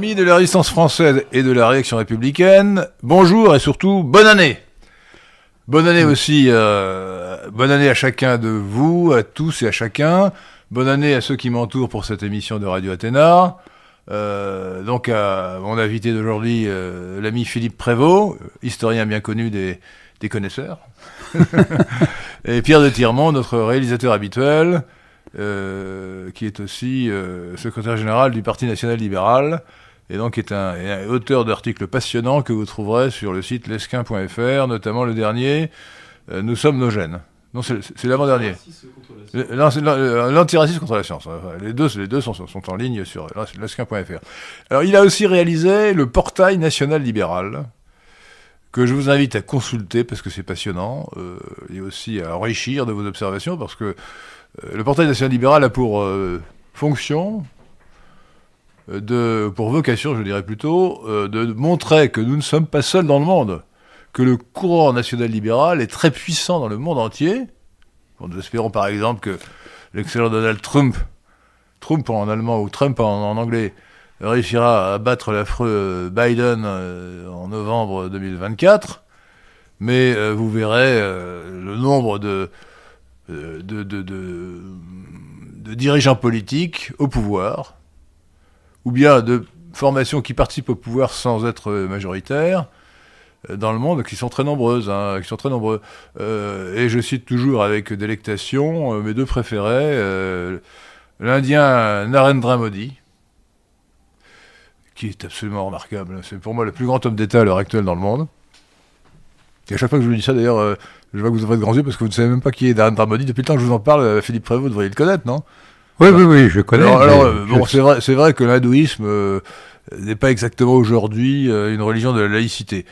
Amis de la résistance française et de la réaction républicaine, bonjour et surtout bonne année. Bonne année aussi, bonne année à chacun de vous, à tous et à chacun. Bonne année à ceux qui m'entourent pour cette émission de Radio Athéna. Donc à mon invité d'aujourd'hui, l'ami Philippe Prévost, historien bien connu des connaisseurs. Et Pierre de Tirmont, notre réalisateur habituel, qui est aussi secrétaire général du Parti national libéral, et donc est un auteur d'articles passionnants que vous trouverez sur le site lesquin.fr, notamment le dernier, Nous sommes nos gènes. Non, c'est l'avant-dernier. L'antiracisme contre la science. Les deux sont en ligne sur lesquin.fr. Alors, il a aussi réalisé le portail national libéral, que je vous invite à consulter parce que c'est passionnant, et aussi à enrichir de vos observations, parce que le portail national libéral a pour fonction, pour vocation, je dirais plutôt, de montrer que nous ne sommes pas seuls dans le monde, que le courant national libéral est très puissant dans le monde entier. Bon, nous espérons par exemple que l'excellent Donald Trump en allemand ou Trump en anglais, réussira à battre l'affreux Biden en novembre 2024. Mais vous verrez le nombre de dirigeants politiques au pouvoir, ou bien de formations qui participent au pouvoir sans être majoritaires, dans le monde, qui sont très nombreuses, et je cite toujours avec délectation mes deux préférés, l'Indien Narendra Modi, qui est absolument remarquable. C'est pour moi le plus grand homme d'État à l'heure actuelle dans le monde. Et à chaque fois que je vous dis ça, d'ailleurs, je vois que vous ouvrez de grands yeux parce que vous ne savez même pas qui est Narendra Modi. Depuis le temps que je vous en parle, Philippe Prévost, vous devriez le connaître, non ? Oui, je connais. Bon, c'est vrai que l'hindouisme n'est pas exactement aujourd'hui une religion de la laïcité.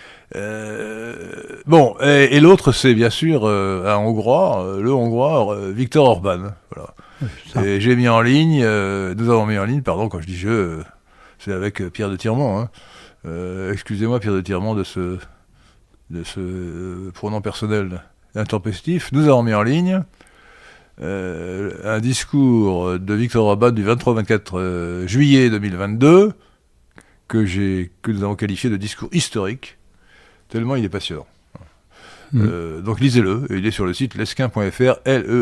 Et l'autre, c'est bien sûr le Hongrois, Viktor Orban. Voilà. Et j'ai mis en ligne, nous avons mis en ligne, pardon, quand je dis c'est avec Pierre de Tirmont. Hein. Excusez-moi, Pierre de Tirmont, de ce pronom personnel intempestif. Nous avons mis en ligne un discours de Viktor Orban du 23-24 juillet 2022 que nous avons qualifié de discours historique, tellement il est passionnant. Donc lisez-le, il est sur le site lesquin.fr,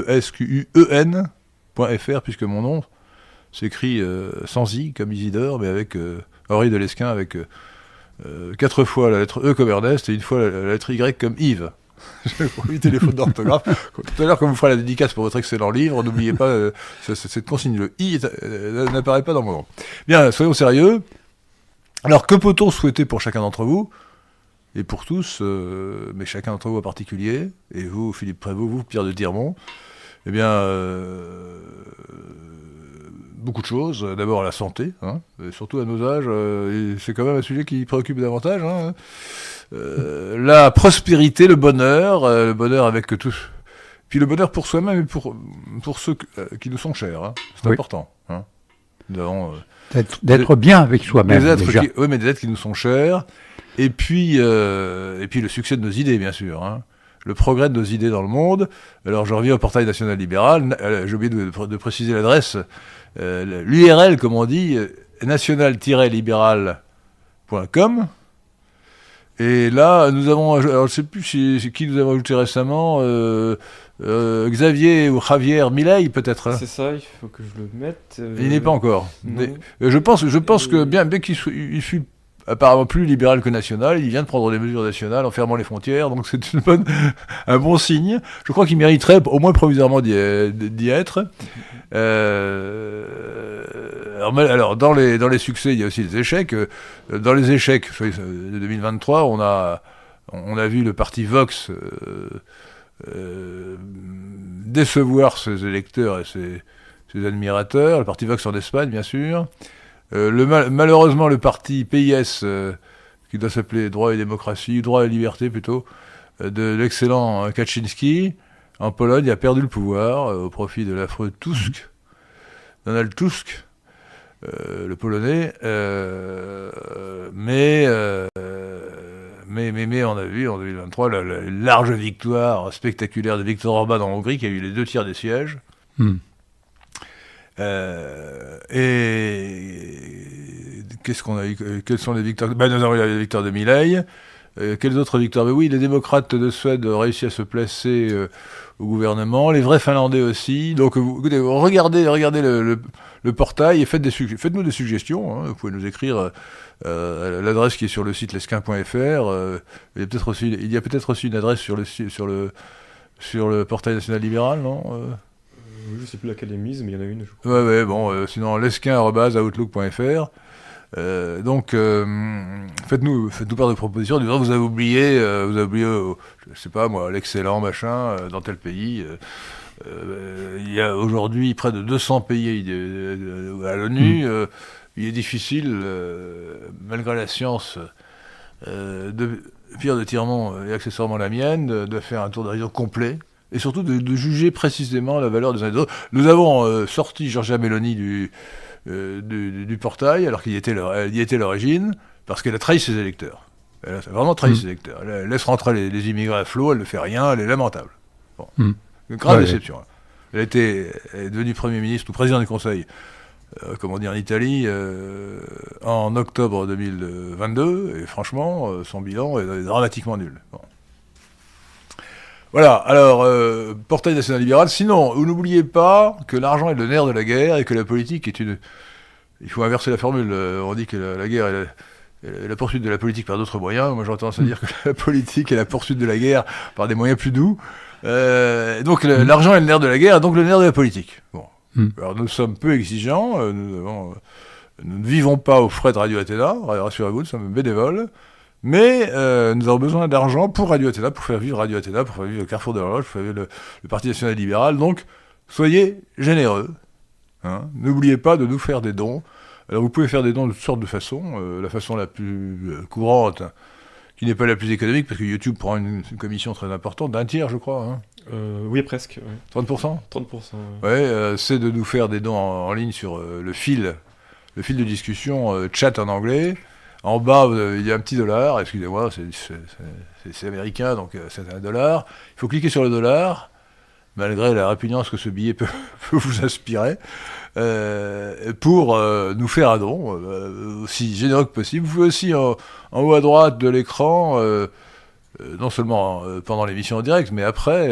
lesquen.fr, puisque mon nom s'écrit sans i, comme Isidore, mais avec Henri de Lesquin, avec 4 fois la lettre E comme Ernest et une fois la lettre Y comme Yves. Pour éviter les fautes d'orthographe. Tout à l'heure, quand vous ferez la dédicace pour votre excellent livre, n'oubliez pas cette consigne, le I n'apparaît pas dans mon nom. Bien, soyons sérieux. Alors, que peut-on souhaiter pour chacun d'entre vous, et pour tous, mais chacun d'entre vous en particulier, et vous, Philippe Prévost, vous, Pierre de Tirmont, eh bien, beaucoup de choses. D'abord la santé, hein, et surtout à nos âges, et c'est quand même un sujet qui préoccupe davantage. Hein. La prospérité, le bonheur avec tous. Puis le bonheur pour soi-même et pour ceux qui nous sont chers. Hein. C'est important. Hein. Nous avons, d'être bien avec soi-même. Déjà. Mais des êtres qui nous sont chers. Et puis le succès de nos idées, bien sûr. Hein. Le progrès de nos idées dans le monde. Alors je reviens au portail national libéral. J'ai oublié de préciser l'adresse. L'URL, comme on dit, national-libéral.com. Et là, nous avons, alors je ne sais plus qui nous avons ajouté récemment, Xavier ou Javier Milei, peut-être. Hein. C'est ça, il faut que je le mette. Il n'est pas encore. Je pense que bien qu'il fût apparemment plus libéral que national, il vient de prendre des mesures nationales en fermant les frontières, donc c'est un bon signe. Je crois qu'il mériterait au moins provisoirement d'y être. Alors dans les succès, il y a aussi des échecs. Dans les échecs de 2023, on a vu le parti Vox décevoir ses électeurs et ses admirateurs. Le parti Vox en Espagne, bien sûr. Malheureusement, le parti PIS, qui doit s'appeler Droit et Démocratie, Droit et Liberté plutôt, de l'excellent Kaczynski, en Pologne, a perdu le pouvoir au profit de l'affreux Tusk, Donald Tusk, le Polonais. Mais on a vu en 2023 la large victoire spectaculaire de Viktor Orban en Hongrie, qui a eu les 2/3 des sièges. Et qu'est-ce qu'on a eu, quelles sont les victoires? Nous avons eu la victoire de Milei. Quelles autres victoires? Oui, les démocrates de Suède ont réussi à se placer au gouvernement. Les vrais Finlandais aussi. Donc, écoutez, regardez le portail et faites-nous des suggestions. Hein. Vous pouvez nous écrire à l'adresse qui est sur le site lesquin.fr. Il y a peut-être aussi une adresse sur le portail national libéral, non Oui, je sais plus laquelle est mise, mais il y en a une. Je crois. Ouais, bon, sinon lesquin@outlook.fr. Donc, faites-nous part de propositions. Vous avez oublié, je sais pas moi, l'excellent machin dans tel pays. Il y a aujourd'hui près de 200 pays à l'ONU. Il est difficile, malgré la science de Pierre de Tirmont et accessoirement la mienne, de faire un tour d'horizon complet et surtout de juger précisément la valeur des uns et des autres. Nous avons sorti Giorgia Meloni du portail, alors qu'il y était à l'origine, parce qu'elle a trahi ses électeurs. Elle a vraiment trahi ses électeurs. Elle laisse rentrer les immigrés à flot, elle ne fait rien, elle est lamentable. Bon. Une grave déception. Elle est devenue Premier ministre ou Président du Conseil, en Italie, en octobre 2022, et franchement, son bilan est dramatiquement nul. Bon. Voilà, alors, portail national libéral. Sinon, vous n'oubliez pas que l'argent est le nerf de la guerre et que la politique est une... Il faut inverser la formule. On dit que la guerre est la poursuite de la politique par d'autres moyens. Moi, j'aurais tendance à dire que la politique est la poursuite de la guerre par des moyens plus doux. Donc, l'argent est le nerf de la guerre et donc le nerf de la politique. Bon. Alors, nous sommes peu exigeants. Nous ne vivons pas aux frais de Radio Athéna. Rassurez-vous, nous sommes bénévoles. Mais nous avons besoin d'argent pour Radio Athéna, pour faire vivre Radio Athéna, pour faire vivre le Carrefour de l'Horloge, pour faire vivre le Parti National Libéral. Donc, soyez généreux. Hein. N'oubliez pas de nous faire des dons. Alors, vous pouvez faire des dons de toutes sortes de façons. La façon la plus courante, qui n'est pas la plus économique, parce que YouTube prend une commission très importante, d'un tiers, je crois. Hein. Oui, presque. Ouais. 30%. 30%. Ouais, c'est de nous faire des dons en ligne sur le fil de discussion, chat en anglais. En bas, il y a un petit dollar, excusez-moi, c'est américain, donc c'est $1. Il faut cliquer sur le dollar, malgré la répugnance que ce billet peut vous inspirer, pour nous faire un don, aussi généreux que possible. Vous pouvez aussi, en haut à droite de l'écran, non seulement pendant l'émission en direct, mais après,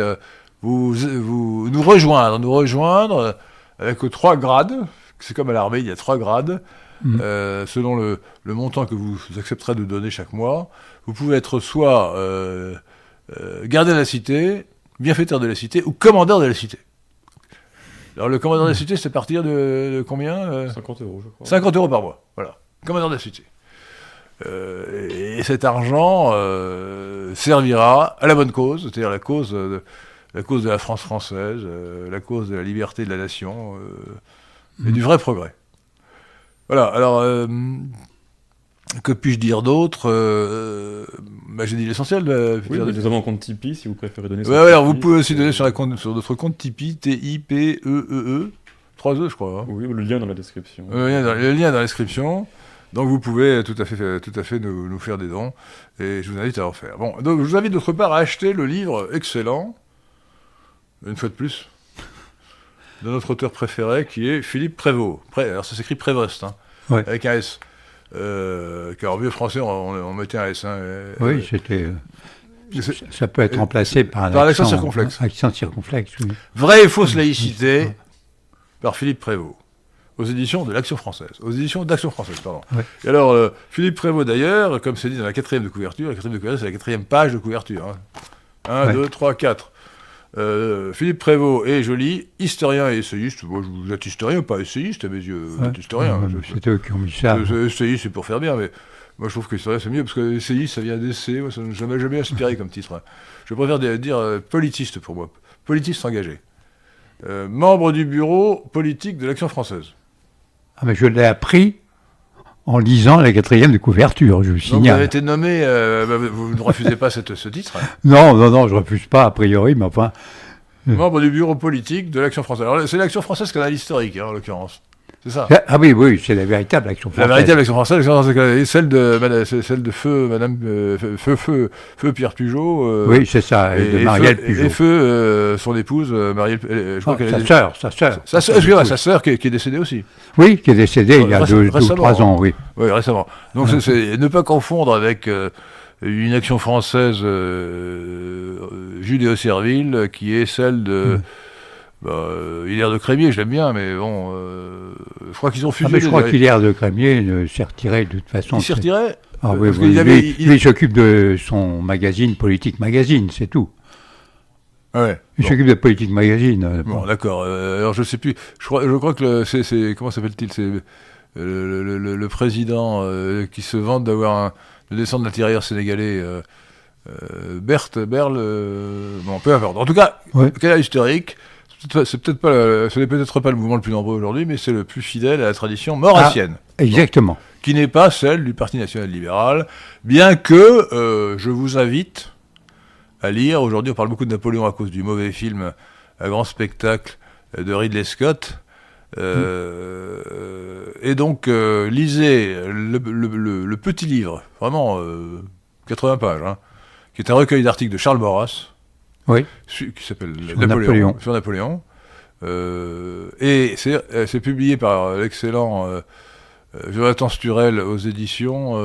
vous nous rejoindre avec 3 grades. C'est comme à l'armée, il y a 3 grades. Selon le montant que vous accepterez de donner chaque mois, vous pouvez être soit gardien de la cité, bienfaiteur de la cité, ou commandeur de la cité. Alors le commandeur de la cité, c'est à partir de combien 50 €, je crois. 50 € par mois, voilà. Commandeur de la cité. Et cet argent servira à la bonne cause, c'est-à-dire la cause de la France française, la cause de la liberté de la nation, et du vrai progrès. Voilà, alors, que puis-je dire d'autre j'ai dit l'essentiel. Oui, nous avons un compte Tipeee, si vous préférez donner sur Tipeee. Alors, vous pouvez aussi donner sur notre compte Tipeee, T-I-P-E-E-E, 3 E, je crois. Hein. Oui, le lien dans la description. Le lien dans la description. Donc, vous pouvez tout à fait nous faire des dons, et je vous invite à en faire. Bon, donc, je vous invite d'autre part à acheter le livre excellent, une fois de plus, de notre auteur préféré, qui est Philippe Prévost. Alors ça s'écrit Prévost, hein, ouais. Avec un S. Car en vieux français, on mettait un S. Hein, oui, c'était... ça peut être remplacé par un accent circonflexe. Accent circonflexe, oui. Vraie et fausse laïcité, par Philippe Prévost, aux éditions de l'Action française. Aux éditions d'Action française, pardon. Ouais. Et alors, Philippe Prévost, d'ailleurs, comme c'est dit dans la 4e de couverture, c'est la 4e page de couverture. Hein. 1, 2, 3, 4. Philippe Prévost est joli, historien et essayiste. Moi, vous êtes historien, pas essayiste à mes yeux. Vous êtes historien. C'est eux qui ont mis ça. Essayiste, c'est pour faire bien, mais moi, je trouve que historien, c'est mieux, parce que essayiste, ça vient d'essai. Moi, ça ne m'a jamais inspiré comme titre. Hein. Je préfère dire politiste pour moi. Politiste engagé. Membre du bureau politique de l'Action française. Ah, mais je l'ai appris en lisant la 4e de couverture, je vous signale. Donc vous avez été nommé, vous ne refusez pas ce titre? Non, je ne refuse pas a priori, mais enfin... Membre du bureau politique de l'Action française. Alors c'est l'Action française qui a l'historique, hein, en l'occurrence. c'est ça. Ah oui, c'est la véritable Action française. La véritable Action française, celle de feu Madame feu Pierre Pujol. Oui, c'est ça, et de Marielle Pujol. Et feu son épouse Marielle. Je crois qu'elle sa sœur qui est décédée aussi. Oui, qui est décédée il y a 2 ou 3 ans, oui. Oui, récemment. Donc c'est ne pas confondre avec une Action française judéo-servile qui est celle de Hilaire de Crémier, je l'aime bien, mais bon, je crois qu'ils ont fusé. Je crois qu'Hilaire de Crémier s'est retiré de toute façon. Il s'est retiré oui, il s'occupe de son magazine, Politique Magazine, c'est tout. Ouais. Il s'occupe de Politique Magazine. Bon, d'accord. Alors je sais plus. Je crois que c'est comment s'appelle-t-il ? C'est le président qui se vante d'avoir le descendant de l'intérieur sénégalais. Berle. Bon, peu importe. En tout cas, cas historique. Ce n'est peut-être pas le mouvement le plus nombreux aujourd'hui, mais c'est le plus fidèle à la tradition maurassienne. Exactement. Qui n'est pas celle du Parti national libéral, bien que je vous invite à lire. Aujourd'hui, on parle beaucoup de Napoléon à cause du mauvais film à grand spectacle de Ridley Scott. Et donc, lisez le petit livre, vraiment 80 pages, qui est un recueil d'articles de Charles Maurras. Oui. Qui s'appelle Napoléon. Sur Napoléon. Et c'est publié par l'excellent Jonathan Sturel aux éditions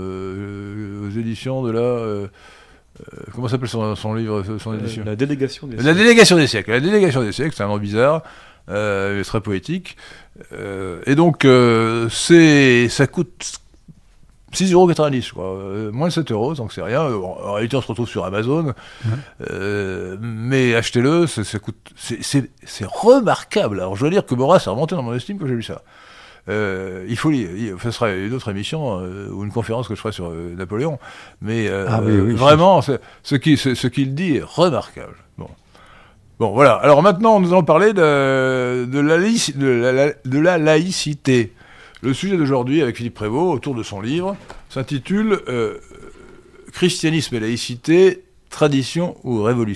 de la... comment s'appelle son livre, son édition ? La Délégation des siècles. La Délégation des siècles. La Délégation des siècles, c'est un nom bizarre, mais très poétique. Et donc, ça coûte 6,90 €, je crois. Moins de 7 €, donc c'est rien. En réalité, on se retrouve sur Amazon. Mais achetez-le, ça coûte... C'est remarquable. Alors, je dois dire que Maurras a remonté dans mon estime quand j'ai lu ça. Il faut lire. Ce sera une autre émission ou une conférence que je ferai sur Napoléon. Mais vraiment, ce qu'il dit est remarquable. Bon, voilà. Alors maintenant, nous allons parler de la laïcité. Le sujet d'aujourd'hui, avec Philippe Prévost, autour de son livre, s'intitule « Christianisme et laïcité, tradition ou révolution ».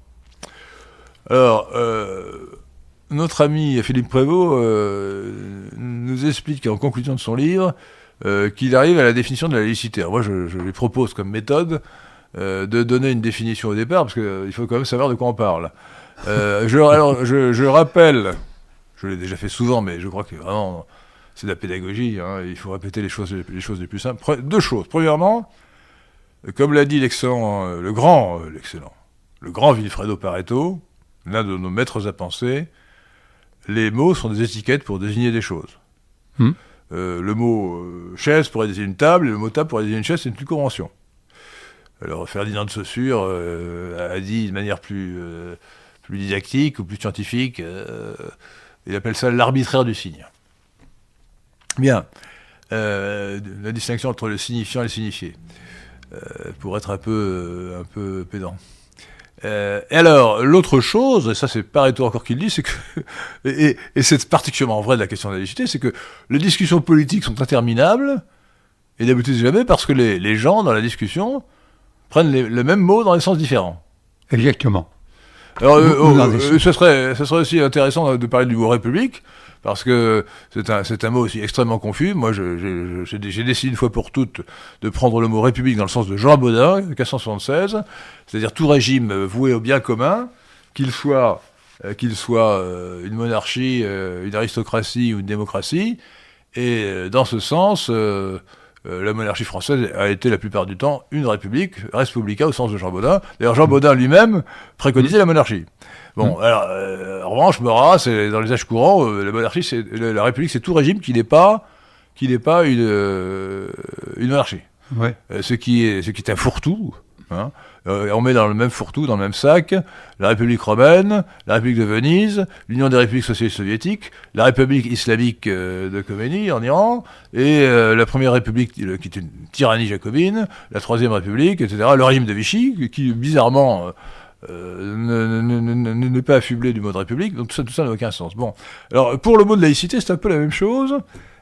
Alors, notre ami Philippe Prévost nous explique en conclusion de son livre qu'il arrive à la définition de la laïcité. Alors moi, je lui propose comme méthode de donner une définition au départ, parce qu'il faut quand même savoir de quoi on parle. Je rappelle, je l'ai déjà fait souvent, mais je crois que vraiment... C'est de la pédagogie, il faut répéter les choses les plus simples. 2 choses. Premièrement, comme l'a dit le grand Vilfredo Pareto, l'un de nos maîtres à penser, les mots sont des étiquettes pour désigner des choses. Le mot chaise pourrait désigner une table, et le mot table pourrait désigner une chaise, c'est une convention. Alors Ferdinand de Saussure a dit de manière plus didactique ou plus scientifique, il appelle ça l'arbitraire du signe. Bien, la distinction entre le signifiant et le signifié, pour être un peu pédant. Et alors, l'autre chose, et ça c'est Pareto encore qui le dit, c'est que, et c'est particulièrement vrai de la question de la laïcité, c'est que les discussions politiques sont interminables, et n'aboutissent jamais parce que les gens, dans la discussion, prennent le même mot dans des sens différents. Exactement. Alors, ce serait aussi intéressant de parler du mot république, parce que c'est un mot aussi extrêmement confus. Moi, j'ai décidé une fois pour toutes de prendre le mot république dans le sens de Jean Baudin, 1576, c'est-à-dire tout régime voué au bien commun, qu'il soit une monarchie, une aristocratie ou une démocratie, et dans ce sens... la monarchie française a été la plupart du temps une république, res publica au sens de Jean Baudin. D'ailleurs, Jean Baudin lui-même préconisait la monarchie. Bon, alors, en revanche, Maurras, dans les âges courants, la république, c'est tout régime qui n'est pas une monarchie. Ouais. Ce qui est un fourre-tout. On met dans le même fourre-tout, dans le même sac, la République romaine, la République de Venise, l'Union des républiques socialistes soviétiques, la République islamique de Khomeini en Iran, et la première République qui est une tyrannie jacobine, la troisième République, etc., le régime de Vichy, qui bizarrement n'est pas affublé du mot de République, donc tout ça n'a aucun sens. Bon, alors pour le mot de laïcité, c'est un peu la même chose.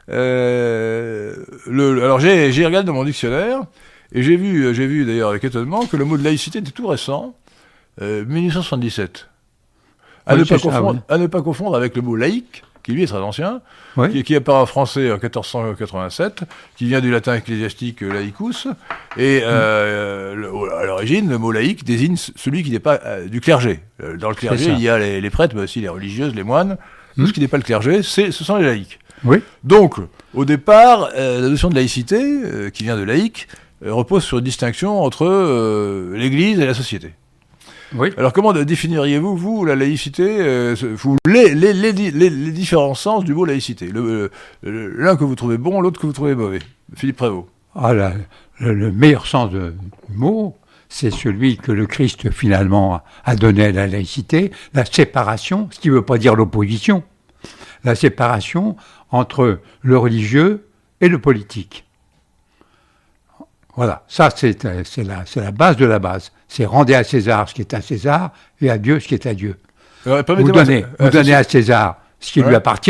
Alors j'ai regardé dans mon dictionnaire, et j'ai vu d'ailleurs avec étonnement que le mot de laïcité était tout récent, 1977. À ne pas confondre avec le mot laïque, qui lui est très ancien, oui. qui apparaît en français en 1487, qui vient du latin ecclésiastique laicus, et à l'origine, le mot laïque désigne celui qui n'est pas du clergé. Dans le clergé, il y a les prêtres, mais aussi les religieuses, les moines. Tout ce qui n'est pas le clergé, ce sont les laïcs. Oui. Donc, au départ, la notion de laïcité, qui vient de laïque, repose sur une distinction entre l'Église et la société. Oui. Alors, comment définiriez-vous, vous, la laïcité, les différents sens du mot laïcité, l'un que vous trouvez bon, l'autre que vous trouvez mauvais? Philippe Prévost. Le meilleur sens du mot, c'est celui que le Christ, finalement, a donné à la laïcité, la séparation, ce qui ne veut pas dire l'opposition, la séparation entre le religieux et le politique. Voilà, ça c'est la base de la base. C'est rendez à César ce qui est à César et à Dieu ce qui est à Dieu. Alors, vous donnez à César ce qui lui appartient,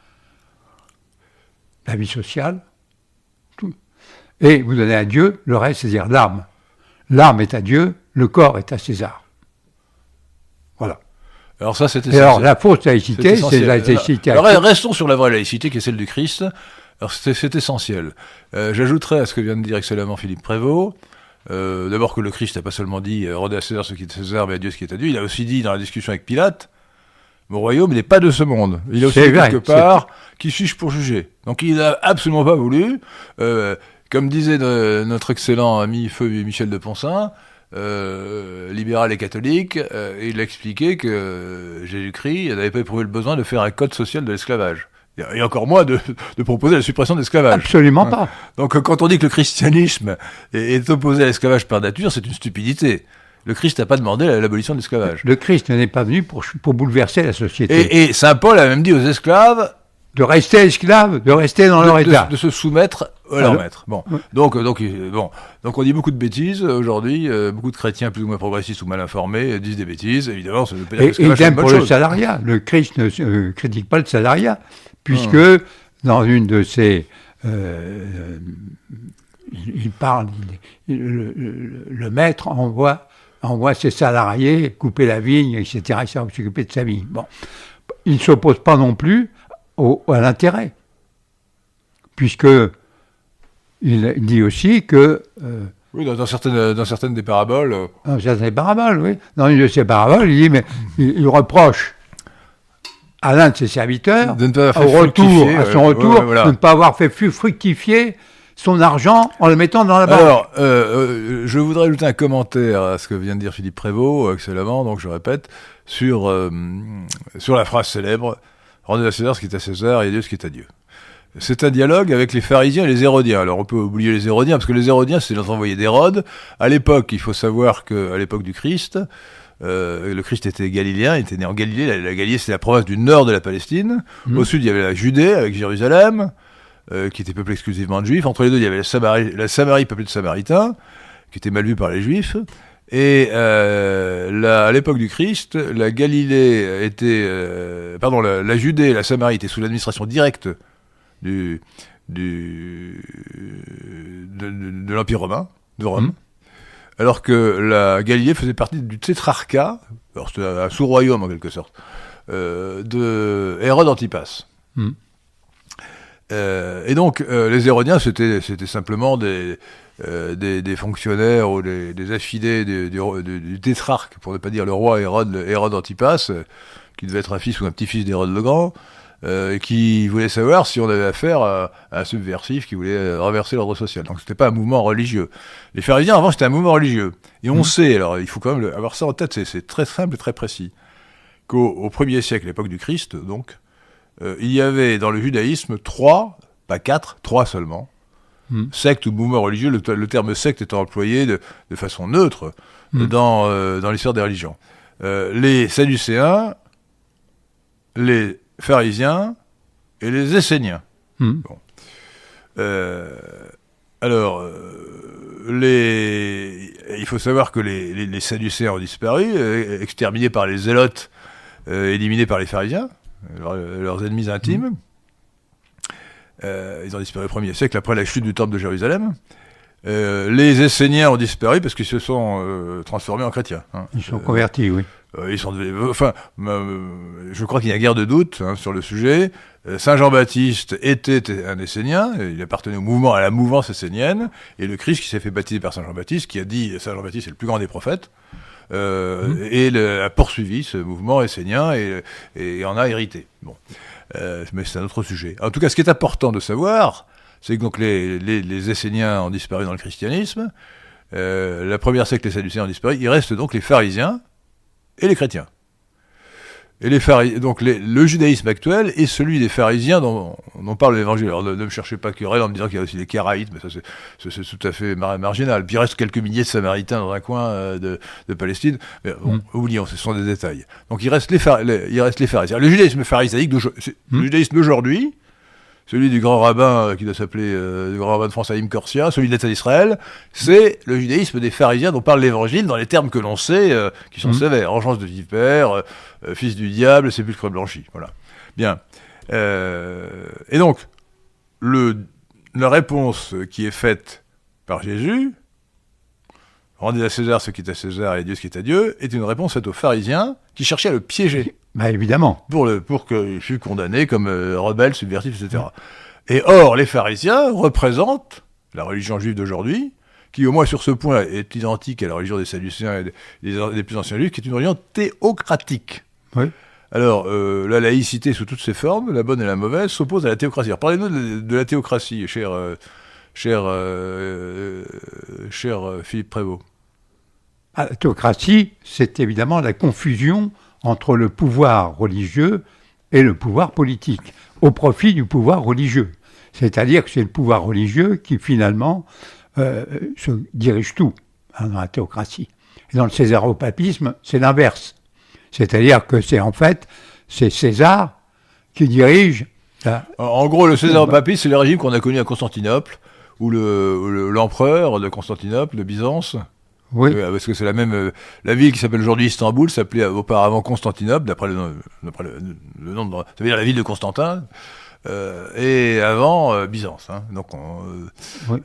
la vie sociale, tout, et vous donnez à Dieu le reste, c'est-à-dire l'âme. L'âme est à Dieu, le corps est à César. Voilà. Alors ça, c'était. Alors la fausse laïcité, c'est la laïcité. Alors restons sur la vraie laïcité, qui est celle du Christ. Alors c'est essentiel. J'ajouterais à ce que vient de dire excellemment Philippe Prévost, d'abord que le Christ n'a pas seulement dit « rendez à César ce qui est à César, mais à Dieu ce qui est à Dieu », il a aussi dit dans la discussion avec Pilate « mon royaume n'est pas de ce monde ». Il a aussi dit quelque part « qui suis-je pour juger ?» Donc il n'a absolument pas voulu, comme disait notre excellent ami Feu Michel de Ponsin, libéral et catholique, il a expliqué que Jésus-Christ n'avait pas éprouvé le besoin de faire un code social de l'esclavage. Et encore moins de proposer la suppression de l'esclavage. Absolument pas. Donc quand on dit que le christianisme est opposé à l'esclavage par nature, c'est une stupidité. Le Christ n'a pas demandé l'abolition de l'esclavage. Le Christ n'est pas venu pour bouleverser la société. Et saint Paul a même dit aux esclaves de rester esclaves, de rester dans leur état. De se soumettre à leur maître. Bon. Donc on dit beaucoup de bêtises aujourd'hui. Beaucoup de chrétiens plus ou moins progressistes ou mal informés disent des bêtises. Évidemment, ça ne veut pas dire que l'esclavage est une bonne chose. Et idem pour le salariat. Le Christ ne critique pas le salariat, puisque dans une de ses... il parle... Le maître envoie ses salariés couper la vigne, etc., s'occuper de sa vigne. Bon. Il ne s'oppose pas non plus à l'intérêt, puisque il dit aussi que... oui, dans certaines des paraboles... Dans certaines des paraboles, oui. Dans une de ces paraboles, il dit, mais il reproche à l'un de ses serviteurs, de ne pas à son retour, de ne pas avoir fait fructifier son argent en le mettant dans la banque. Alors, je voudrais ajouter un commentaire à ce que vient de dire Philippe Prévost, excellemment, donc je répète, sur la phrase célèbre « Rendez à César ce qui est à César et à Dieu ce qui est à Dieu ». C'est un dialogue avec les pharisiens et les hérodiens. Alors on peut oublier les hérodiens, parce que les hérodiens, c'est les envoyés d'Hérode. À l'époque, il faut savoir qu'à l'époque du Christ, le Christ était galiléen, il était né en Galilée. La Galilée, c'est la province du nord de la Palestine. Au sud, il y avait la Judée, avec Jérusalem, qui était peuplée exclusivement de Juifs. Entre les deux, il y avait la Samarie peuplée de Samaritains, qui était mal vue par les Juifs. Et à l'époque du Christ, la Galilée était... la Judée et la Samarie étaient sous l'administration directe de l'Empire romain, de Rome, alors que la Galilée faisait partie du tétrarcat, alors c'était un sous-royaume en quelque sorte, de Hérode Antipas. Et donc les Hérodiens, c'était simplement des fonctionnaires ou des affidés du tétrarque, pour ne pas dire le roi Hérode Antipas, qui devait être un fils ou un petit-fils d'Hérode le Grand, qui voulait savoir si on avait affaire à un subversif qui voulait renverser l'ordre social. Donc c'était pas un mouvement religieux. Les pharisiens, avant, c'était un mouvement religieux. Et on sait, alors il faut quand même avoir ça en tête, c'est très simple et très précis, qu'au 1er siècle, à l'époque du Christ, donc, il y avait dans le judaïsme 3, pas 4, 3 seulement, secte ou mouvement religieux, le terme secte étant employé de façon neutre dans l'histoire des religions. Les Sadducéens, les pharisiens et les Esséniens. Bon. Alors, il faut savoir que les Sadducéens ont disparu, exterminés par les Zélotes, éliminés par les pharisiens, leurs ennemis intimes. Ils ont disparu au 1er siècle, après la chute du temple de Jérusalem. Les Esséniens ont disparu parce qu'ils se sont transformés en chrétiens. Ils sont convertis, oui. Je crois qu'il n'y a guère de doute sur le sujet. Saint Jean-Baptiste était un Essénien, il appartenait à la mouvance essénienne, et le Christ qui s'est fait baptiser par Saint Jean-Baptiste, qui a dit Saint Jean-Baptiste est le plus grand des prophètes, a poursuivi ce mouvement essénien et en a hérité. Bon, mais c'est un autre sujet. En tout cas, ce qui est important de savoir, c'est que donc les Esséniens ont disparu dans le christianisme. La première secte, les Sadducéens, ont disparu. Il reste donc les pharisiens et les chrétiens. Et donc le judaïsme actuel est celui des pharisiens dont parle l'Évangile. Alors ne me cherchez pas querelle en me disant qu'il y a aussi les Karaïtes, mais ça c'est tout à fait marginal. Puis il reste quelques milliers de Samaritains dans un coin de Palestine. Mais bon, oublions, ce sont des détails. Donc il reste les pharisiens. Le judaïsme pharisaïque, le judaïsme d'aujourd'hui, celui du grand rabbin qui doit s'appeler le grand rabbin de France Haïm Corsia, celui de l'État d'Israël, c'est le judaïsme des pharisiens dont parle l'Évangile dans les termes que l'on sait, qui sont sévères. Engeance de vipère, fils du diable, sépulcre blanchi. Voilà. Bien. Et donc, la réponse qui est faite par Jésus, rendez à César ce qui est à César et à Dieu ce qui est à Dieu, est une réponse faite aux pharisiens qui cherchaient à le piéger. Bah évidemment. Pour qu'il fût condamné comme rebelle, subversif, etc. Et or, les pharisiens représentent la religion juive d'aujourd'hui, qui au moins sur ce point est identique à la religion des Sadducéens et des plus anciens juifs, qui est une religion théocratique. Oui. Alors, la laïcité sous toutes ses formes, la bonne et la mauvaise, s'oppose à la théocratie. Alors, parlez-nous de la théocratie, cher Philippe Prévost. La théocratie, c'est évidemment la confusion entre le pouvoir religieux et le pouvoir politique, au profit du pouvoir religieux. C'est-à-dire que c'est le pouvoir religieux qui, finalement, se dirige tout dans la théocratie. Et dans le césaropapisme, c'est l'inverse. C'est-à-dire que c'est César qui dirige... En gros, le césaropapisme, c'est le régime qu'on a connu à Constantinople, où l'empereur de Constantinople, de Byzance... Oui. Parce que c'est la même, la ville qui s'appelle aujourd'hui Istanbul s'appelait auparavant Constantinople, d'après le nom de, ça veut dire la ville de Constantin, et avant Byzance. Hein. Donc, oui.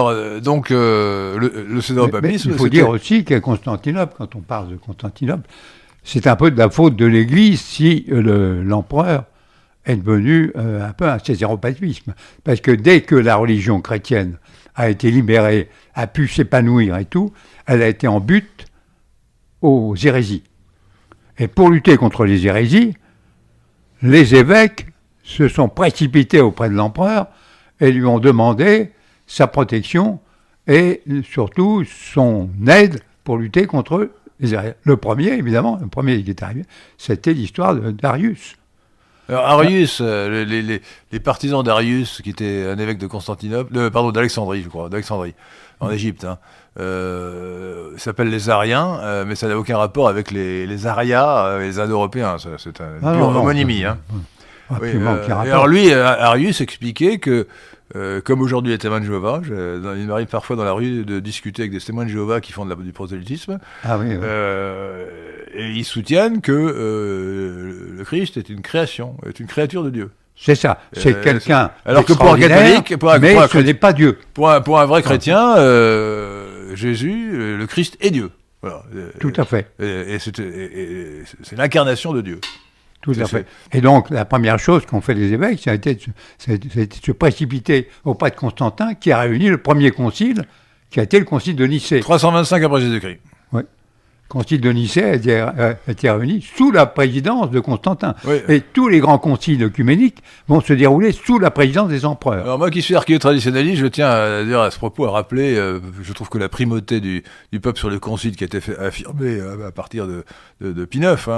le césaropapisme. Il faut dire aussi qu'à Constantinople, quand on parle de Constantinople, c'est un peu de la faute de l'Église si l'empereur est devenu un peu un césaropapisme. Parce que dès que la religion chrétienne a été libérée, a pu s'épanouir et tout, elle a été en but aux hérésies. Et pour lutter contre les hérésies, les évêques se sont précipités auprès de l'empereur et lui ont demandé sa protection et surtout son aide pour lutter contre les hérésies. Le premier qui est arrivé, c'était l'histoire d'Arius. Alors Arius, les partisans d'Arius, qui était un évêque de Constantinople, d'Alexandrie, je crois, en Égypte, s'appellent les Ariens, mais ça n'a aucun rapport avec les Arias, les Indo-Européens. C'est une pure homonymie. Oui, et alors lui, Arius expliquait que, comme aujourd'hui les témoins de Jéhovah, il m'arrive parfois dans la rue de discuter avec des témoins de Jéhovah qui font du prosélytisme, et ils soutiennent que le Christ est une création, est une créature de Dieu. C'est ça, c'est quelqu'un. Alors que pour un catholique, ce n'est pas Dieu. Pour un vrai chrétien, Jésus, le Christ est Dieu. Voilà. Tout à fait. Et c'est l'incarnation de Dieu. Tout à fait. Et donc, la première chose qu'ont fait les évêques, ça a été de se précipiter auprès de Constantin, qui a réuni le premier concile, qui a été le concile de Nicée. 325 après Jésus-Christ. Oui. Le concile de Nicée a été réuni sous la présidence de Constantin. Oui. Et tous les grands conciles œcuméniques vont se dérouler sous la présidence des empereurs. Alors moi qui suis archéo-traditionnaliste, je tiens à ce propos à rappeler, je trouve que la primauté du pape sur le concile qui a été affirmée à partir de Pie IX,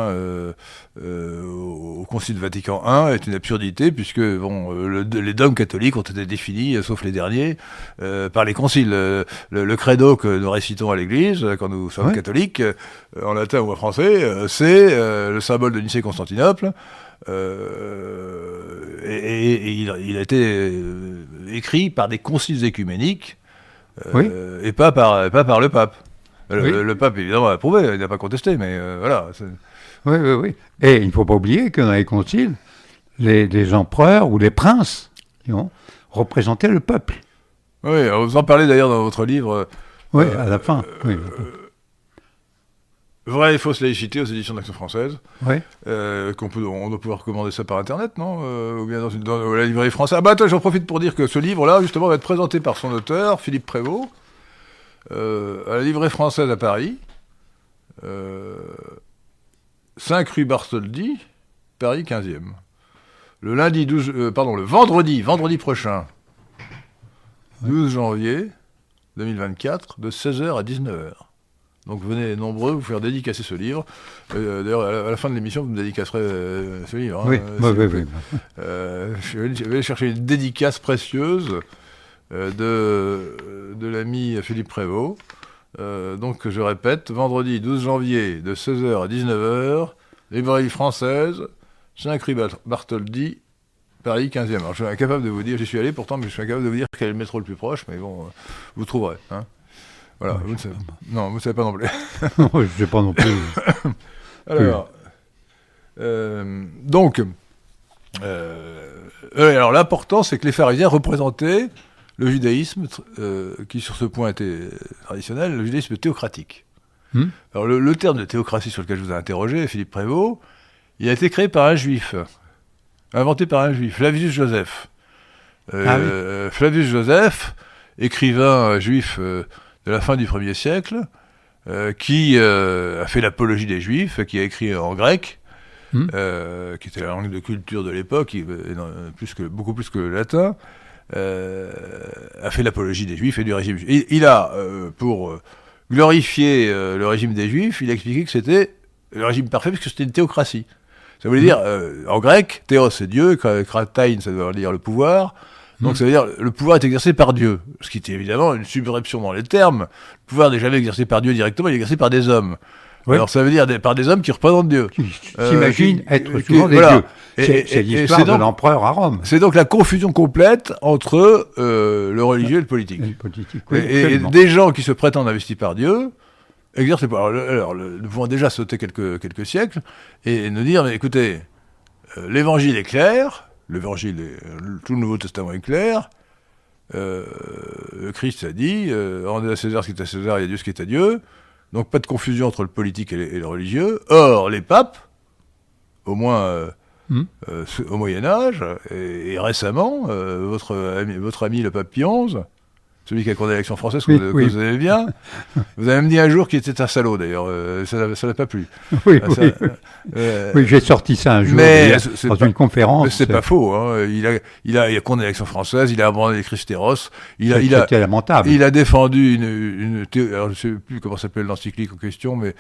au concile Vatican I, est une absurdité, puisque les dogmes catholiques ont été définis, sauf les derniers, par les conciles. Le credo que nous récitons à l'église, quand nous sommes catholiques, en latin ou en français, c'est le symbole de Nicée-Constantinople, et il a été écrit par des conciles écuméniques, et pas par le pape. Le pape, évidemment, a approuvé, il n'a pas contesté, mais voilà. Oui. Et il ne faut pas oublier que dans les conciles, les empereurs ou les princes représentaient le peuple. Oui, vous en parlez d'ailleurs dans votre livre. Oui, à la fin. Vraie et fausse laïcité aux éditions d'Action française. Oui. On doit pouvoir commander ça par Internet, non ou bien dans la librairie française. Ah bah attends, j'en profite pour dire que ce livre-là, justement, va être présenté par son auteur, Philippe Prévost, à la librairie française à Paris, 5 rue Bartholdi, Paris 15e. Le vendredi prochain, 12 janvier 2024, de 16h à 19h. Donc venez nombreux vous faire dédicacer ce livre. D'ailleurs, à la fin de l'émission, vous me dédicacerez ce livre. Oui, oui. Je vais chercher une dédicace précieuse de l'ami Philippe Prévost. Donc je répète, vendredi 12 janvier de 16h à 19h, librairie française, 5 rue Bartholdi, Paris 15e. Alors je suis incapable de vous dire, j'y suis allé pourtant, mais je suis incapable de vous dire quel est le métro le plus proche, mais bon, vous trouverez. Hein. Voilà, Ouais, vous ne savez pas. Non, vous ne savez pas non plus. Non, je ne sais pas non plus. Alors, alors l'important, c'est que les pharisiens représentaient le judaïsme, qui sur ce point était traditionnel, le judaïsme théocratique. Alors le terme de théocratie sur lequel je vous ai interrogé, Philippe Prévost, il a été créé par un juif, inventé par un juif, Flavius Joseph. Flavius Joseph, écrivain juif de la fin du 1er siècle, qui a fait l'apologie des Juifs, qui a écrit en grec, qui était la langue de culture de l'époque, beaucoup plus que le latin, a fait l'apologie des Juifs et du régime juif. Il a, pour glorifier le régime des Juifs, il a expliqué que c'était le régime parfait, parce que c'était une théocratie. Ça voulait dire, en grec, théos c'est Dieu, kratein ça veut dire le pouvoir, donc ça veut dire le pouvoir est exercé par Dieu, ce qui était évidemment une subreption dans les termes. Le pouvoir n'est jamais exercé par Dieu directement, il est exercé par des hommes. Oui. Alors ça veut dire par des hommes qui représentent Dieu. Qui s'imaginent être souvent des dieux. C'est l'histoire de l'empereur à Rome. C'est donc la confusion complète entre le religieux et le politique. Et des gens qui se prétendent investis par Dieu exercent le pouvoir. Alors nous pouvons déjà sauter quelques siècles et nous dire, mais écoutez, l'évangile est clair, tout le Nouveau Testament est clair, Christ a dit, rendez à César ce qui est à César et à Dieu ce qui est à Dieu, donc pas de confusion entre le politique et le religieux. Or, les papes, au moins au Moyen-Âge, et récemment, votre ami le pape Pie XI, celui qui a condamné l'Action française, que vous aimez bien, vous avez même dit un jour qu'il était un salaud, d'ailleurs, ça n'a pas plu. Oui, j'ai sorti ça un jour dans une conférence. Mais c'est pas faux, hein. Il a condamné l'Action française, il a abandonné les Christéros, c'était lamentable. Il a défendu une théorie, alors je ne sais plus comment s'appelle l'encyclique en question, mais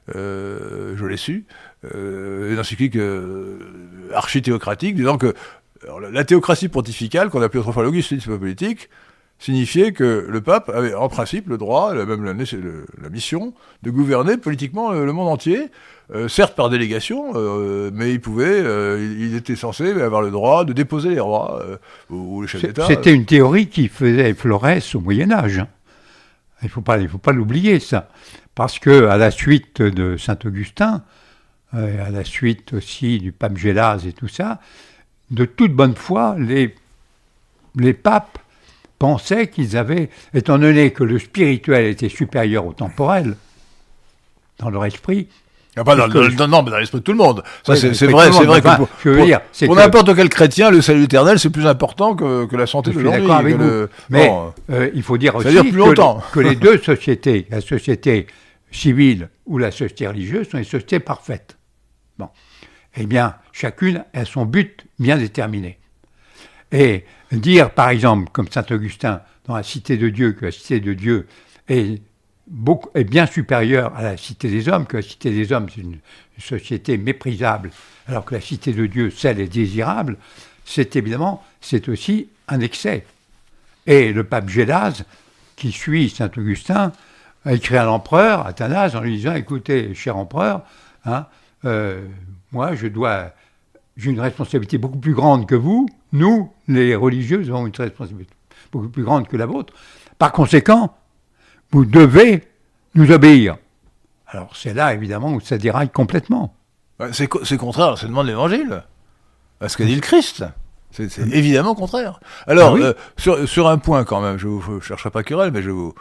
je l'ai su, une encyclique archi-théocratique, disant que la théocratie pontificale, qu'on appelait autrefois l'augustinisme politique, signifiait que le pape avait en principe le droit, même la mission, de gouverner politiquement le monde entier, certes par délégation, mais il était censé avoir le droit de déposer les rois ou les chefs d'État. C'était une théorie qui faisait florès au Moyen-Âge. Hein. Il faut pas l'oublier, ça. Parce que à la suite de Saint-Augustin, à la suite aussi du pape Gélase et tout ça, de toute bonne foi, les papes pensaient qu'ils avaient, étant donné que le spirituel était supérieur au temporel, dans leur esprit. Ah, pas dans l'esprit de tout le monde. Ça, c'est vrai que pour n'importe quel chrétien, le salut éternel, c'est plus important que la santé de l'aujourd'hui. D'accord avec vous. Mais il faut dire aussi que les deux sociétés, la société civile ou la société religieuse, sont des sociétés parfaites. Bon. Eh bien, chacune a son but bien déterminé. Et dire, par exemple, comme saint Augustin, dans la cité de Dieu, que la cité de Dieu est bien supérieure à la cité des hommes, que la cité des hommes, c'est une société méprisable, alors que la cité de Dieu, celle est désirable, c'est aussi un excès. Et le pape Gélase, qui suit saint Augustin, a écrit à l'empereur, Athanase, en lui disant, écoutez, cher empereur, hein, moi, j'ai une responsabilité beaucoup plus grande que vous. Nous, les religieux, avons une responsabilité beaucoup plus grande que la vôtre. Par conséquent, vous devez nous obéir. Alors, c'est là, évidemment, où ça déraille complètement. C'est contraire à l'enseignement de l'Évangile, à ce qu'a dit le Christ. C'est évidemment contraire. Alors, sur un point, quand même, je ne chercherai pas querelle, mais je vais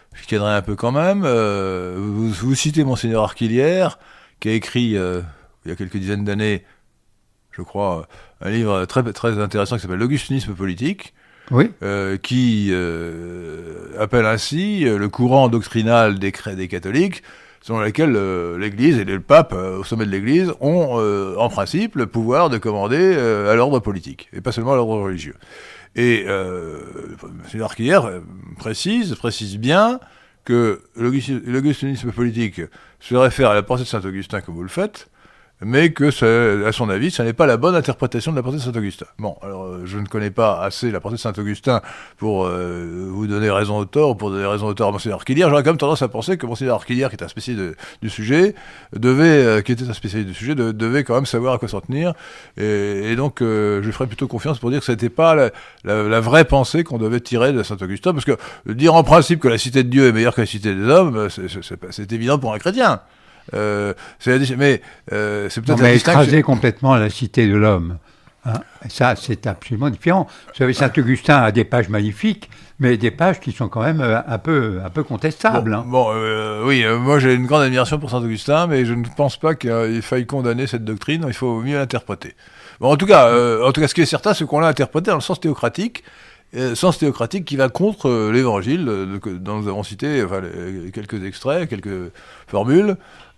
je tiendrai un peu quand même. Vous citez Monseigneur Arquillière, qui a écrit, il y a quelques dizaines d'années, je crois, un livre très, très intéressant qui s'appelle L'Augustinisme politique, Oui. Qui appelle ainsi le courant doctrinal des catholiques, selon lequel l'Église et le pape, au sommet de l'Église, ont en principe le pouvoir de commander à l'ordre politique, et pas seulement à l'ordre religieux. Et M. Arquillière précise bien que l'augustinisme politique se réfère à la pensée de Saint-Augustin comme vous le faites, mais que, à son avis, ça n'est pas la bonne interprétation de la pensée de Saint-Augustin. Bon, alors, je ne connais pas assez la pensée de Saint-Augustin pour vous donner raison au tort, ou pour donner raison au tort à Monseigneur Arquillière. J'aurais quand même tendance à penser que Monseigneur Arquillière, qui est un spécialiste du sujet, devait quand même savoir à quoi s'en tenir, et donc, je lui ferais plutôt confiance pour dire que c'était pas la vraie pensée qu'on devait tirer de Saint-Augustin, parce que dire en principe que la cité de Dieu est meilleure que la cité des hommes, c'est évident pour un chrétien. C'est peut-être écraser complètement la cité de l'homme. Hein. Ça, c'est absolument différent. Vous savez, Saint-Augustin a des pages magnifiques, mais des pages qui sont quand même un peu contestables. Oui, moi j'ai une grande admiration pour Saint-Augustin, mais je ne pense pas qu'il faille condamner cette doctrine. Il faut mieux l'interpréter. Bon, en tout cas, ce qui est certain, c'est qu'on l'a interprété dans le sens théocratique qui va contre l'évangile, dont nous avons cité quelques extraits, quelques formules.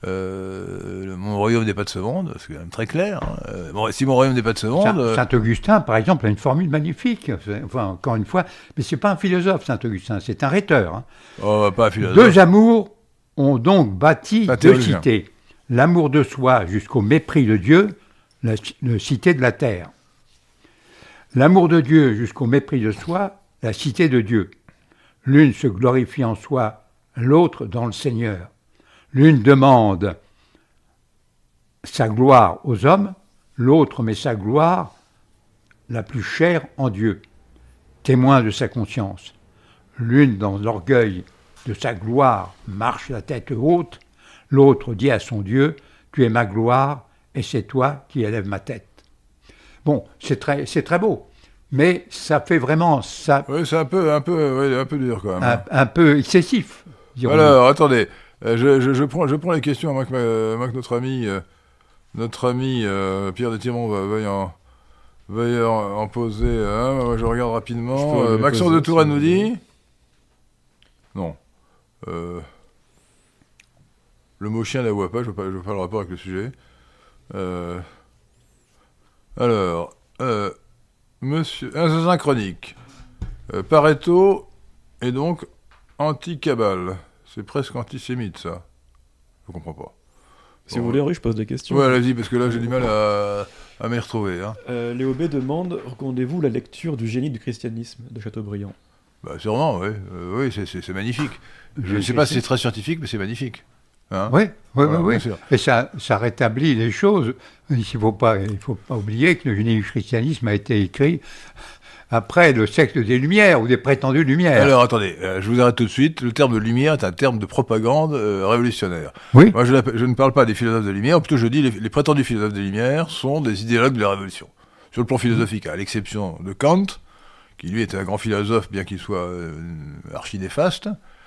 Mon royaume n'est pas de ce monde, c'est quand même très clair. Si mon royaume n'est pas de ce monde... Saint-Augustin, par exemple, a une formule magnifique. Enfin, encore une fois, mais c'est pas un philosophe, Saint-Augustin, c'est un rhéteur. Hein. Oh, pas un philosophe. Deux amours ont donc bâti deux cités. L'amour de soi jusqu'au mépris de Dieu, la cité de la terre. L'amour de Dieu jusqu'au mépris de soi, la cité de Dieu. L'une se glorifie en soi, l'autre dans le Seigneur. L'une demande sa gloire aux hommes, l'autre met sa gloire la plus chère en Dieu, témoin de sa conscience. L'une dans l'orgueil de sa gloire marche la tête haute, l'autre dit à son Dieu, tu es ma gloire et c'est toi qui élèves ma tête. Bon, c'est très beau, mais ça fait vraiment ça. Oui, c'est un peu dur quand même. Un peu excessif. Alors, attendez, je prends les questions avant que notre ami Pierre de Tirmont veuille en poser. Moi, je regarde rapidement. Maxence de Touraine nous dit. Non. Le mot chien n'avoue pas. Je veux pas le rapport avec le sujet. Alors, monsieur, un chronique. Pareto est donc anti-cabale. C'est presque antisémite, ça. Je comprends pas. Si vous voulez, Henri, je pose des questions. Ouais, allez-y, parce que là, j'ai du mal à m'y retrouver. Hein. Léo B demande, recommandez-vous la lecture du Génie du christianisme de Chateaubriand? Sûrement, oui. Oui, c'est magnifique. Je ne sais pas si c'est très scientifique, mais c'est magnifique. Hein, oui. Et ça rétablit les choses. Il ne faut pas oublier que le Génie du christianisme a été écrit après le siècle des Lumières ou des prétendues Lumières. Alors attendez, je vous arrête tout de suite. Le terme de Lumière est un terme de propagande révolutionnaire. Oui. Moi, je ne parle pas des philosophes de Lumière, ou plutôt je dis les prétendus philosophes de Lumière sont des idéologues de la Révolution. Sur le plan philosophique, à l'exception de Kant, qui lui était un grand philosophe, bien qu'il soit archi-néfaste,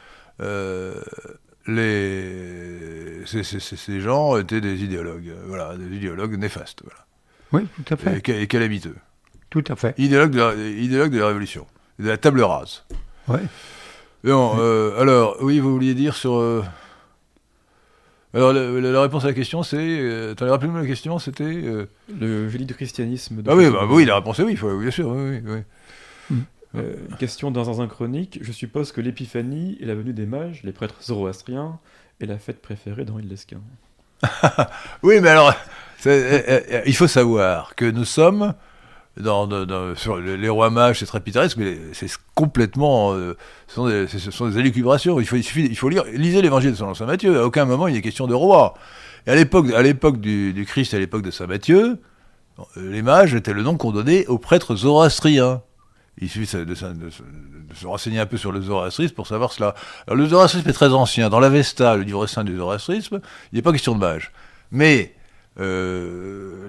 ces gens étaient des idéologues, des idéologues néfastes. Voilà. Oui, tout à fait. Et calamiteux. Tout à fait. Idéologue de la Révolution, de la table rase. Oui. Alors, oui, vous vouliez dire sur... Alors, la réponse à la question, c'est... Attendez, rappelez-moi la question, c'était... Le Génie du christianisme. Oui, la réponse est oui, bien sûr, oui. Une question dans un chronique. Je suppose que l'épiphanie est la venue des mages, les prêtres zoroastriens, et la fête préférée d'Henri de Lesquen. Oui, mais alors, il faut savoir que nous sommes... sur les rois mages, c'est très pittoresque, mais c'est complètement... ce sont des élucubrations. Il faut lisez l'évangile de Saint Matthieu. À aucun moment il est question de roi. Et à l'époque du Christ, à l'époque de Saint Matthieu, les mages étaient le nom qu'on donnait aux prêtres zoroastriens. Il suffit de se renseigner un peu sur le zoroastrisme pour savoir cela. Alors, le zoroastrisme est très ancien. Dans l'Avesta, le livre saint du zoroastrisme, il n'est pas question de mages. Mais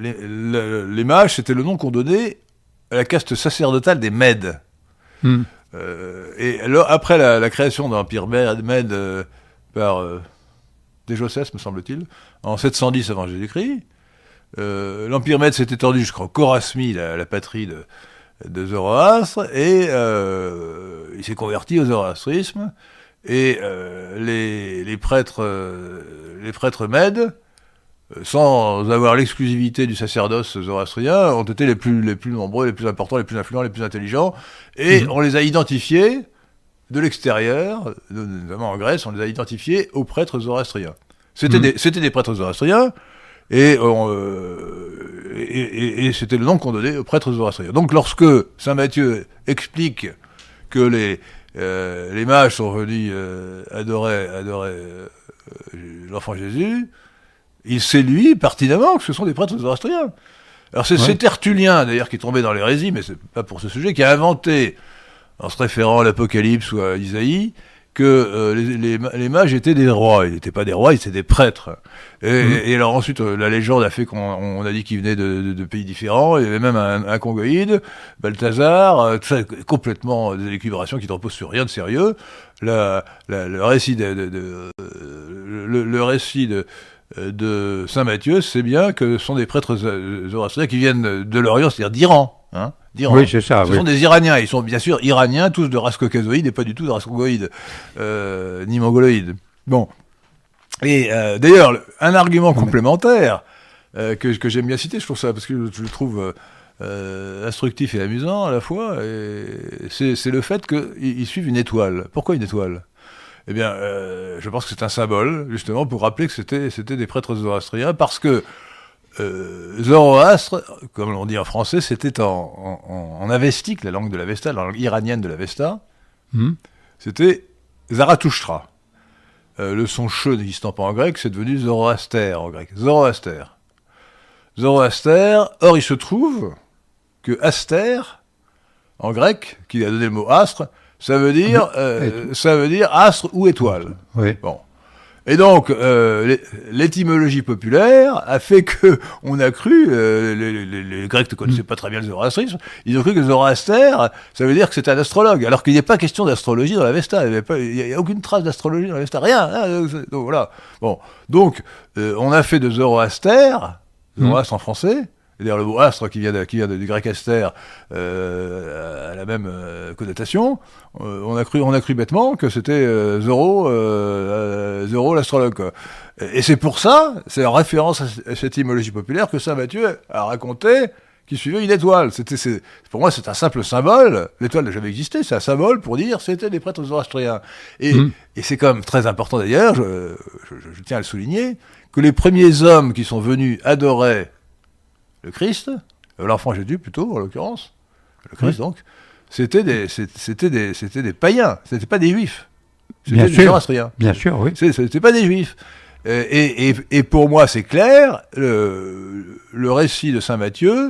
les mages, c'était le nom qu'on donnait à la caste sacerdotale des Mèdes. Et alors, après la création de l'Empire Mède par Dégocès, me semble-t-il, en 710 avant Jésus-Christ, l'Empire Mède s'est étendu jusqu'en Chorasmie, la patrie de Zoroastre, et il s'est converti au zoroastrisme, et les prêtres mèdes, sans avoir l'exclusivité du sacerdoce zoroastrien, ont été les plus nombreux, les plus importants, les plus influents, les plus intelligents, et on les a identifiés de l'extérieur, notamment en Grèce, on les a identifiés aux prêtres zoroastriens. C'était des prêtres zoroastriens, et c'était le nom qu'on donnait aux prêtres zoroastriens. Donc lorsque saint Matthieu explique que les mages sont venus adorer l'enfant Jésus, il sait lui pertinemment que ce sont des prêtres zoroastriens. Alors c'est Tertullien d'ailleurs qui est tombé dans l'hérésie, mais c'est pas pour ce sujet, qui a inventé, en se référant à l'Apocalypse ou à Isaïe, que les mages étaient des rois. Ils n'étaient pas des rois, ils étaient des prêtres. Et alors ensuite, la légende a fait qu'on a dit qu'ils venaient de pays différents. Il y avait même un congoïde, Balthazar, tout ça, complètement des élucubrations qui ne reposent sur rien de sérieux. Le récit le récit de saint Matthieu, c'est bien que ce sont des prêtres zoroastriens qui viennent de l'Orient, c'est-à-dire d'Iran, hein. Oui, c'est ça. Ce sont des Iraniens. Ils sont bien sûr Iraniens, tous de race caucasoïde et pas du tout de race congoïde, ni mongoloïde. Bon. Et d'ailleurs, un argument complémentaire que j'aime bien citer, je trouve ça parce que je le trouve instructif et amusant à la fois, c'est le fait qu'ils suivent une étoile. Pourquoi une étoile ? Eh bien, je pense que c'est un symbole, justement, pour rappeler que c'était des prêtres zoroastriens, parce que Zoroastre, comme on dit en français, c'était en avestique, la langue de l'Avesta, la langue iranienne de l'Avesta, c'était Zarathushtra. Le son che n'existant pas en grec, c'est devenu Zoroaster en grec. Zoroaster. Or il se trouve que Aster, en grec, qui a donné le mot astre, ça veut dire astre ou étoile. Oui. Bon. Et donc, l'étymologie populaire a fait que on a cru, les Grecs ne connaissaient pas très bien le zoroastrisme, ils ont cru que Zoroaster, ça veut dire que c'était un astrologue, alors qu'il n'y a pas question d'astrologie dans l'Avesta, il n'y a aucune trace d'astrologie dans l'Avesta, rien. Donc voilà. Bon, donc on a fait de Zoroaster, Zoroastre en français. Et d'ailleurs, le mot astre qui vient du grec aster a la même connotation. On a cru bêtement que c'était Zoro l'astrologue, quoi. Et c'est pour ça, c'est en référence à cette étymologie populaire que saint Matthieu a raconté qu'il suivait une étoile. Pour moi, c'est un simple symbole. L'étoile n'a jamais existé, c'est un symbole pour dire c'était des prêtres zoroastriens. Et c'est quand même très important d'ailleurs, je tiens à le souligner, que les premiers hommes qui sont venus adorer le Christ, l'enfant Jésus plutôt, en l'occurrence, le Christ donc, c'était des païens, c'était pas des juifs, c'était des zoroastriens. Bien sûr, oui. C'était pas des juifs. Et pour moi, c'est clair, le récit de saint Matthieu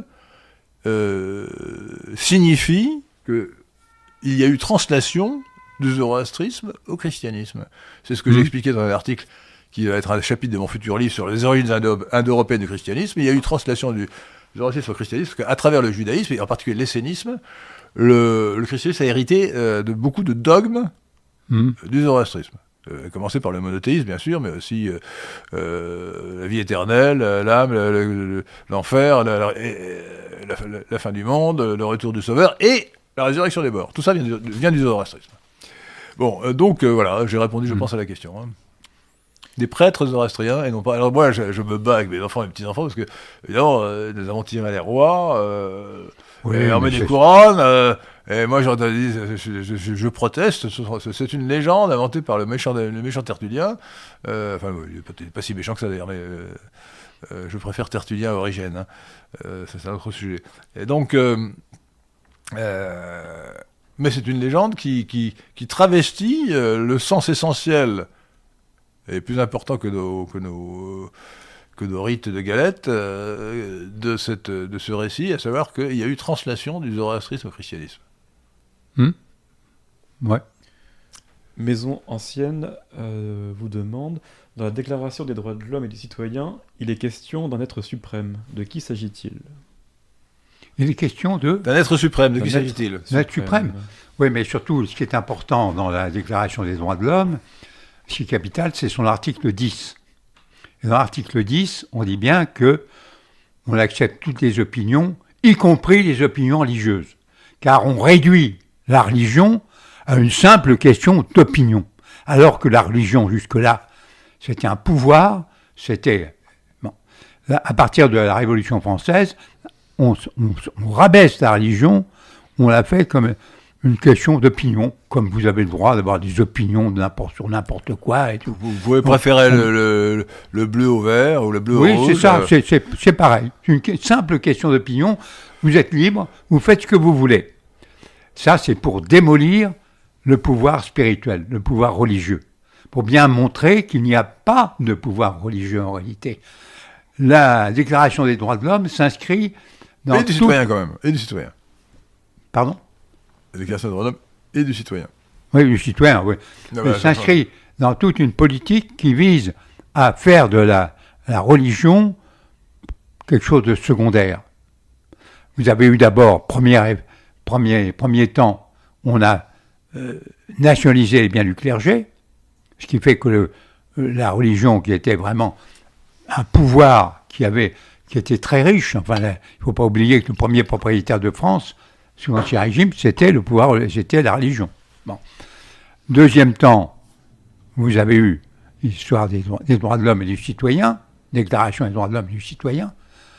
signifie qu'il y a eu translation du zoroastrisme au christianisme. C'est ce que j'ai expliqué dans un article qui va être un chapitre de mon futur livre sur les origines indo-européennes du christianisme. Il y a eu translation du zoroastrisme au christianisme, parce qu'à travers le judaïsme, et en particulier l'essénisme, le christianisme a hérité de beaucoup de dogmes du zoroastrisme. À commencer par le monothéisme, bien sûr, mais aussi la vie éternelle, l'âme, l'enfer, la fin du monde, le retour du Sauveur, et la résurrection des morts. Tout ça vient du zoroastrisme. Bon, donc voilà, j'ai répondu, je pense, à la question. Hein. Des prêtres zoroastriens, et non pas... Alors moi, je me bats avec mes enfants et mes petits-enfants, parce que, évidemment, nous avons tiré les rois, et on met des couronnes, et moi, je proteste, c'est une légende inventée par le méchant Tertullien, enfin, il n'est pas si méchant que ça, d'ailleurs, mais je préfère Tertullien à Origène, hein. Ça, c'est un autre sujet. Et donc... mais c'est une légende qui travestit le sens essentiel et plus important que nos rites de Galette de ce récit, à savoir qu'il y a eu translation du zoroastrisme au christianisme. Ouais. Maison Ancienne vous demande, dans la Déclaration des droits de l'homme et du citoyen, il est question d'un être suprême. De qui s'agit-il ? Il est question d'un être suprême. De qui D'un être s'agit-il? d'un être suprême. Oui, mais surtout, ce qui est important dans la Déclaration des droits de l'homme, ce qui est capital, c'est son article 10. Et dans l'article 10, on dit bien que on accepte toutes les opinions, y compris les opinions religieuses. Car on réduit la religion à une simple question d'opinion. Alors que la religion, jusque-là, c'était un pouvoir, c'était... Bon, là, à partir de la Révolution française, on rabaisse la religion, on la fait comme une question d'opinion, comme vous avez le droit d'avoir des opinions sur n'importe quoi et tout. Vous pouvez préférer le bleu au vert ou le bleu au rouge. Oui, c'est ça, c'est pareil. C'est une simple question d'opinion. Vous êtes libre, vous faites ce que vous voulez. Ça, c'est pour démolir le pouvoir spirituel, le pouvoir religieux, pour bien montrer qu'il n'y a pas de pouvoir religieux en réalité. La Déclaration des droits de l'homme s'inscrit dans et du citoyen quand même, et du citoyen. Pardon ? La Déclaration des droits de l'homme et du citoyen. Oui, du citoyen, oui. Il s'inscrit dans toute une politique qui vise à faire de la religion quelque chose de secondaire. Vous avez eu d'abord, premier temps, on a nationalisé les biens du clergé, ce qui fait que la religion, qui était vraiment un pouvoir qui était très riche, enfin, il ne faut pas oublier que le premier propriétaire de France, sous l'Ancien Régime, c'était la religion. Bon. Deuxième temps, vous avez eu l'histoire des droits de l'homme et du citoyen, Déclaration des droits de l'homme et du citoyen,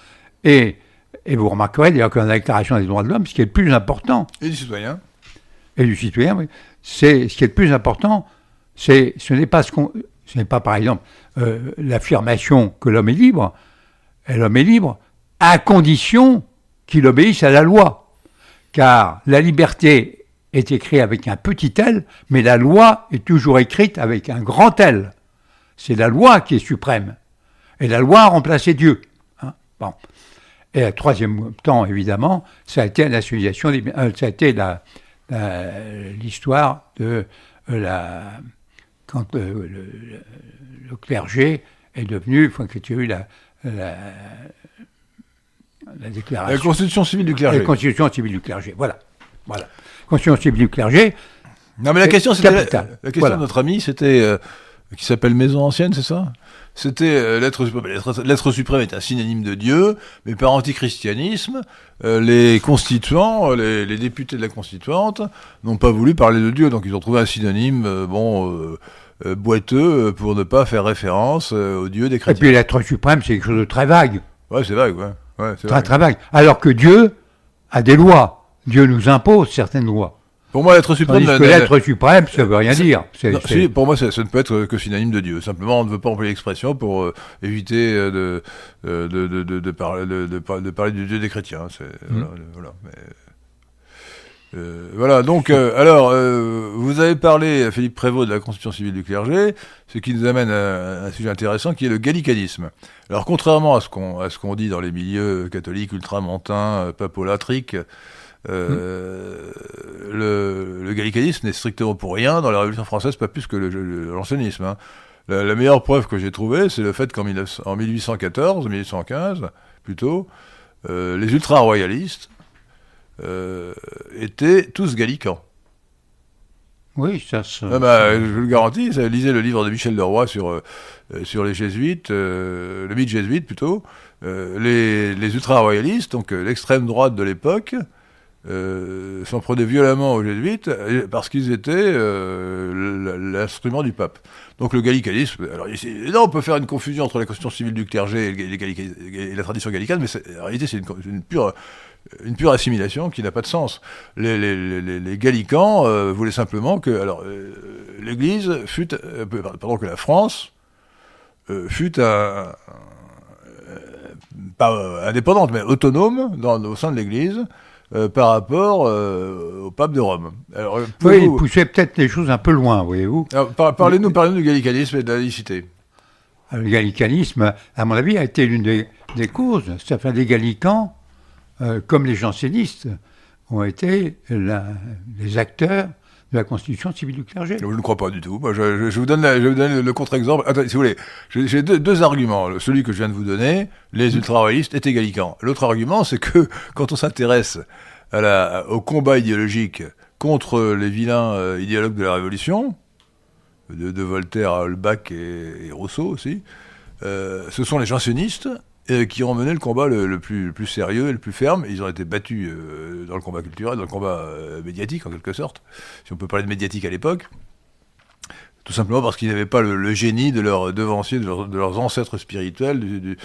et vous remarquerez d'ailleurs que dans la Déclaration des droits de l'homme, ce qui est le plus important... Et du citoyen. Et du citoyen, oui. Ce qui est le plus important, ce n'est pas par exemple l'affirmation que l'homme est libre, et l'homme est libre à condition qu'il obéisse à la loi. Car la liberté est écrite avec un petit L, mais la loi est toujours écrite avec un grand L. C'est la loi qui est suprême. Et la loi a remplacé Dieu. Hein, bon. Et le troisième temps, évidemment, ça a été la nationalisation, ça a été l'histoire de quand le clergé est devenu, quand il y a eu la déclaration. La Constitution civile du clergé. La Constitution civile du clergé, voilà. Constitution civile du clergé. Non, mais la question, c'était capitale. La question de notre ami, c'était qui s'appelle Maison Ancienne, c'est ça? C'était l'être suprême. L'être suprême est un synonyme de Dieu, mais par antichristianisme, les constituants, les députés de la constituante, n'ont pas voulu parler de Dieu, donc ils ont trouvé un synonyme, boiteux, pour ne pas faire référence au Dieu des chrétiens. Et puis l'être suprême, c'est quelque chose de très vague. Ouais, c'est vague, ouais. Très vague. Alors que Dieu a des lois. Dieu nous impose certaines lois. Pour moi, l'être suprême... Tandis que l'être suprême, ça ne veut rien dire. Si, pour moi, ça ne peut être que synonyme de Dieu. Simplement, on ne veut pas employer l'expression pour éviter de parler du Dieu des chrétiens. Voilà, donc, alors, vous avez parlé, Philippe Prévost, de la Constitution civile du clergé, ce qui nous amène à un sujet intéressant qui est le gallicanisme. Alors, contrairement à ce qu'on dit dans les milieux catholiques, ultramontains, papolatriques, le gallicanisme n'est strictement pour rien dans la Révolution française, pas plus que l'ancianisme. Hein. La meilleure preuve que j'ai trouvée, c'est le fait qu'en 1815 plutôt, les ultra-royalistes étaient tous gallicans. Oui, ça... je vous le garantis, lisez le livre de Michel Leroy sur les jésuites, le mythe jésuite plutôt, les ultra-royalistes, donc l'extrême droite de l'époque, s'en prenaient violemment aux jésuites parce qu'ils étaient l'instrument du pape. Donc le gallicanisme, alors là on peut faire une confusion entre la Constitution civile du clergé et la tradition gallicane, mais en réalité c'est une pure assimilation qui n'a pas de sens. Les gallicans voulaient simplement que l'Église que la France fut pas indépendante, mais autonome au sein de l'Église par rapport au pape de Rome. Alors, il poussait peut-être les choses un peu loin, voyez-vous. Alors, parlez-nous du gallicanisme et de la laïcité. Le gallicanisme, à mon avis, a été l'une des causes. Les gallicans, comme les jansénistes, ont été les acteurs de la Constitution civile du clergé. Je ne crois pas du tout. Moi, je vous donne le contre-exemple. Attendez, si vous voulez, j'ai deux arguments. Celui que je viens de vous donner, les ultra-royalistes étaient gallicans. L'autre argument, c'est que quand on s'intéresse au combat idéologique contre les vilains idéologues de la Révolution, de Voltaire à Holbach et Rousseau aussi, ce sont les jansénistes qui ont mené le combat le plus sérieux et le plus ferme. Ils ont été battus dans le combat culturel, dans le combat médiatique en quelque sorte, si on peut parler de médiatique à l'époque, tout simplement parce qu'ils n'avaient pas le génie de leurs devanciers, de leurs ancêtres spirituels du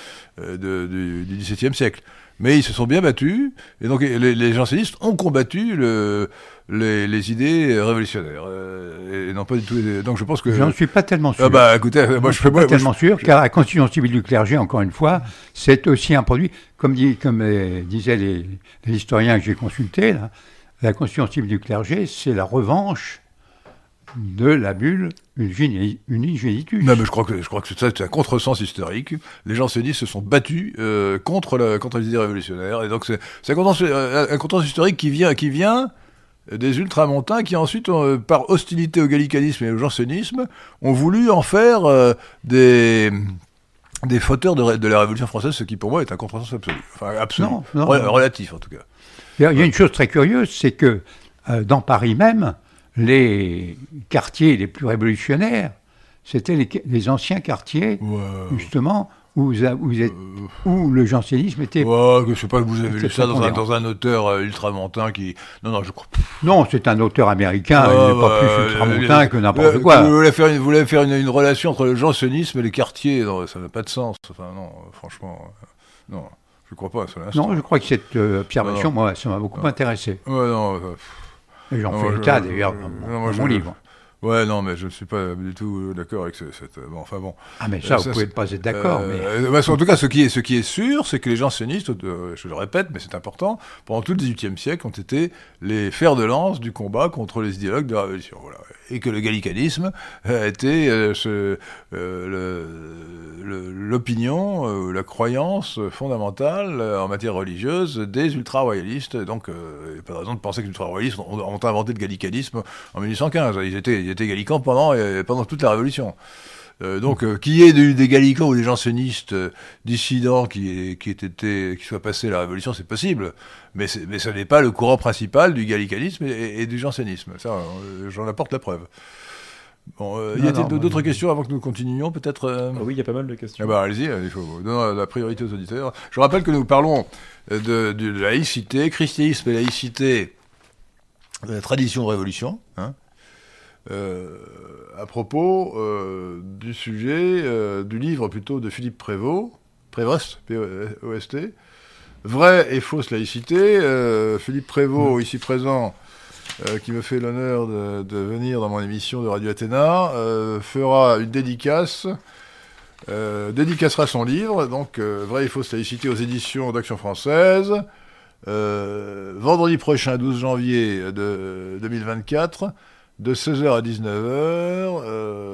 XVIIe siècle. Mais ils se sont bien battus, et donc les jansénistes ont combattu les idées révolutionnaires. Et non pas du tout. Donc je pense que. J'en suis pas tellement sûr. Ah bah écoutez, moi je suis pas tellement sûr, car la Constitution civile du clergé, encore une fois, c'est aussi un produit, comme disaient les historiens que j'ai consultés, là, la Constitution civile du clergé, c'est la revanche de la bulle Unigenitus. Non, mais je crois que c'est un contresens historique. Les jansénistes se sont battus contre les idées révolutionnaires, et donc c'est un contresens historique qui vient des ultramontains qui ensuite, par hostilité au gallicanisme et au jansénisme, ont voulu en faire des fauteurs de la Révolution française, ce qui pour moi est un contresens absolu. Enfin, absolu. Non. Relatif en tout cas. Il y a une chose très curieuse, c'est que dans Paris même, les quartiers les plus révolutionnaires, c'était les anciens quartiers, justement, où le jansénisme était... je ne sais pas que vous avez lu ça dans un auteur ultramontain qui... Non, je crois... Non, c'est un auteur américain, il n'est pas plus ultramontain que n'importe quoi. Vous voulez faire une relation entre le jansénisme et les quartiers, non, ça n'a pas de sens. Enfin, non, franchement, non, je ne crois pas. Non, je crois que cette observation, moi, ça m'a beaucoup intéressé. Et j'en fais état, d'ailleurs, dans mon livre. Ouais, non, mais je ne suis pas du tout d'accord avec cette... Bon, enfin bon. Ah, mais ça, vous pouvez pas être d'accord, en tout cas, ce qui est sûr, c'est que les jansénistes, je le répète, mais c'est important, pendant tout le XVIIIe siècle, ont été les fers de lance du combat contre les idéologues de la Révolution. Voilà. Et que le gallicanisme a été l'opinion, la croyance fondamentale en matière religieuse des ultra-royalistes. Donc, il n'y a pas de raison de penser que les ultra-royalistes ont inventé le gallicanisme en 1815. Ils étaient gallicans pendant toute la Révolution. Donc, qu'il y ait des gallicans ou des jansénistes dissidents qui soient passés à la Révolution, c'est possible. Mais ce n'est pas le courant principal du gallicanisme et du jansénisme. Ça, j'en apporte la preuve. Bon, y a-t-il d'autres questions avant que nous continuions, peut-être Oui, il y a pas mal de questions. Ah bah, allez-y, il faut donner la priorité aux auditeurs. Je rappelle que nous parlons de laïcité, christianisme et laïcité, de la tradition de révolution, hein, à propos du sujet, du livre plutôt de Philippe Prévost, P-O-S-T, Vraie et fausse laïcité. Philippe Prévost, ici présent, qui me fait l'honneur de venir dans mon émission de Radio Athéna, fera une dédicacera son livre, donc Vraie et fausse laïcité aux éditions d'Action Française, vendredi prochain, 12 janvier 2024, de 16h à 19h,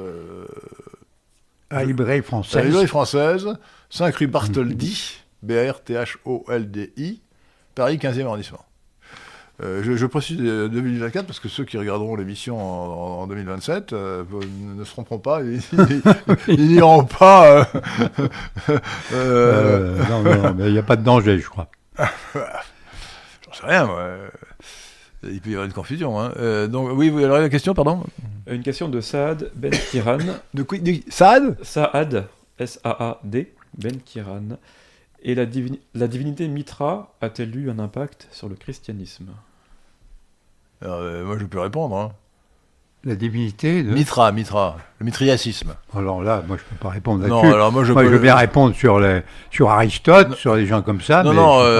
à la librairie française. À la librairie française, 5 rue Bartholdi, B-A-R-T-H-O-L-D-I, Paris 15e arrondissement. Je précise 2024 parce que ceux qui regarderont l'émission en 2027 ne se tromperont pas, ils n'iront pas... Non, mais il n'y a pas de danger, je crois. J'en sais rien, moi. Il peut y avoir une confusion. Hein. Donc, oui, alors la question, pardon. Une question de Saad Ben Kiran. Saad Saad, S-A-A-D, Ben Kiran. Et la divinité Mitra a-t-elle eu un impact sur le christianisme? Alors, moi, je peux répondre. Hein. La divinité de... Mitra, le mitriacisme. Alors là, moi, je ne peux pas répondre là-dessus. Non, alors moi, je veux bien répondre sur Aristote, sur des gens comme ça.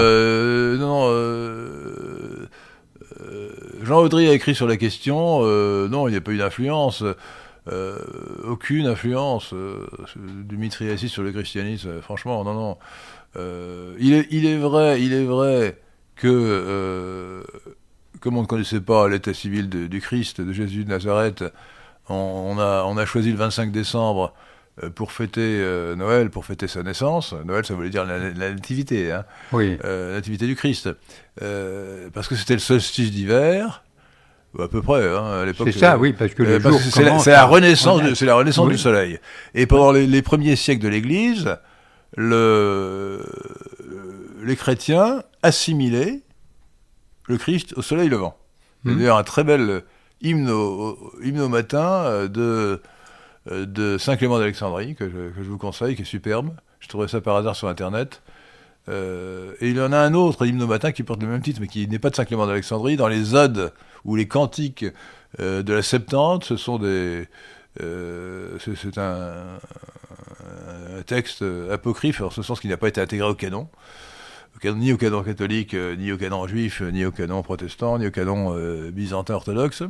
Jean Audry a écrit sur la question, non, il n'y a pas eu d'influence, aucune influence du mitriacisme sur le christianisme, franchement, non. Il est vrai que, comme on ne connaissait pas l'état civil du Christ, de Jésus de Nazareth, on a choisi le 25 décembre pour fêter Noël, pour fêter sa naissance. Noël, ça voulait dire la nativité, hein. Oui. La nativité du Christ. Parce que c'était le solstice d'hiver, À peu près, hein, à l'époque. C'est ça, oui, parce que le jour c'est la renaissance, c'est la renaissance oui. du soleil. Et pendant les premiers siècles de l'Église, les chrétiens assimilaient le Christ au soleil levant. Il y a d'ailleurs un très bel hymne au matin de Saint Clément d'Alexandrie que je vous conseille, qui est superbe. Je trouvais ça par hasard sur Internet. Et il y en a un autre, hymne au matin, qui porte le même titre, mais qui n'est pas de Saint Clément d'Alexandrie. Dans les odes ou les cantiques de la Septante, ce sont c'est un texte apocryphe, en ce sens qu'il n'a pas été intégré au canon, ni au canon catholique, ni au canon juif, ni au canon protestant, ni au canon byzantin orthodoxe.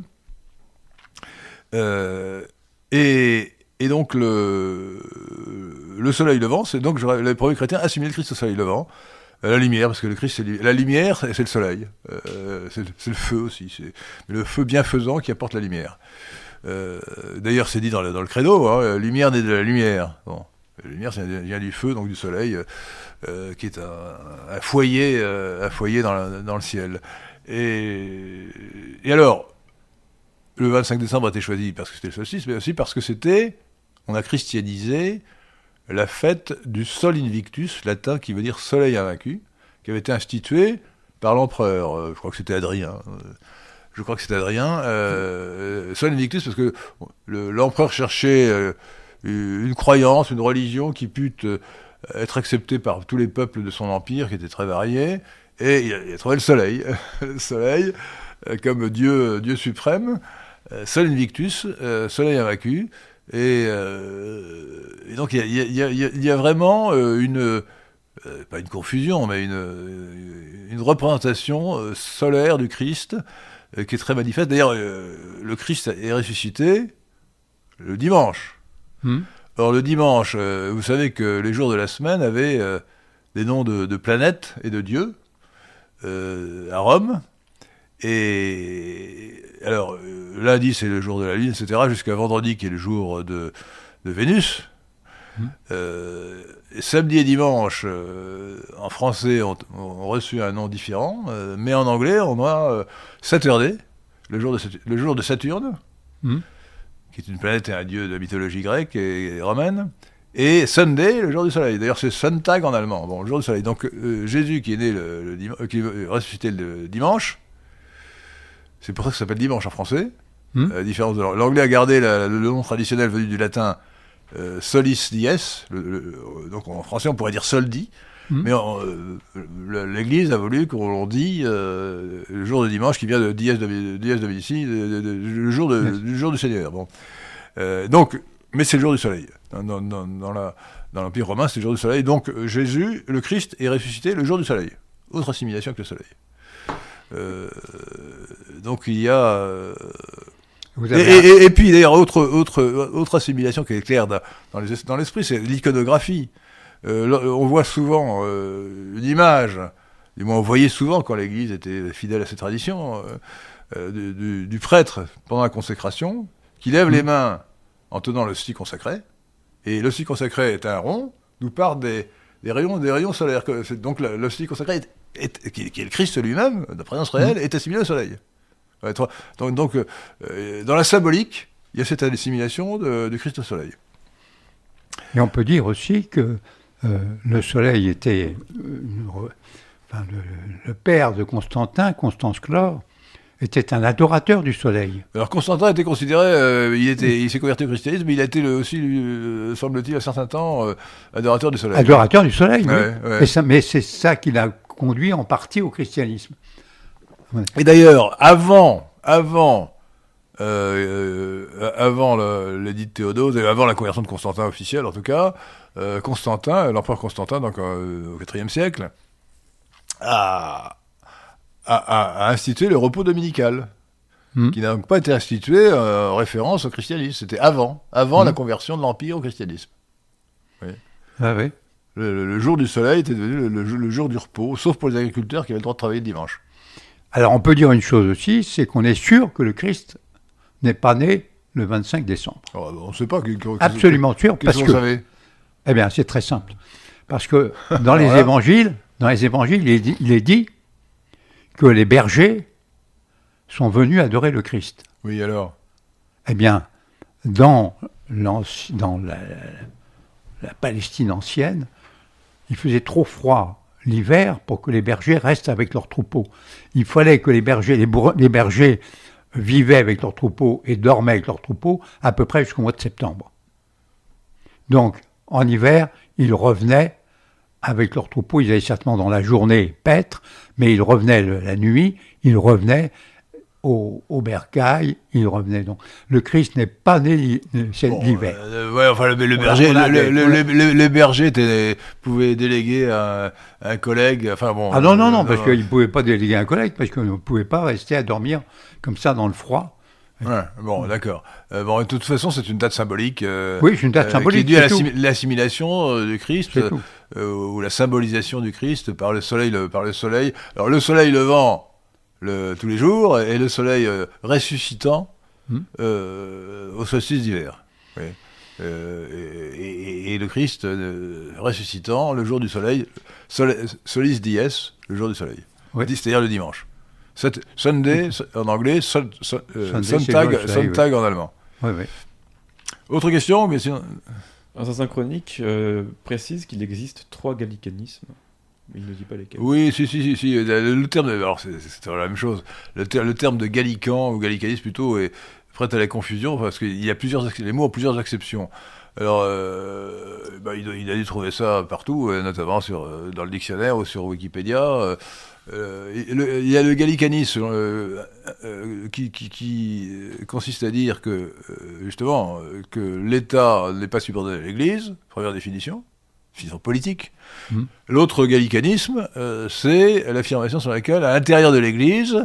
Et donc le soleil levant, c'est donc les premiers chrétiens assimilaient le Christ au soleil levant, la lumière, parce que le Christ, la lumière, c'est le soleil, c'est le feu aussi, c'est le feu bienfaisant qui apporte la lumière. D'ailleurs, c'est dit dans le credo, hein, la lumière naît de la lumière. Bon, la lumière, ça vient du feu, donc du soleil, qui est un foyer dans le ciel. Et alors, le 25 décembre a été choisi parce que c'était le solstice, mais aussi parce que on a christianisé la fête du Sol Invictus, latin qui veut dire soleil invaincu, qui avait été instituée par l'empereur, je crois que c'était Adrien. Sol Invictus parce que l'empereur cherchait une croyance, une religion qui pût être acceptée par tous les peuples de son empire, qui étaient très variés, et il a trouvé le soleil, comme Dieu suprême. Sol Invictus, soleil invaincu, et donc il y a vraiment pas une confusion, mais une représentation solaire du Christ qui est très manifeste. D'ailleurs, le Christ est ressuscité le dimanche. Or, le dimanche, vous savez que les jours de la semaine avaient des noms de planètes et de dieux à Rome. Et alors, lundi, c'est le jour de la Lune, etc., jusqu'à vendredi, qui est le jour de Vénus. Et samedi et dimanche, en français, ont reçu un nom différent, mais en anglais, on a Saturday, le jour de Saturne, qui est une planète et un dieu de la mythologie grecque et romaine, et Sunday, le jour du soleil. D'ailleurs, c'est Sonntag en allemand, bon, le jour du soleil. Donc, Jésus, qui est né qui est ressuscité le dimanche, c'est pour ça que ça s'appelle dimanche en français. La différence de l'anglais a gardé le nom traditionnel venu du latin solis dies, donc en français on pourrait dire soldi, mais l'Église a voulu qu'on dise le jour de dimanche, qui vient de dies dominici, le jour du Seigneur. Bon. Donc, mais c'est le jour du soleil. Dans l'Empire romain, c'est le jour du soleil. Donc Jésus, le Christ, est ressuscité le jour du soleil. Autre assimilation que le soleil. Donc il y a et puis d'ailleurs autre assimilation qui est claire dans l'esprit, c'est l'iconographie. On voit souvent une image, du moins on voyait souvent quand l'Église était fidèle à ses traditions, du prêtre pendant la consécration qui lève les mains en tenant l'hostie consacrée, et l'hostie consacrée est un rond d'où partent des rayons solaires. Donc l'hostie consacrée qui est le Christ lui-même, de présence réelle, est assimilé au soleil. Donc dans la symbolique, il y a cette assimilation du Christ au soleil. Et on peut dire aussi que le soleil était le père de Constantin, Constance Chlore, était un adorateur du soleil. Alors Constantin était considéré, il s'est converti au christianisme, mais il a été aussi, semble-t-il, un certain temps, adorateur du soleil. Adorateur du soleil, oui. Ouais. Mais c'est ça qui l'a conduit en partie au christianisme. Ouais. Et d'ailleurs, avant l'édit de Théodose, et avant la conversion de Constantin officielle en tout cas, l'empereur Constantin, donc au IVe siècle, a institué le repos dominical, qui n'a donc pas été institué en référence au christianisme. C'était avant la conversion de l'Empire au christianisme. Oui. Ah oui. Le jour du soleil était devenu le jour du repos, sauf pour les agriculteurs qui avaient le droit de travailler le dimanche. Alors on peut dire une chose aussi, c'est qu'on est sûr que le Christ n'est pas né le 25 décembre. Oh, on ne sait pas. Absolument sûr, parce que... Vous savez ? Eh bien, c'est très simple. Parce que dans les évangiles, il est dit que les bergers sont venus adorer le Christ. Oui, alors. Eh bien, dans la Palestine ancienne, il faisait trop froid l'hiver pour que les bergers restent avec leurs troupeaux. Il fallait que les bergers vivaient avec leurs troupeaux et dormaient avec leurs troupeaux à peu près jusqu'au mois de septembre. Donc, en hiver, ils revenaient avec leurs troupeaux. Ils allaient certainement dans la journée paître, mais ils revenaient la nuit, ils revenaient au bercail, ils revenaient donc. Le Christ n'est pas né l'hiver. Les bergers pouvaient déléguer un collègue. Enfin bon. Ah non, parce qu'ils ne pouvaient pas déléguer un collègue, parce qu'on ne pouvait pas rester à dormir comme ça dans le froid. Ouais, bon, d'accord. De toute façon, c'est une date symbolique. Oui, c'est une date symbolique. Qui est due à l'assimilation du Christ, ou la symbolisation du Christ par le soleil. Alors, le soleil levant tous les jours, et le soleil ressuscitant au solstice d'hiver. Oui. Et le Christ ressuscitant le jour du soleil, solis dies, le jour du soleil. Oui. C'est-à-dire le dimanche. Sunday en anglais, Sonntag en allemand. Oui, oui. Autre question, mais sinon... Assassin Chronique précise qu'il existe 3 gallicanismes. Mais il ne dit pas lesquels. Oui, si. Le terme, alors c'est la même chose. Le terme de gallican, ou gallicanisme plutôt, est prêt à la confusion, parce qu'il y a les mots ont plusieurs acceptions. Alors, il a dû trouver ça partout, notamment dans le dictionnaire ou sur Wikipédia. Il y a le gallicanisme qui consiste à dire que, justement, que l'État n'est pas subordonné à l'Église, première définition politique. L'autre gallicanisme, c'est l'affirmation sur laquelle, à l'intérieur de l'Église,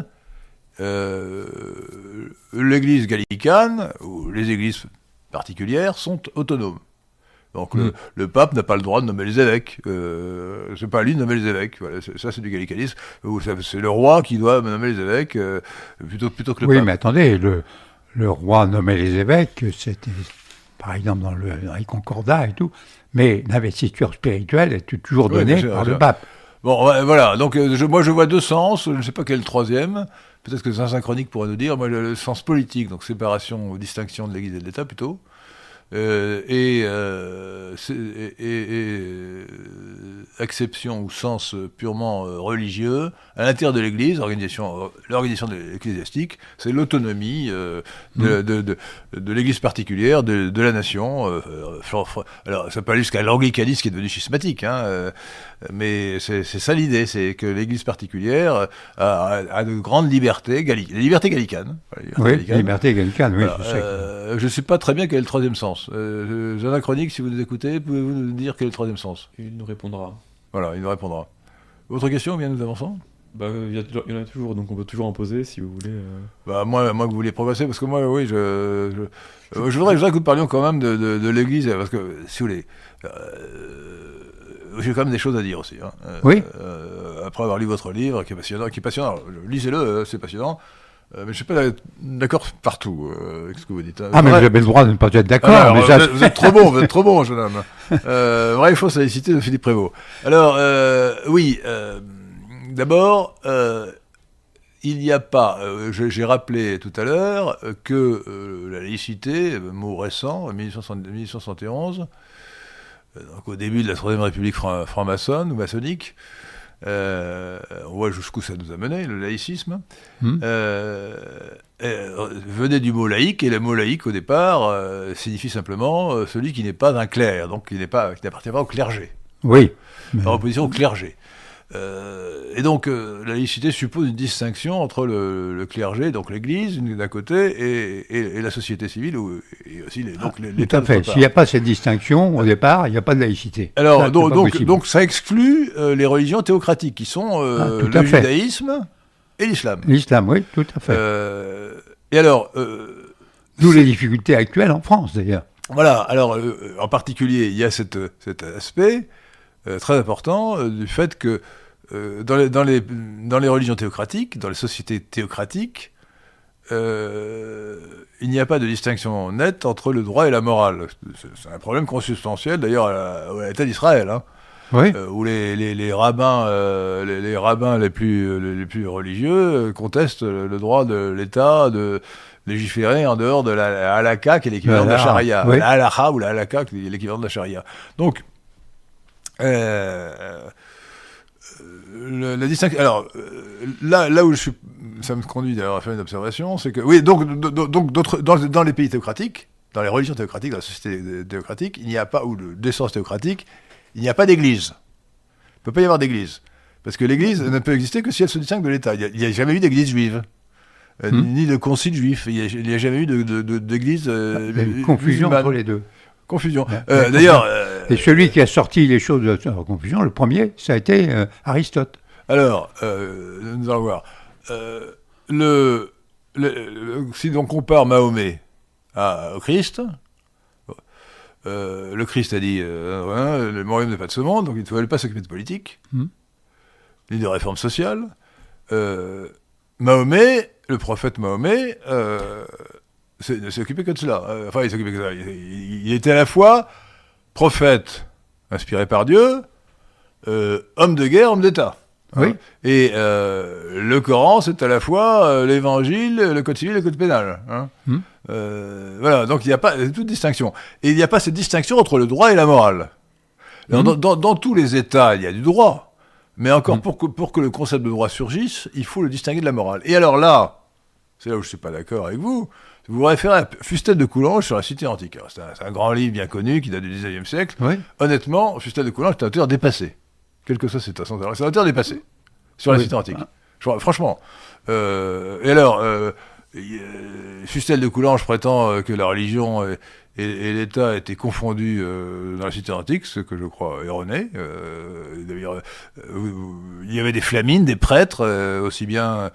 l'Église gallicane, ou les églises particulières, sont autonomes. Donc le pape n'a pas le droit de nommer les évêques. C'est pas à lui de nommer les évêques. Voilà, ça, c'est du gallicanisme. C'est le roi qui doit nommer les évêques plutôt que le pape. Oui, mais attendez, le roi nommait les évêques, c'était par exemple dans les concordats et tout, mais l'investiture spirituelle est toujours donnée par le pape. Bon, voilà, donc moi je vois deux sens, je ne sais pas quel est le troisième, peut-être que les Assassin Chronique pourraient nous dire, moi le sens politique, donc séparation ou distinction de l'Église et de l'État plutôt, acception ou sens purement religieux, à l'intérieur de l'Église, l'organisation ecclésiastique, c'est l'autonomie de l'Église particulière, de la nation. Alors, ça peut aller jusqu'à l'anglicanisme qui est devenu schismatique, mais c'est ça l'idée, c'est que l'Église particulière a de grandes libertés, les libertés gallicanes. Liberté gallicane, oui. Voilà, je ne sais pas très bien quel est le troisième sens. Assassin Chronique, si vous nous écoutez, pouvez-vous nous dire quel est le troisième sens ? Il nous répondra. Voilà, il nous répondra. Autre question, bien nous avançons ? Il y en a toujours, donc on peut toujours en poser si vous voulez. Moi que vous voulez progresser, parce que moi, oui, je voudrais que nous parlions quand même de l'Église, parce que, si vous voulez, j'ai quand même des choses à dire aussi. Oui. Après avoir lu votre livre, qui est passionnant. Alors, lisez-le, c'est passionnant. Mais je ne suis pas d'accord partout avec ce que vous dites. Mais vous avez le droit de ne pas être d'accord. Vous êtes trop bon, jeune homme. Vraie fausse laïcité de Philippe Prévost. Alors, oui, d'abord, il n'y a pas, j'ai rappelé tout à l'heure que la laïcité, mot récent, 1871, donc au début de la Troisième République franc-maçonne ou maçonnique, on voit jusqu'où ça nous a mené, le laïcisme, venait du mot laïque, et le mot laïque, au départ, signifie simplement celui qui n'est pas un clerc, donc qui n'appartient pas au clergé. Oui. En opposition au clergé. Et donc, la laïcité suppose une distinction entre le clergé, donc l'Église, d'un côté, et la société civile, et aussi l'État. Tout à fait. S'il n'y a pas cette distinction, au départ, il n'y a pas de laïcité. Alors, donc ça exclut les religions théocratiques, qui sont le judaïsme et l'islam. L'islam, oui, tout à fait. Et alors... D'où les difficultés actuelles en France, d'ailleurs. Voilà, alors, en particulier, il y a cet aspect très important du fait que dans les religions théocratiques, dans les sociétés théocratiques, il n'y a pas de distinction nette entre le droit et la morale. C'est un problème consubstantiel, d'ailleurs, à l'État d'Israël. Oui. Où les rabbins, les rabbins les plus religieux contestent le droit de l'État de légiférer en dehors de la halakha, qui est l'équivalent de la charia. Oui. La halakha ou la halakha, qui est l'équivalent de la charia. Donc, la distinction. Alors, là où ça me conduit d'ailleurs à faire une observation, c'est que, oui, donc dans les pays théocratiques, dans les religions théocratiques, dans la société théocratique, il n'y a pas, ou d'essence théocratique, il n'y a pas d'église. Il ne peut pas y avoir d'église. Parce que l'église ne peut exister que si elle se distingue de l'État. Il n'y a jamais eu d'église juive. Ni de concile juif. Il n'y a jamais eu d'église. Confusion musulmane. entre les deux. Confusion. D'ailleurs. Et celui qui a sorti les choses de confusion, le premier, ça a été Aristote. Alors, nous allons voir. Si on compare Mahomet au Christ, le Christ a dit le royaume n'est pas de ce monde, donc il ne fallait pas s'occuper de politique, ni de réforme sociale. Mahomet, le prophète Mahomet, ne s'est occupé que de cela. Il s'occupait que de ça. Il était à la fois prophète, inspiré par Dieu, homme de guerre, homme d'État. Oui. Et le Coran, c'est à la fois l'évangile, le code civil et le code pénal. Voilà, donc il n'y a pas toute distinction. Et il n'y a pas cette distinction entre le droit et la morale. Alors, dans tous les États, il y a du droit. Mais encore, pour que le concept de droit surgisse, il faut le distinguer de la morale. Et alors là, c'est là où je ne suis pas d'accord avec vous, vous vous référez à Fustel de Coulanges sur la cité antique. Alors, c'est un grand livre bien connu qui date du 19e siècle. Oui. Honnêtement, Fustel de Coulanges est un auteur dépassé. Quelle que soit cette façon de... C'est un auteur dépassé sur la cité antique. Franchement. Et alors, Fustel de Coulanges prétend que la religion et l'État étaient confondus dans la cité antique, ce que je crois erroné. D'ailleurs, il y avait des flamines, des prêtres, aussi bien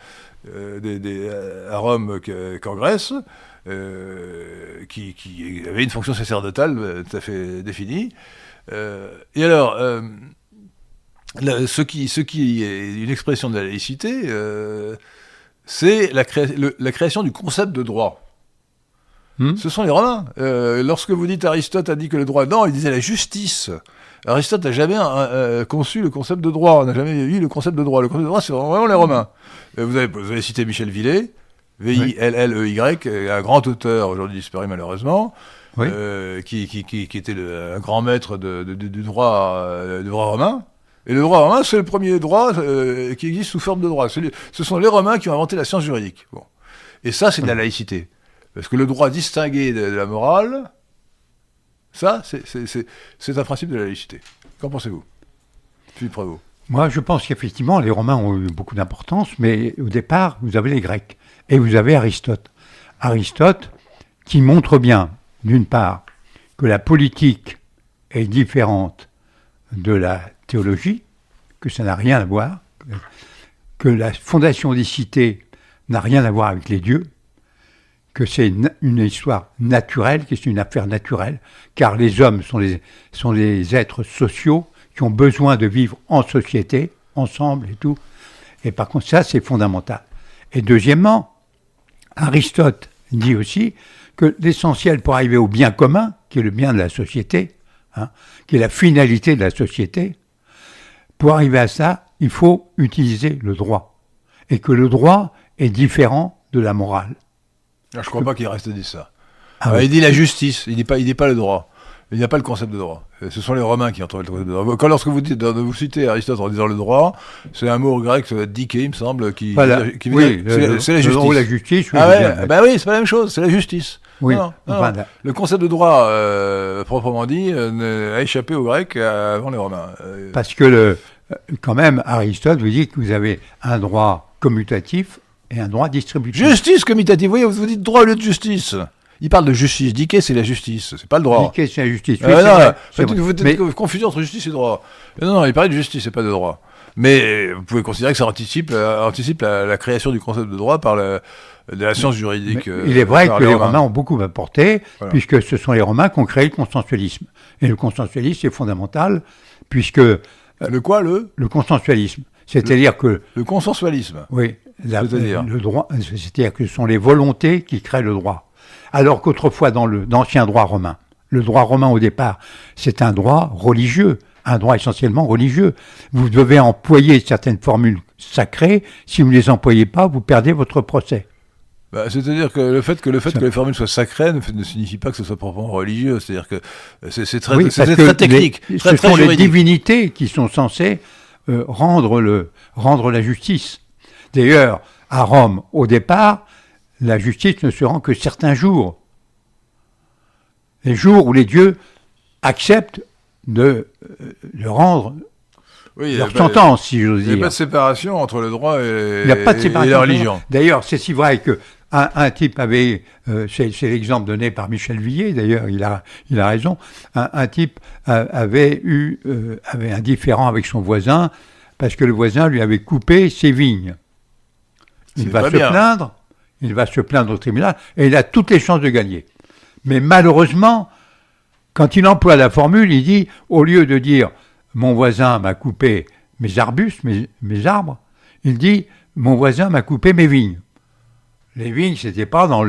à Rome qu'en Grèce, qui avaient une fonction sacerdotale tout à fait définie. Et alors, ce qui est une expression de la laïcité, c'est la création du concept de droit. Ce sont les Romains. Lorsque vous dites Aristote a dit que le droit... Non, il disait la justice. Aristote n'a jamais conçu le concept de droit, n'a jamais eu le concept de droit. Le concept de droit, c'est vraiment les Romains. Vous avez cité Michel Villet, V-I-L-L-E-Y, un grand auteur, aujourd'hui disparu malheureusement, qui était un grand maître du droit romain. Et le droit romain, c'est le premier droit qui existe sous forme de droit. Ce sont les Romains qui ont inventé la science juridique. Bon. Et ça, c'est de la laïcité. Parce que le droit distingué de la morale, ça, c'est un principe de la laïcité. Qu'en pensez-vous, Philippe Prévost? Moi, je pense qu'effectivement, les Romains ont eu beaucoup d'importance, mais au départ, vous avez les Grecs. Et vous avez Aristote. Aristote, qui montre bien, d'une part, que la politique est différente de la théologie, que ça n'a rien à voir, que la fondation des cités n'a rien à voir avec les dieux, que c'est une histoire naturelle, que c'est une affaire naturelle, car les hommes sont des êtres sociaux qui ont besoin de vivre en société, ensemble et tout. Et par contre, ça, c'est fondamental. Et deuxièmement, Aristote dit aussi que l'essentiel pour arriver au bien commun, qui est le bien de la société, qui est la finalité de la société, pour arriver à ça, il faut utiliser le droit. Et que le droit est différent de la morale. Je ne crois pas qu'il reste dit ça. Oui. Il dit la justice, il dit pas le droit. Il n'y a pas le concept de droit. Ce sont les Romains qui ont trouvé le concept de droit. Lorsque vous citez Aristote en disant le droit, c'est un mot grec, ça doit être diké, il me semble, qui c'est la justice. Le droit ou la justice. Oui, oui, c'est pas la même chose, c'est la justice. Oui. Non. Le concept de droit, proprement dit, a échappé aux Grecs avant les Romains. Parce que, quand même, Aristote vous dit que vous avez un droit commutatif et un droit distributif. Justice commutative, vous voyez, vous dites droit au lieu de justice. Il parle de justice. Diké, c'est la justice, c'est pas le droit. Diké, c'est la justice. Oui, vous faites confusion entre justice et droit. Non, il parle de justice, c'est pas de droit. Mais vous pouvez considérer que ça anticipe la création du concept de droit par de la science juridique. Il est vrai que les Romains ont beaucoup apporté, puisque ce sont les Romains qui ont créé le consensualisme. Et le consensualisme est fondamental, puisque... Le quoi, le consensualisme. C'est-à-dire que... Le consensualisme. Oui. Le droit, c'est-à-dire que ce sont les volontés qui créent le droit. Alors qu'autrefois, dans l'ancien droit romain, le droit romain au départ, c'est un droit religieux, un droit essentiellement religieux. Vous devez employer certaines formules sacrées. Si vous ne les employez pas, vous perdez votre procès. C'est-à-dire que le fait que les formules soient sacrées ne signifie pas que ce soit proprement religieux. C'est-à-dire que c'est très technique. Ce sont les divinités qui sont censées rendre la justice. D'ailleurs, à Rome, au départ, la justice ne se rend que certains jours. Les jours où les dieux acceptent de rendre leur sentence, si j'ose dire. Il n'y a pas de séparation entre le droit et la religion. D'ailleurs, c'est si vrai que un type avait, c'est l'exemple donné par Michel Villiers, d'ailleurs, il a raison, un type avait un différend avec son voisin, parce que le voisin lui avait coupé ses vignes. Il va se plaindre au tribunal, et il a toutes les chances de gagner. Mais malheureusement, quand il emploie la formule, il dit, au lieu de dire « mon voisin m'a coupé mes arbustes, mes arbres », il dit « mon voisin m'a coupé mes vignes ». Les vignes, c'était pas dans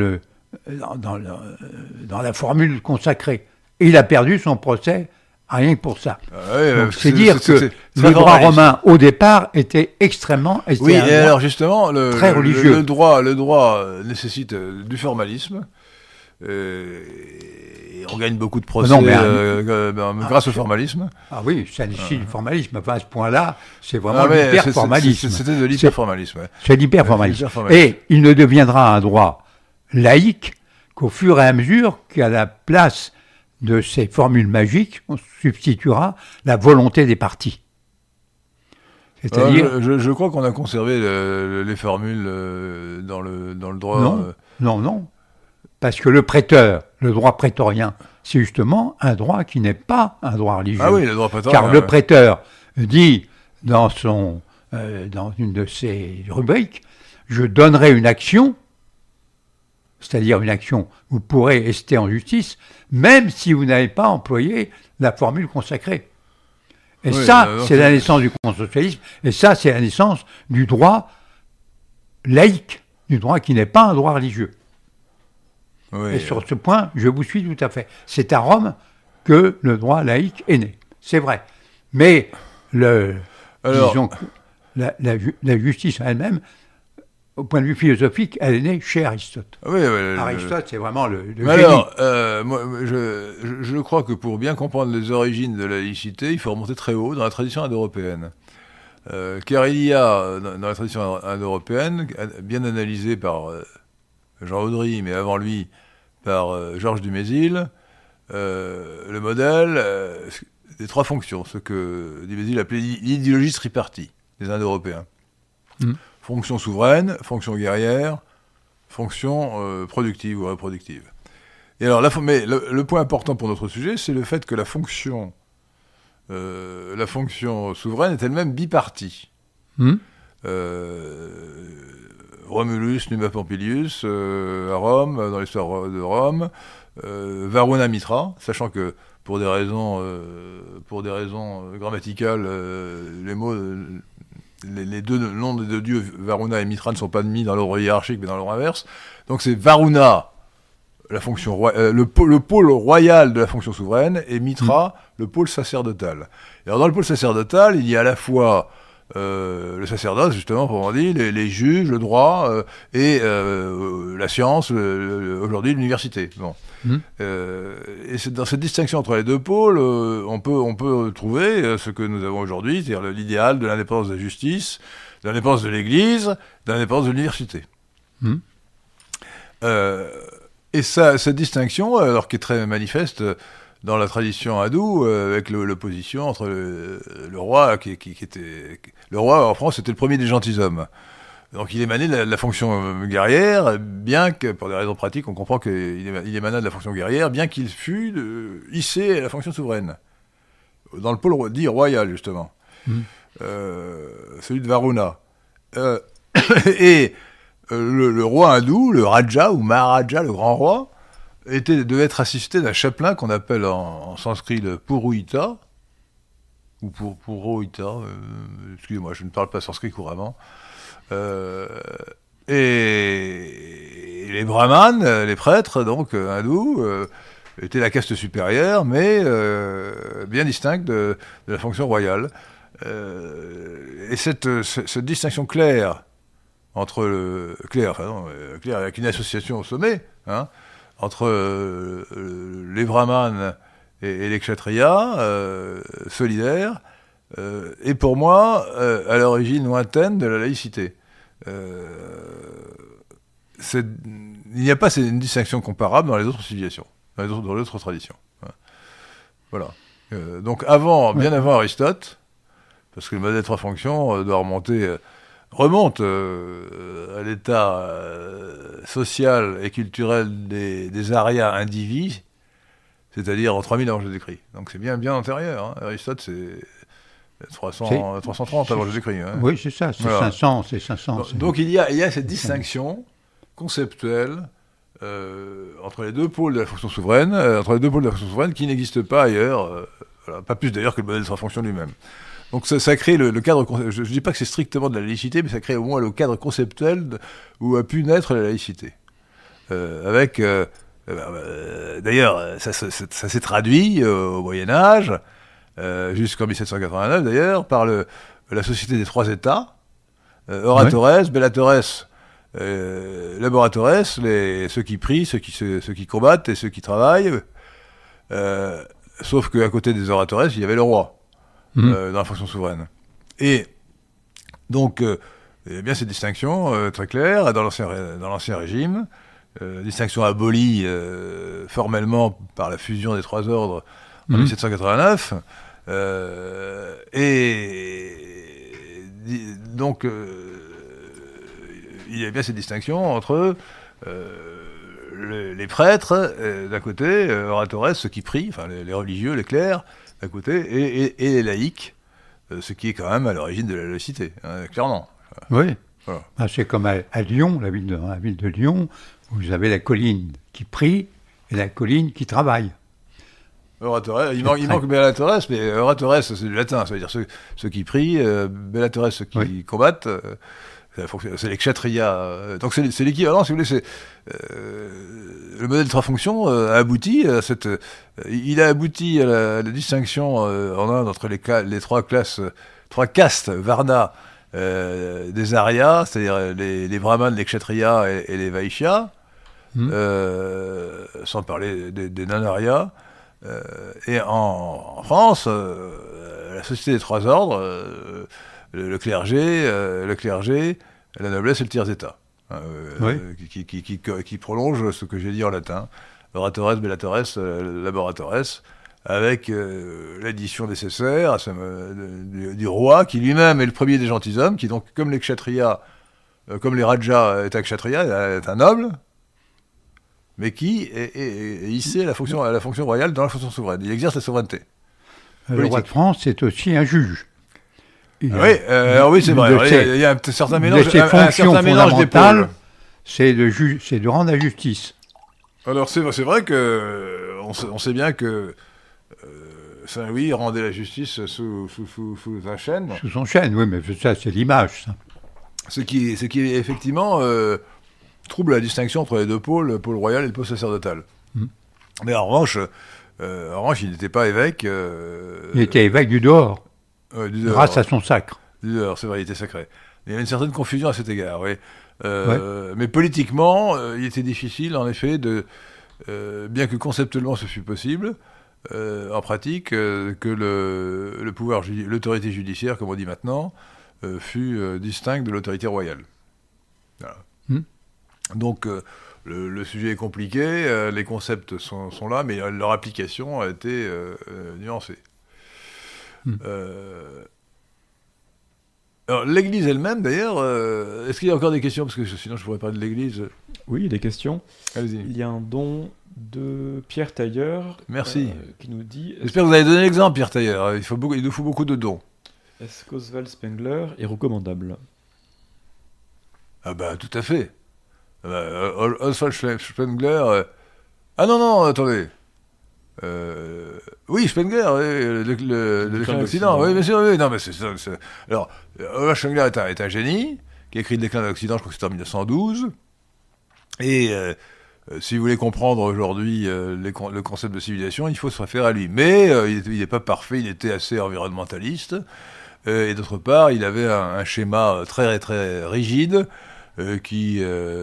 la formule consacrée. Et il a perdu son procès rien que pour ça. Donc, c'est dire que le droit romain, au départ, était extrêmement... Oui, et alors justement, très religieux. Le droit nécessite du formalisme. Et on gagne beaucoup de procès grâce au formalisme. Ah oui, ça nécessite du formalisme. Enfin, à ce point-là, c'est vraiment l'hyperformalisme. C'était de l'hyperformalisme. C'est l'hyperformalisme. Et il ne deviendra un droit laïque qu'au fur et à mesure qu'à la place de ces formules magiques, on substituera la volonté des parties. C'est-à-dire... je crois qu'on a conservé les formules dans le droit... Non. Parce que le prêteur, le droit prétorien, c'est justement un droit qui n'est pas un droit religieux. Ah oui, le droit prétorien. Car le prêteur dit dans une de ses rubriques, je donnerai une action, c'est-à-dire une action, vous pourrez rester en justice, même si vous n'avez pas employé la formule consacrée. Et c'est la naissance du consensualisme, et ça, c'est la naissance du droit laïque, du droit qui n'est pas un droit religieux. Oui, et sur ce point, je vous suis tout à fait. C'est à Rome que le droit laïque est né. C'est vrai. Mais disons, la justice elle-même, au point de vue philosophique, elle est née chez Aristote. Aristote, c'est vraiment le génie. Alors, moi, je crois que pour bien comprendre les origines de la laïcité, il faut remonter très haut dans la tradition indo-européenne. Car il y a, dans la tradition indo-européenne, bien analysée par... Jean Audry, mais avant lui, par Georges Dumézil, le modèle des trois fonctions, ce que Dumézil appelait l'idéologie tripartie des Indo-Européens. Fonction souveraine, fonction guerrière, fonction productive ou reproductive. Et alors, mais le point important pour notre sujet, c'est le fait que la fonction souveraine est elle-même bipartie. Romulus, Numa Pompilius, à Rome, dans l'histoire de Rome, Varuna Mitra, sachant que pour des raisons grammaticales, les deux noms des deux dieux, Varuna et Mitra, ne sont pas mis dans l'ordre hiérarchique, mais dans l'ordre inverse. Donc c'est Varuna, la fonction le pôle royal de la fonction souveraine, et Mitra, le pôle sacerdotal. Et alors dans le pôle sacerdotal, il y a à la fois le sacerdoce, justement, pour dire, les juges, le droit, et la science, aujourd'hui l'université. Bon. Et c'est dans cette distinction entre les deux pôles, on peut trouver ce que nous avons aujourd'hui, c'est-à-dire l'idéal de l'indépendance de la justice, de l'indépendance de l'Église, de l'indépendance de l'université. Et cette distinction, alors qui est très manifeste dans la tradition hindoue, avec l'opposition entre le roi, qui était... Le roi, en France, c'était le premier des gentilshommes. Donc il émanait de la fonction guerrière, bien que, pour des raisons pratiques, on comprend qu'il émanait de la fonction guerrière, bien qu'il fût hissé à la fonction souveraine. Dans le pôle dit royal, justement. Celui de Varuna. Et le roi hindou, le Raja ou Maharaja, le grand roi, devait être assisté d'un chapelain qu'on appelle en sanskrit le Purohita, ou Purohita, excusez-moi, je ne parle pas sanskrit couramment, et les brahmanes, les prêtres, donc hindous, était la caste supérieure, mais bien distincte de la fonction royale. Et cette distinction claire entre claire avec une association au sommet, hein, entre les brahmanes et les kshatriyas solidaires, est pour moi à l'origine lointaine de la laïcité. Il n'y a pas une distinction comparable dans les autres civilisations, dans les autres traditions. Hein. Voilà. Donc bien avant Aristote, parce que le modèle 3 fonctions remonte à l'état social et culturel des Aryas indivis, c'est-à-dire en 3000 avant Jésus-Christ. Donc c'est bien antérieur. Hein. Aristote, c'est 330 avant Jésus-Christ. Hein. Oui, c'est ça, c'est voilà. 500. Donc il y a cette distinction conceptuelle entre les deux pôles de la fonction souveraine, qui n'existe pas ailleurs, voilà, pas plus d'ailleurs que le modèle 3 fonctions lui-même. Donc ça crée le cadre, je ne dis pas que c'est strictement de la laïcité, mais ça crée au moins le cadre conceptuel où a pu naître la laïcité. D'ailleurs, ça s'est traduit au Moyen-Âge, jusqu'en 1789 d'ailleurs, par la Société des Trois États, Oratores, Bellatores, Laboratores, ceux qui prient, ceux qui combattent et ceux qui travaillent, sauf qu'à côté des Oratores, il y avait le roi. Dans la fonction souveraine. Et donc, il y a bien cette distinction très claire dans l'ancien régime, distinction abolie formellement par la fusion des trois ordres en 1789, donc il y a bien cette distinction entre les prêtres d'un côté, oratores, ceux qui prient, enfin les religieux, les clercs, d'un côté, et les laïcs, ce qui est quand même à l'origine de la laïcité, hein, clairement. Oui. Voilà. C'est comme à Lyon, la ville de Lyon, où vous avez la colline qui prie et la colline qui travaille. Oratores, il manque Bellatores, mais Oratores, c'est du latin, ça veut dire ceux qui prient, Bellatores, ceux qui combattent. C'est les kshatriyas. Donc c'est l'équivalent, si vous voulez, c'est le modèle 3 fonctions a abouti à il a abouti à la distinction en Inde entre les trois castes Varna des Aryas, c'est-à-dire les brahmanes, les kshatriyas et les vaishyas, sans parler des non-aryas. Et en France, la société des trois ordres, le clergé, la noblesse et le tiers-état, qui prolonge ce que j'ai dit en latin, oratores, bellatores, laboratores, avec l'addition nécessaire du roi, qui lui-même est le premier des gentilshommes, qui donc, comme les kshatriyas, comme les rajas est un kshatriya, est un noble, mais qui est hissé à la fonction royale dans la fonction souveraine. Il exerce la souveraineté. Le roi de France est aussi un juge. Oui, c'est vrai. Il y a un certain mélange, de ses fonctions fondamentales, c'est de rendre la justice. Alors c'est vrai que on sait bien que Saint-Louis rendait la justice sous un chêne. Sous son chêne, oui, mais ça c'est l'image. Ça. Ce qui effectivement trouble la distinction entre les deux pôles, le pôle royal et le pôle sacerdotal. Mais en revanche, il n'était pas évêque. Il était évêque du dehors. Grâce à son sacre. Du dehors, c'est vrai, il était sacré. Il y avait une certaine confusion à cet égard, oui. Mais politiquement, il était difficile, en effet, bien que conceptuellement ce fût possible, en pratique, que le pouvoir, l'autorité judiciaire, comme on dit maintenant, fût distincte de l'autorité royale. Voilà. Donc, le sujet est compliqué, les concepts sont là, mais leur application a été nuancée. Alors, l'Église elle-même, d'ailleurs, est-ce qu'il y a encore des questions? Parce que sinon, je pourrais parler de l'Église. Oui, des questions. Allez-y. Il y a un don de Pierre Tailleur. Merci. Qui nous dit... J'espère que vous avez donné l'exemple, Pierre Tailleur. Il nous faut beaucoup de dons. Est-ce qu'Oswald Spengler est recommandable? Ah bah, tout à fait. Oswald Spengler... Ah non, attendez. Oui, Spengler, le déclin de l'Occident. Oui, bien sûr, oui. Non, mais c'est ça. Alors, Oswald Spengler est un génie qui a écrit le déclin de l'Occident, je crois que c'était en 1912. Et Si vous voulez comprendre aujourd'hui le concept de civilisation, il faut se référer à lui. Mais il n'est pas parfait, il était assez environnementaliste. Et d'autre part, il avait un schéma très, très rigide, qui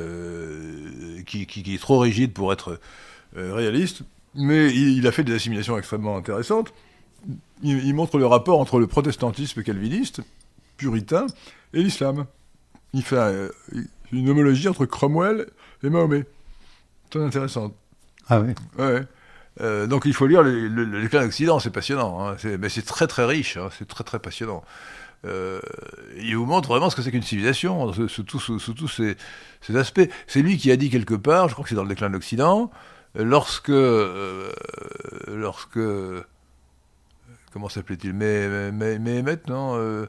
est trop rigide pour être réaliste. Mais il a fait des assimilations extrêmement intéressantes. Il montre le rapport entre le protestantisme calviniste, puritain, et l'islam. Il fait une homologie entre Cromwell et Mahomet. Très intéressante. Ah oui. Ouais. Donc il faut lire le déclin d'Occident, c'est passionnant. Hein. Mais c'est très très riche, hein. C'est très très passionnant. Il vous montre vraiment ce que c'est qu'une civilisation, sous tous ces aspects. C'est lui qui a dit quelque part, je crois que c'est dans le déclin de l'Occident, lorsque comment s'appelait-il, Mehmet, non,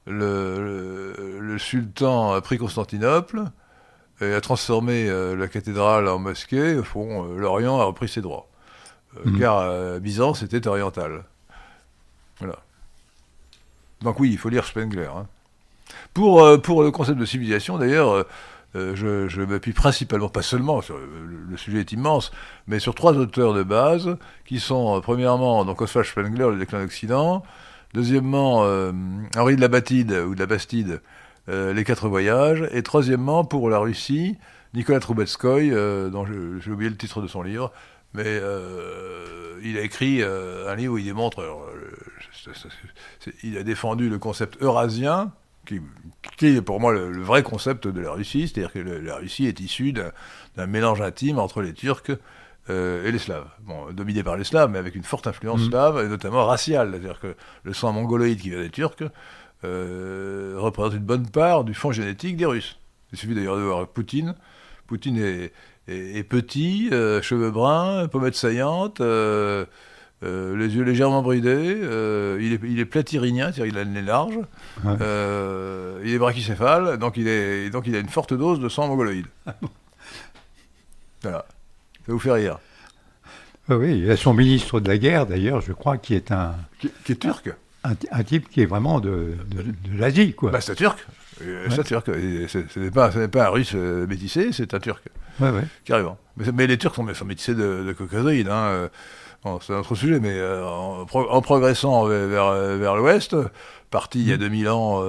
le sultan a pris Constantinople et a transformé la cathédrale en mosquée. Au fond, l'Orient a repris ses droits. Car Byzance était orientale. Voilà. Donc oui, il faut lire Spengler. Hein. Pour le concept de civilisation, d'ailleurs, je m'appuie principalement, pas seulement, le sujet est immense, mais sur 3 auteurs de base, qui sont, premièrement, donc Oswald Spengler, Le déclin d'Occident, deuxièmement, Henri de la Bastide, Les 4 voyages, et troisièmement, pour la Russie, Nicolas Troubetskoy, dont j'ai oublié le titre de son livre, mais il a écrit un livre où il démontre, il a défendu le concept eurasien, qui est pour moi le vrai concept de la Russie, c'est-à-dire que la Russie est issue d'un mélange intime entre les Turcs et les Slaves. Bon, dominé par les Slaves, mais avec une forte influence slave, et notamment raciale, c'est-à-dire que le sang mongoloïde qui vient des Turcs représente une bonne part du fond génétique des Russes. Il suffit d'ailleurs de voir Poutine. Poutine est petit, cheveux bruns, pommettes saillantes, les yeux légèrement bridés, il est platyrinien, c'est-à-dire qu'il a le nez large, il est brachycéphale, donc il a une forte dose de sang mongoloïde. Voilà, ça vous fait rire. Oui, il y a son ministre de la guerre, d'ailleurs, je crois, qui est qui est turc. Un type qui est vraiment de l'Asie, quoi. Bah, c'est turc. C'est turc. Ce n'est pas un russe métissé, c'est un turc. Ouais. Carrément. Mais les Turcs sont métissés de caucasoïdes. Hein. Bon, c'est un autre sujet, mais en progressant vers l'ouest, parti il y a 2000 ans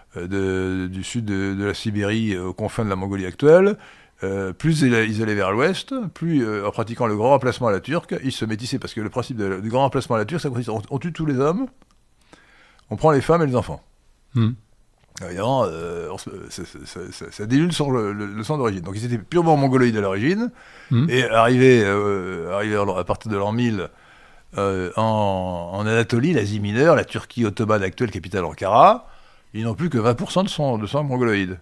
du sud de la Sibérie aux confins de la Mongolie actuelle, plus ils allaient vers l'ouest, plus en pratiquant le grand remplacement à la turque, ils se métissaient, parce que le principe du grand remplacement à la turque, ça consiste on tue tous les hommes, on prend les femmes et les enfants. Évidemment, ça dilue le sang d'origine. Donc ils étaient purement mongoloïdes à l'origine, et arrivés à partir de l'an 1000 en Anatolie, l'Asie mineure, la Turquie ottomane actuelle, capitale Ankara, ils n'ont plus que 20% de sang mongoloïde.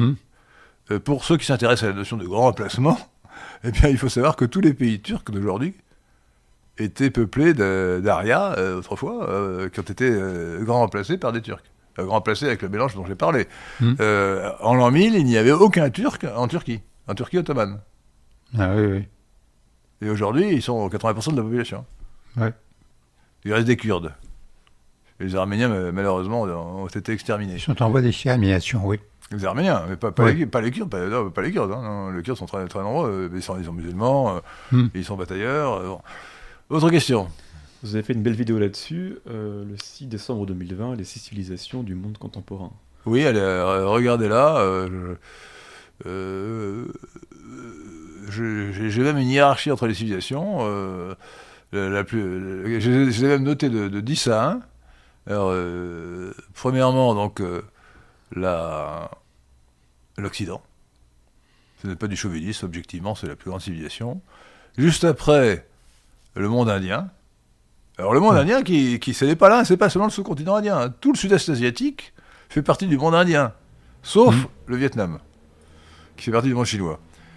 Pour ceux qui s'intéressent à la notion de grand remplacement, eh bien, il faut savoir que tous les pays turcs d'aujourd'hui étaient peuplés d'Arias, autrefois, qui ont été grand remplacés par des Turcs. Remplacé avec le mélange dont j'ai parlé. En l'an 1000, il n'y avait aucun Turc en Turquie ottomane. Ah oui. Et aujourd'hui, ils sont 80% de la population. Ouais. Il reste des Kurdes. Et les Arméniens, malheureusement, ont été exterminés. Ils sont en voie d'extermination, oui. Les Arméniens, mais pas les Kurdes. Pas les Kurdes. Hein, non, les Kurdes sont très, très nombreux. Ils sont musulmans, ils sont batailleurs. Bon. Autre question. Vous avez fait une belle vidéo là-dessus, le 6 décembre 2020, les 6 civilisations du monde contemporain. Oui, regardez-la. J'ai même une hiérarchie entre les civilisations. J'ai même noté de 10 à 1. Alors, premièrement, donc, l'Occident. Ce n'est pas du chauvinisme, objectivement, c'est la plus grande civilisation. Juste après, le monde indien. Alors le monde indien, ce n'est pas là, c'est pas seulement le sous-continent indien. Hein. Tout le sud-est asiatique fait partie du monde indien, sauf le Vietnam, qui fait partie du monde chinois.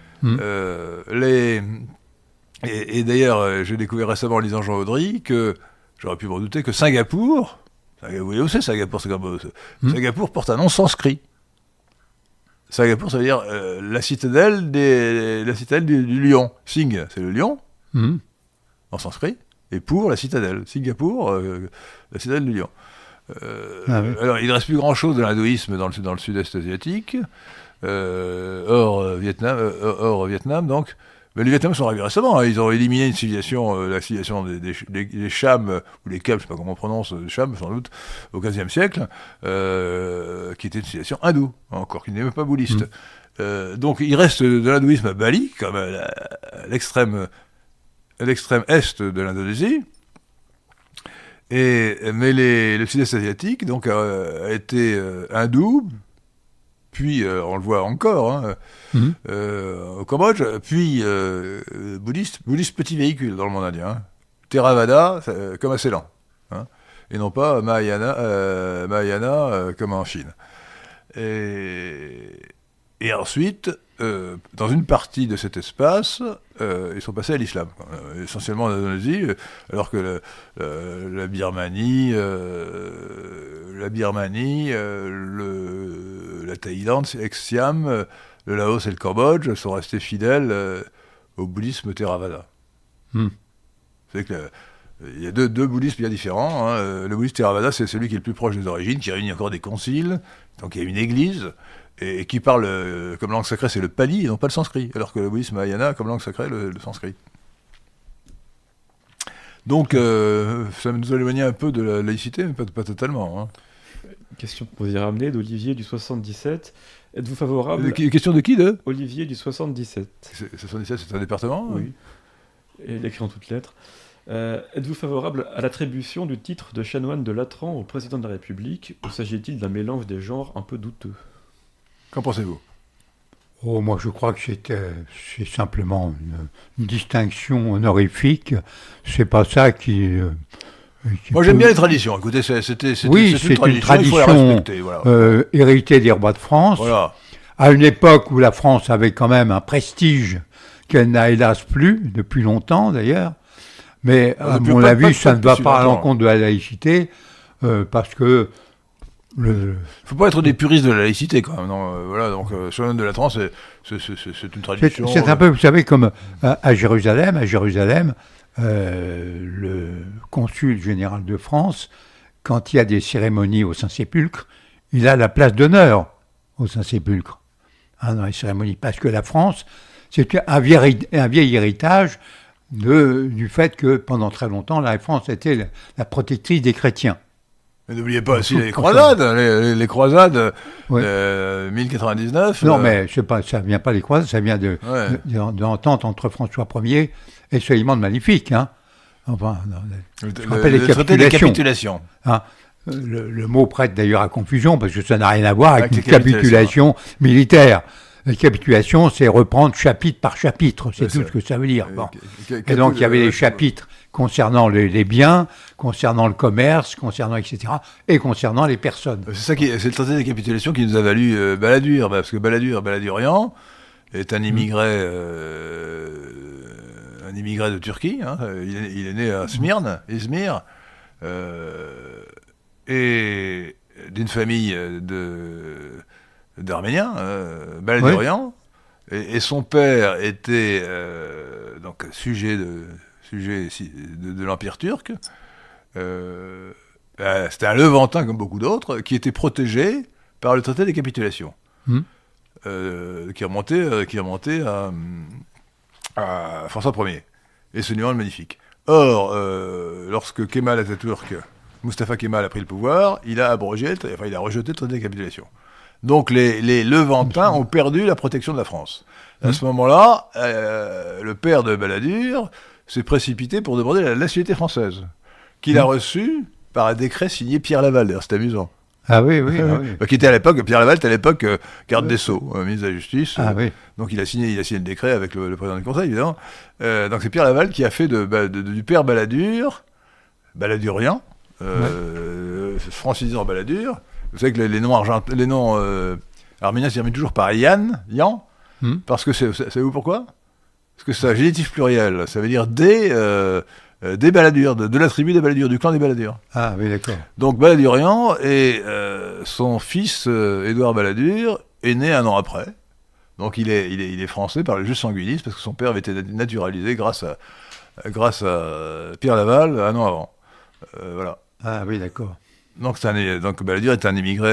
Et d'ailleurs, j'ai découvert récemment en lisant Jean Audry que, j'aurais pu m'en douter, que Singapour, vous voyez où c'est Singapour, Singapour porte un nom sanskrit. Singapour, ça veut dire la citadelle du lion. Sing, c'est le lion, en sanskrit. Et pour la citadelle, Singapour, la citadelle du lion. Alors, il ne reste plus grand-chose de l'hindouisme dans le sud-est asiatique, hors Vietnam, donc, Mais les Vietnamiens sont arrivés récemment, hein. Ils ont éliminé une civilisation, la civilisation des Chams, ou les Khams, je sais pas comment on prononce, Chams sans doute, au XVe siècle, qui était une civilisation hindoue, encore, qui n'est même pas bouddhiste. Donc il reste de l'hindouisme à Bali, comme à l'extrême est de l'Indonésie, mais le sud-est asiatique donc, a été hindou, puis on le voit encore, hein, au Cambodge, puis bouddhiste petit véhicule dans le monde indien. Hein. Theravada, comme à Ceylan, hein, et non pas Mahayana comme en Chine. Et ensuite, dans une partie de cet espace, ils sont passés à l'islam, essentiellement en Indonésie, alors que la Birmanie, la Thaïlande, ex-Siam, le Laos et le Cambodge sont restés fidèles au bouddhisme Theravada. C'est que il y a deux bouddhismes bien différents. Hein. Le bouddhisme Theravada, c'est celui qui est le plus proche des origines, qui réunit encore des conciles, donc il y a une église, et qui parle comme langue sacrée, c'est le pali et non pas le sanskrit, alors que le bouddhisme Mahayana a comme langue sacrée le sanskrit. Donc ça nous éloigne un peu de la laïcité, mais pas totalement. Hein. Question pour vous y ramener d'Olivier du 77. Êtes-vous favorable... Question de qui, de Olivier du 77. 77, c'est un département? Oui. Et il écrit en toutes lettres. Êtes-vous favorable à l'attribution du titre de chanoine de Latran au président de la République, ou s'agit-il d'un mélange des genres un peu douteux? Qu'en pensez-vous? Oh, moi, je crois que c'est simplement une distinction honorifique. C'est pas ça qui moi, j'aime bien les traditions. Écoutez, c'est une tradition il faut la respecter. Voilà. Héritée des rois de France. Voilà. À une époque où la France avait quand même un prestige qu'elle n'a hélas plus, depuis longtemps d'ailleurs. Mais à mon avis, ça ne va pas à l'encontre de la laïcité, parce que... faut pas être des puristes de la laïcité, quand même. Non, voilà, donc, chanoine de Latran, c'est une tradition... C'est un peu, vous savez, comme à Jérusalem, le consul général de France, quand il y a des cérémonies au Saint-Sépulcre, il a la place d'honneur au Saint-Sépulcre, hein, dans les cérémonies, parce que la France, c'est un vieil héritage du fait que pendant très longtemps, la France était la protectrice des chrétiens. Mais n'oubliez pas aussi les croisades, les croisades, ouais. 1099. Non, mais ça vient pas des croisades, ça vient de l'entente entre François Ier et Suleiman Magnifique. Hein. Enfin, le traité des capitulations. Hein. Le mot prête d'ailleurs à confusion, parce que ça n'a rien à voir avec une capitulation militaire. La capitulation, c'est reprendre chapitre par chapitre, c'est tout ce que ça veut dire. Bon. Et donc, il y avait les chapitres concernant les biens, concernant le commerce, concernant etc., et concernant les personnes. C'est le traité des capitulations qui nous a valu Balladur, parce que Balladurian est un immigré de Turquie. Hein. Il est né à Izmir, et d'une famille d'Arméniens, Baladurian, et son père était donc sujet de l'Empire turc. C'était un Levantin comme beaucoup d'autres, qui était protégé par le traité des capitulations, qui remontait à François Ier et Suleiman le Magnifique. Or, lorsque Mustafa Kemal a pris le pouvoir, il a rejeté le traité des capitulations. Donc les Levantins ont perdu la protection de la France. À ce moment-là, le père de Balladur s'est précipité pour demander la nationalité française, qu'il a reçue par un décret signé Pierre Laval. D'ailleurs, c'est amusant. Ah oui. Qui était à l'époque, Pierre Laval était à l'époque garde des Sceaux, ministre de la Justice. Ah oui. Donc il a signé le décret avec le président du Conseil, évidemment. Donc c'est Pierre Laval qui a fait du père Balladurian, francisant Balladur. Vous savez que les noms arméniens se terminent toujours par Yan, parce que savez-vous pourquoi? Parce que c'est un génitif pluriel, ça veut dire des Balladur, de la tribu des Balladur, du clan des Balladur. Ah oui, d'accord. Donc Balladurian et son fils Édouard Balladur est né un an après. Donc il est français par le jus sanguinis, parce que son père avait été naturalisé grâce à Pierre Laval un an avant. Voilà. Ah oui, d'accord. Donc Balladur est un immigré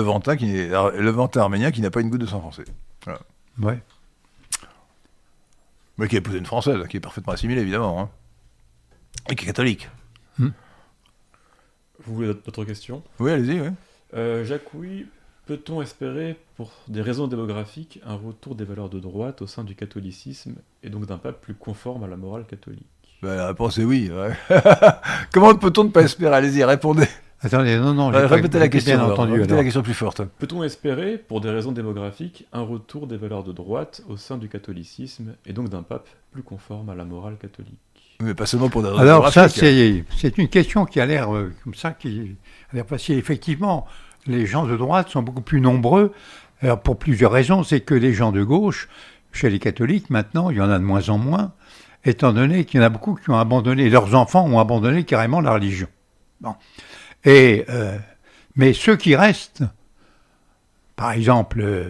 levantin arménien qui n'a pas une goutte de sang français. Voilà. Ouais. Mais qui a épousé une Française, qui est parfaitement assimilée, évidemment, hein. Et qui est catholique. Vous voulez d'autres questions? Oui, allez-y, oui. Jacques, oui, peut-on espérer, pour des raisons démographiques, un retour des valeurs de droite au sein du catholicisme, et donc d'un pape plus conforme à la morale catholique? La réponse est oui. Ouais. Comment peut-on ne pas espérer? Allez-y, répondez. Attendez, non, Répétez la question. Bien entendu, Répétez la question plus forte. Peut-on espérer, pour des raisons démographiques, un retour des valeurs de droite au sein du catholicisme, et donc d'un pape plus conforme à la morale catholique? Mais pas seulement pour des raisons Alors ça, démographiques. c'est une question qui a l'air comme ça, qui a l'air facile. Effectivement, les gens de droite sont beaucoup plus nombreux, alors pour plusieurs raisons. C'est que les gens de gauche, chez les catholiques, maintenant, il y en a de moins en moins, étant donné qu'il y en a beaucoup qui ont abandonné, leurs enfants ont abandonné carrément la religion. Bon. Mais ceux qui restent, par exemple,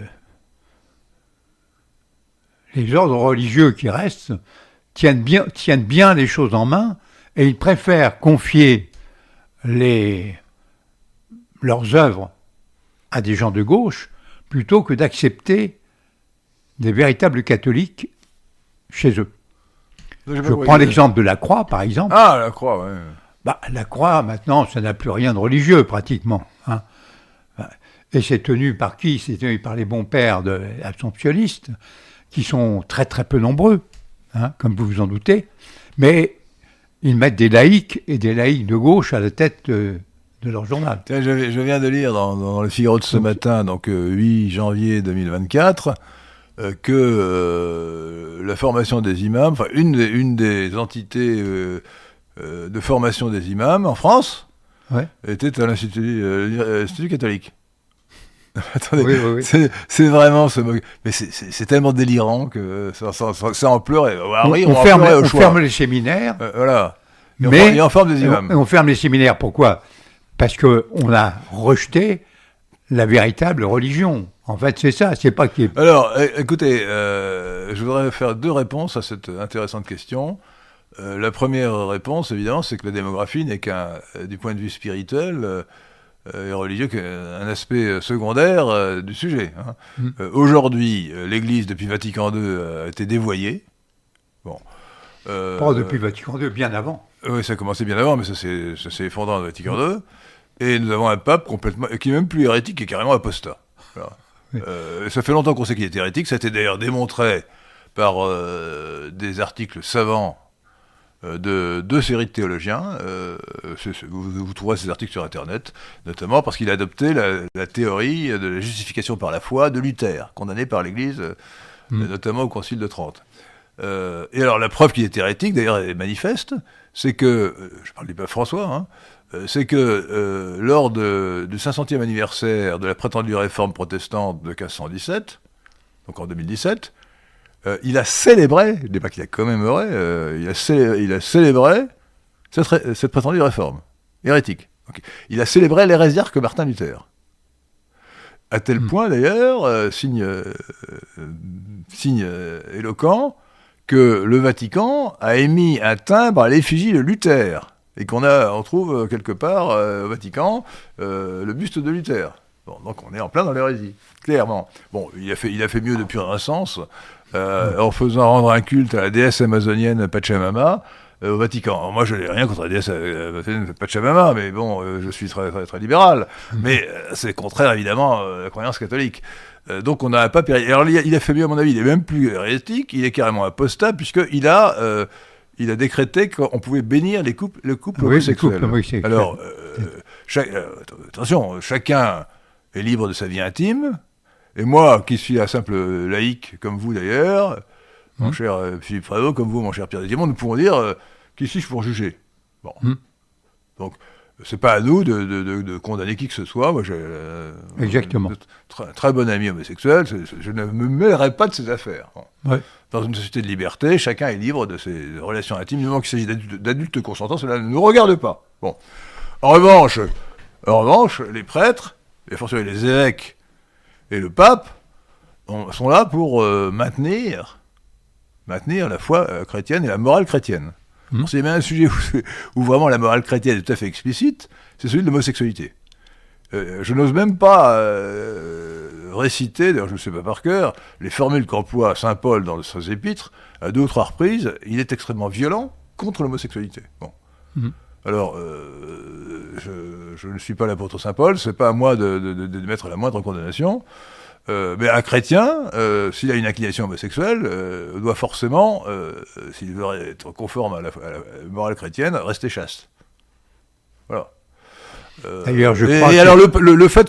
les ordres religieux qui restent, tiennent bien les choses en main, et ils préfèrent confier leurs œuvres à des gens de gauche plutôt que d'accepter des véritables catholiques chez eux. Je prends l'exemple de la Croix, par exemple. Ah, la Croix, oui. La Croix, maintenant, ça n'a plus rien de religieux, pratiquement. Hein. Et c'est tenu par qui? C'est tenu par les bons pères assomptionnistes, qui sont très très peu nombreux, hein, comme vous vous en doutez. Mais ils mettent des laïcs, et des laïcs de gauche, à la tête de leur journal. Tiens, je viens de lire dans le Figaro de ce matin, donc 8 janvier 2024, que la formation des imams, enfin une des entités de formation des imams en France, était à l'Institut catholique. Attendez, oui. C'est vraiment mais c'est tellement délirant que ça en pleurait. On ferme les séminaires. Voilà. Et on forme des imams. On ferme les séminaires, pourquoi? Parce qu'on a rejeté la véritable religion. En fait, c'est ça, c'est pas qui. Alors, écoutez, je voudrais faire 2 réponses à cette intéressante question. La première réponse, évidemment, c'est que la démographie n'est du point de vue spirituel et religieux, qu'un aspect secondaire du sujet. Hein. Aujourd'hui, l'Église, depuis Vatican II, a été dévoyée. Bon. Pas depuis Vatican II, bien avant. Oui, ça a commencé bien avant, mais ça s'est effondré dans Vatican II. Et nous avons un pape qui est même plus hérétique, qui est carrément apostat. Voilà. Oui. Ça fait longtemps qu'on sait qu'il est hérétique. Ça a été d'ailleurs démontré par des articles savants de 2 séries de théologiens. Vous trouverez ces articles sur Internet, notamment parce qu'il a adopté la théorie de la justification par la foi de Luther, condamné par l'Église, notamment au Concile de Trente. Et alors la preuve qu'il est hérétique, d'ailleurs, est manifeste, c'est que, je parle du pape François, hein, c'est que lors du 500e anniversaire de la prétendue réforme protestante de 1517, donc en 2017, il a célébré, je ne dis pas qu'il a commémoré, il a célébré cette prétendue réforme hérétique. Okay. Il a célébré l'hérésiarque que Martin Luther. À tel point, d'ailleurs, signe éloquent, que le Vatican a émis un timbre à l'effigie de Luther, et on trouve quelque part au Vatican le buste de Luther. Bon, donc on est en plein dans l'hérésie, clairement. Bon, il a fait mieux depuis un sens, en faisant rendre un culte à la déesse amazonienne Pachamama au Vatican. Alors moi, je n'ai rien contre la déesse amazonienne Pachamama, mais bon, je suis très, très, très libéral. Mais c'est contraire, évidemment, à la croyance catholique. Donc on a un pape hérétique. Alors il a fait mieux, à mon avis, il est même plus hérétique, il est carrément apostat, puisqu'il a décrété qu'on pouvait bénir le couple homosexuel. Alors, attention, chacun est libre de sa vie intime, et moi, qui suis un simple laïc, comme vous d'ailleurs, mon cher Philippe Prévost, comme vous, mon cher Pierre Desdiamont, nous pouvons dire qui suis-je pour juger. Bon. Donc, c'est pas à nous de condamner qui que ce soit. Moi, j'ai exactement. Très bon ami homosexuel, je ne me mêlerai pas de ses affaires. Bon. Ouais. Dans une société de liberté, chacun est libre de ses relations intimes, du moment qu'il s'agit d'adultes consentants, cela ne nous regarde pas. Bon. En revanche, les prêtres, et forcément les évêques et le pape, sont là pour maintenir la foi chrétienne et la morale chrétienne. C'est bien un sujet où vraiment la morale chrétienne est tout à fait explicite, c'est celui de l'homosexualité. Je n'ose même pas réciter, d'ailleurs je ne sais pas par cœur, les formules qu'emploie saint Paul dans ses épîtres, à 2 ou 3 reprises. Il est extrêmement violent contre l'homosexualité. Bon. Alors, je ne suis pas l'apôtre saint Paul, c'est pas à moi de mettre la moindre condamnation, mais un chrétien, s'il a une inclination homosexuelle, doit forcément, s'il veut être conforme à la morale chrétienne, rester chaste. Voilà. D'ailleurs, je crois et que... alors le fait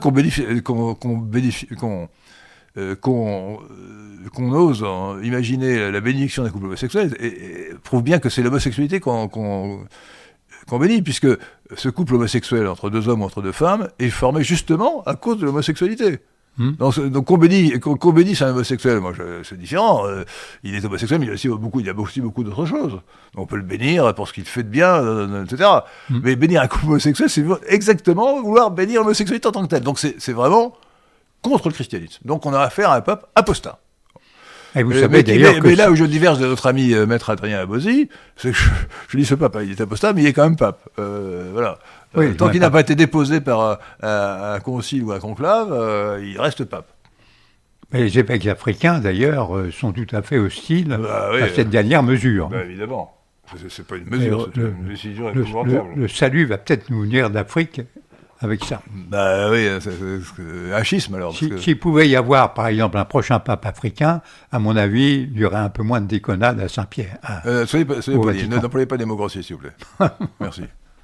qu'on ose imaginer la bénédiction d'un couple homosexuel prouve bien que c'est l'homosexualité qu'on bénit, puisque ce couple homosexuel entre 2 hommes ou entre 2 femmes est formé justement à cause de l'homosexualité. Donc qu'on bénisse un homosexuel, moi c'est différent. Il est homosexuel, mais il y a aussi beaucoup d'autres choses. Donc on peut le bénir pour ce qu'il fait de bien, etc. Mais bénir un couple homosexuel, c'est exactement vouloir bénir l'homosexualité en tant que telle. Donc c'est vraiment contre le christianisme. Donc on a affaire à un pape apostat. Et vous savez d'ailleurs mais là où je diverge de notre ami maître Adrien Abosi, c'est que je dis ce pape, il est apostat, mais il est quand même pape. Voilà. Oui, tant qu'il n'a pas été déposé par un concile ou un conclave, il reste pape. Mais les évêques africains, d'ailleurs, sont tout à fait hostiles à cette dernière mesure. Évidemment. C'est pas une mesure, c'est une décision épouvantable. Le salut va peut-être nous venir d'Afrique avec ça. Oui, c'est un schisme alors. S'il pouvait y avoir, par exemple, un prochain pape africain, à mon avis, il y aurait un peu moins de déconnade à Saint-Pierre. Soyez poli, n'employez pas des mots grossiers, s'il vous plaît. Merci.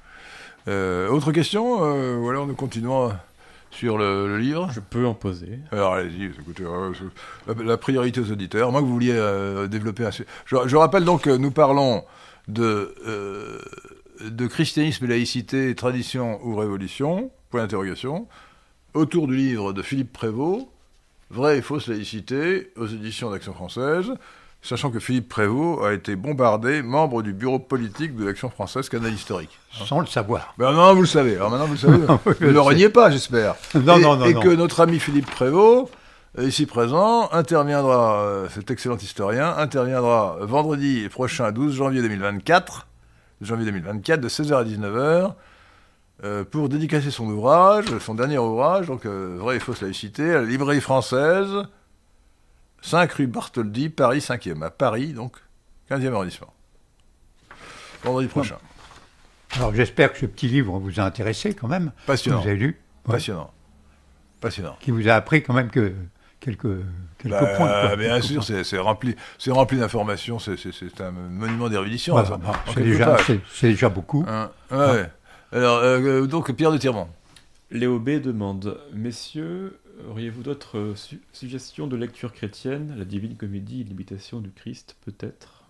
Autre question ou alors nous continuons sur le livre? Je peux en poser. Alors allez-y, écoutez, la priorité aux auditeurs. Moi que vous vouliez développer un... Je rappelle donc que nous parlons de christianisme et laïcité, tradition ou révolution, point d'interrogation, autour du livre de Philippe Prévost, Vraie et fausse laïcité, aux éditions d'Action française, sachant que Philippe Prévost a été bombardé, membre du bureau politique de l'Action française, canal historique. Sans le savoir. Ben non, vous le savez. Alors maintenant, vous le savez. Vous ne le reniez pas, j'espère. Non. Que notre ami Philippe Prévost, ici présent, interviendra, cet excellent historien, interviendra vendredi prochain, 12 janvier 2024, de 16h à 19h, pour dédicacer son ouvrage, son dernier ouvrage, donc Vraie et fausse laïcité, à la librairie française, 5 rue Bartholdi, Paris 5e, à Paris, donc 15e arrondissement. Vendredi prochain. Alors j'espère que ce petit livre vous a intéressé quand même. Passionnant. Vous avez lu. Passionnant. Qui vous a appris quand même que quelques points. Quoi. Bien sûr, c'est rempli d'informations, c'est un monument d'érudition. Voilà, c'est déjà beaucoup. Ouais. Alors, donc Pierre de Tirmont. Léo B demande: Messieurs, auriez-vous d'autres suggestions de lecture chrétienne? La Divine Comédie, l'imitation du Christ, peut-être?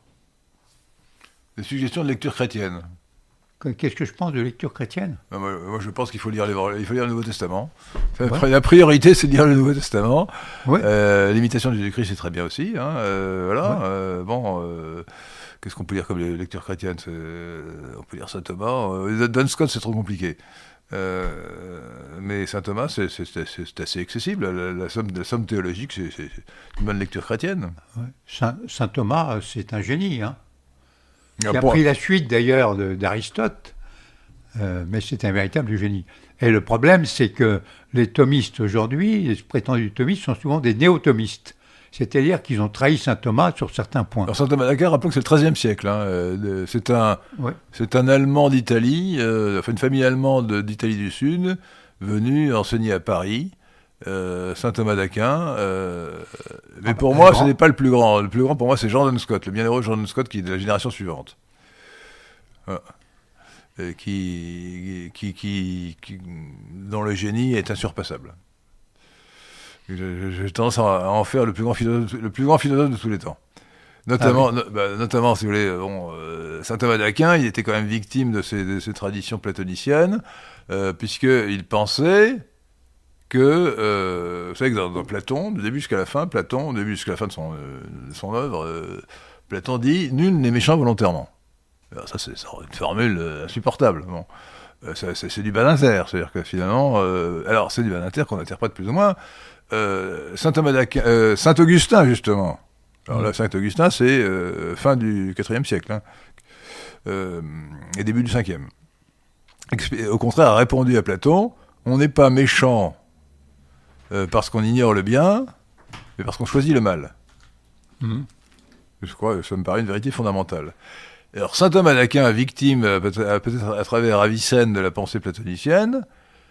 Des suggestions de lecture chrétienne. Qu'est-ce que je pense de lecture chrétienne? Moi, je pense qu'il faut lire le Nouveau Testament. La priorité, c'est de lire le Nouveau Testament. Ouais. L'imitation du Christ, c'est très bien aussi. Voilà. Ouais. Qu'est-ce qu'on peut lire comme lecture chrétienne? On peut lire Saint Thomas. Duns Scotus, c'est trop compliqué. Mais Saint Thomas, c'est assez accessible. La somme théologique, c'est une bonne lecture chrétienne. Ouais. Saint Thomas, c'est un génie, hein. Qui a pris la suite d'ailleurs d'Aristote, mais c'est un véritable génie. Et le problème, c'est que les thomistes aujourd'hui, les prétendus thomistes, sont souvent des néo-thomistes. C'est-à-dire qu'ils ont trahi saint Thomas sur certains points. Alors saint Thomas d'Aquin, rappelons que c'est le XIIIe siècle. C'est un Allemand d'Italie, une famille allemande d'Italie du Sud, venu enseigner à Paris. Saint Thomas d'Aquin, mais pour moi, ce n'est pas le plus grand. Le plus grand, pour moi, c'est Jean Duns Scotus, le bienheureux Jean Duns Scotus, qui est de la génération suivante. Voilà. Dont le génie est insurpassable. J'ai tendance à en faire le plus grand philosophe de tous les temps. Notamment, si vous voulez, saint Thomas d'Aquin, il était quand même victime de ces traditions platoniciennes, puisqu'il pensait que, vous savez que dans Platon, du début jusqu'à la fin de son œuvre, Platon dit « Nul n'est méchant volontairement ». Alors ça, c'est une formule insupportable. Bon. C'est du Badinter, c'est-à-dire que finalement... alors, c'est du Badinter qu'on interprète plus ou moins. Saint Thomas d'Aquin, Saint Augustin, justement. Alors là, Saint Augustin, c'est fin du IVe siècle, et début du Ve. Au contraire, a répondu à Platon « On n'est pas méchant parce qu'on ignore le bien, mais parce qu'on choisit le mal. Je crois que ça me paraît une vérité fondamentale. Alors, saint Thomas d'Aquin, victime, peut-être à travers Avicenne, de la pensée platonicienne,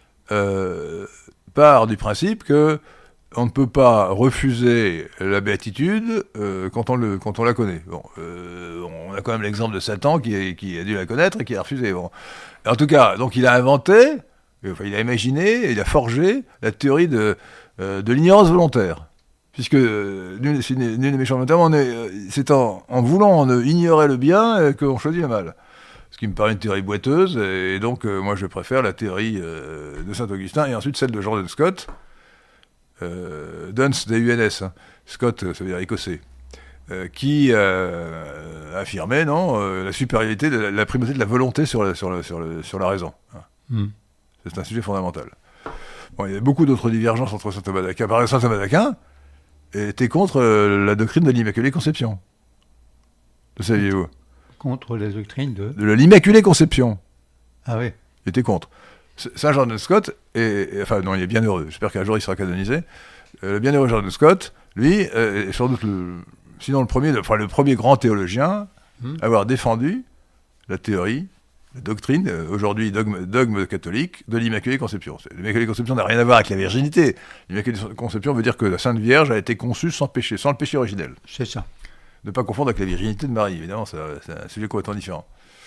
part du principe que on ne peut pas refuser la béatitude quand on la connaît. Bon, on a quand même l'exemple de Satan qui a dû la connaître et qui a refusé. Bon. En tout cas, donc il a inventé, il a imaginé, il a forgé la théorie de l'ignorance volontaire. Puisque nul n'est méchant volontairement, c'est en voulant ignorer le bien qu'on choisit le mal. Ce qui me paraît une théorie boiteuse, et donc moi je préfère la théorie de Saint-Augustin, et ensuite celle de Jordan Scott, Duns, D-U-N-S, hein. Scott, ça veut dire écossais, qui affirmait la supériorité, la primauté de la volonté sur la raison. Hein. C'est un sujet fondamental. Bon, il y a beaucoup d'autres divergences entre saint Thomas d'Aquin. Par exemple, saint Thomas d'Aquin était contre la doctrine de l'Immaculée Conception. Le saviez-vous? Contre la doctrine de l'Immaculée Conception. Ah oui. Il était contre. Saint Jordan Scott, enfin non, il est bien heureux, j'espère qu'un jour il sera canonisé. Le bienheureux Jordan Scott, lui, est sans doute le premier grand théologien à avoir défendu la théorie, la doctrine, aujourd'hui dogme catholique, de l'Immaculée Conception. L'Immaculée Conception n'a rien à voir avec la virginité. L'Immaculée Conception veut dire que la Sainte Vierge a été conçue sans péché, sans le péché originel. C'est ça. Ne pas confondre avec la virginité de Marie, évidemment, c'est un sujet complètement différent.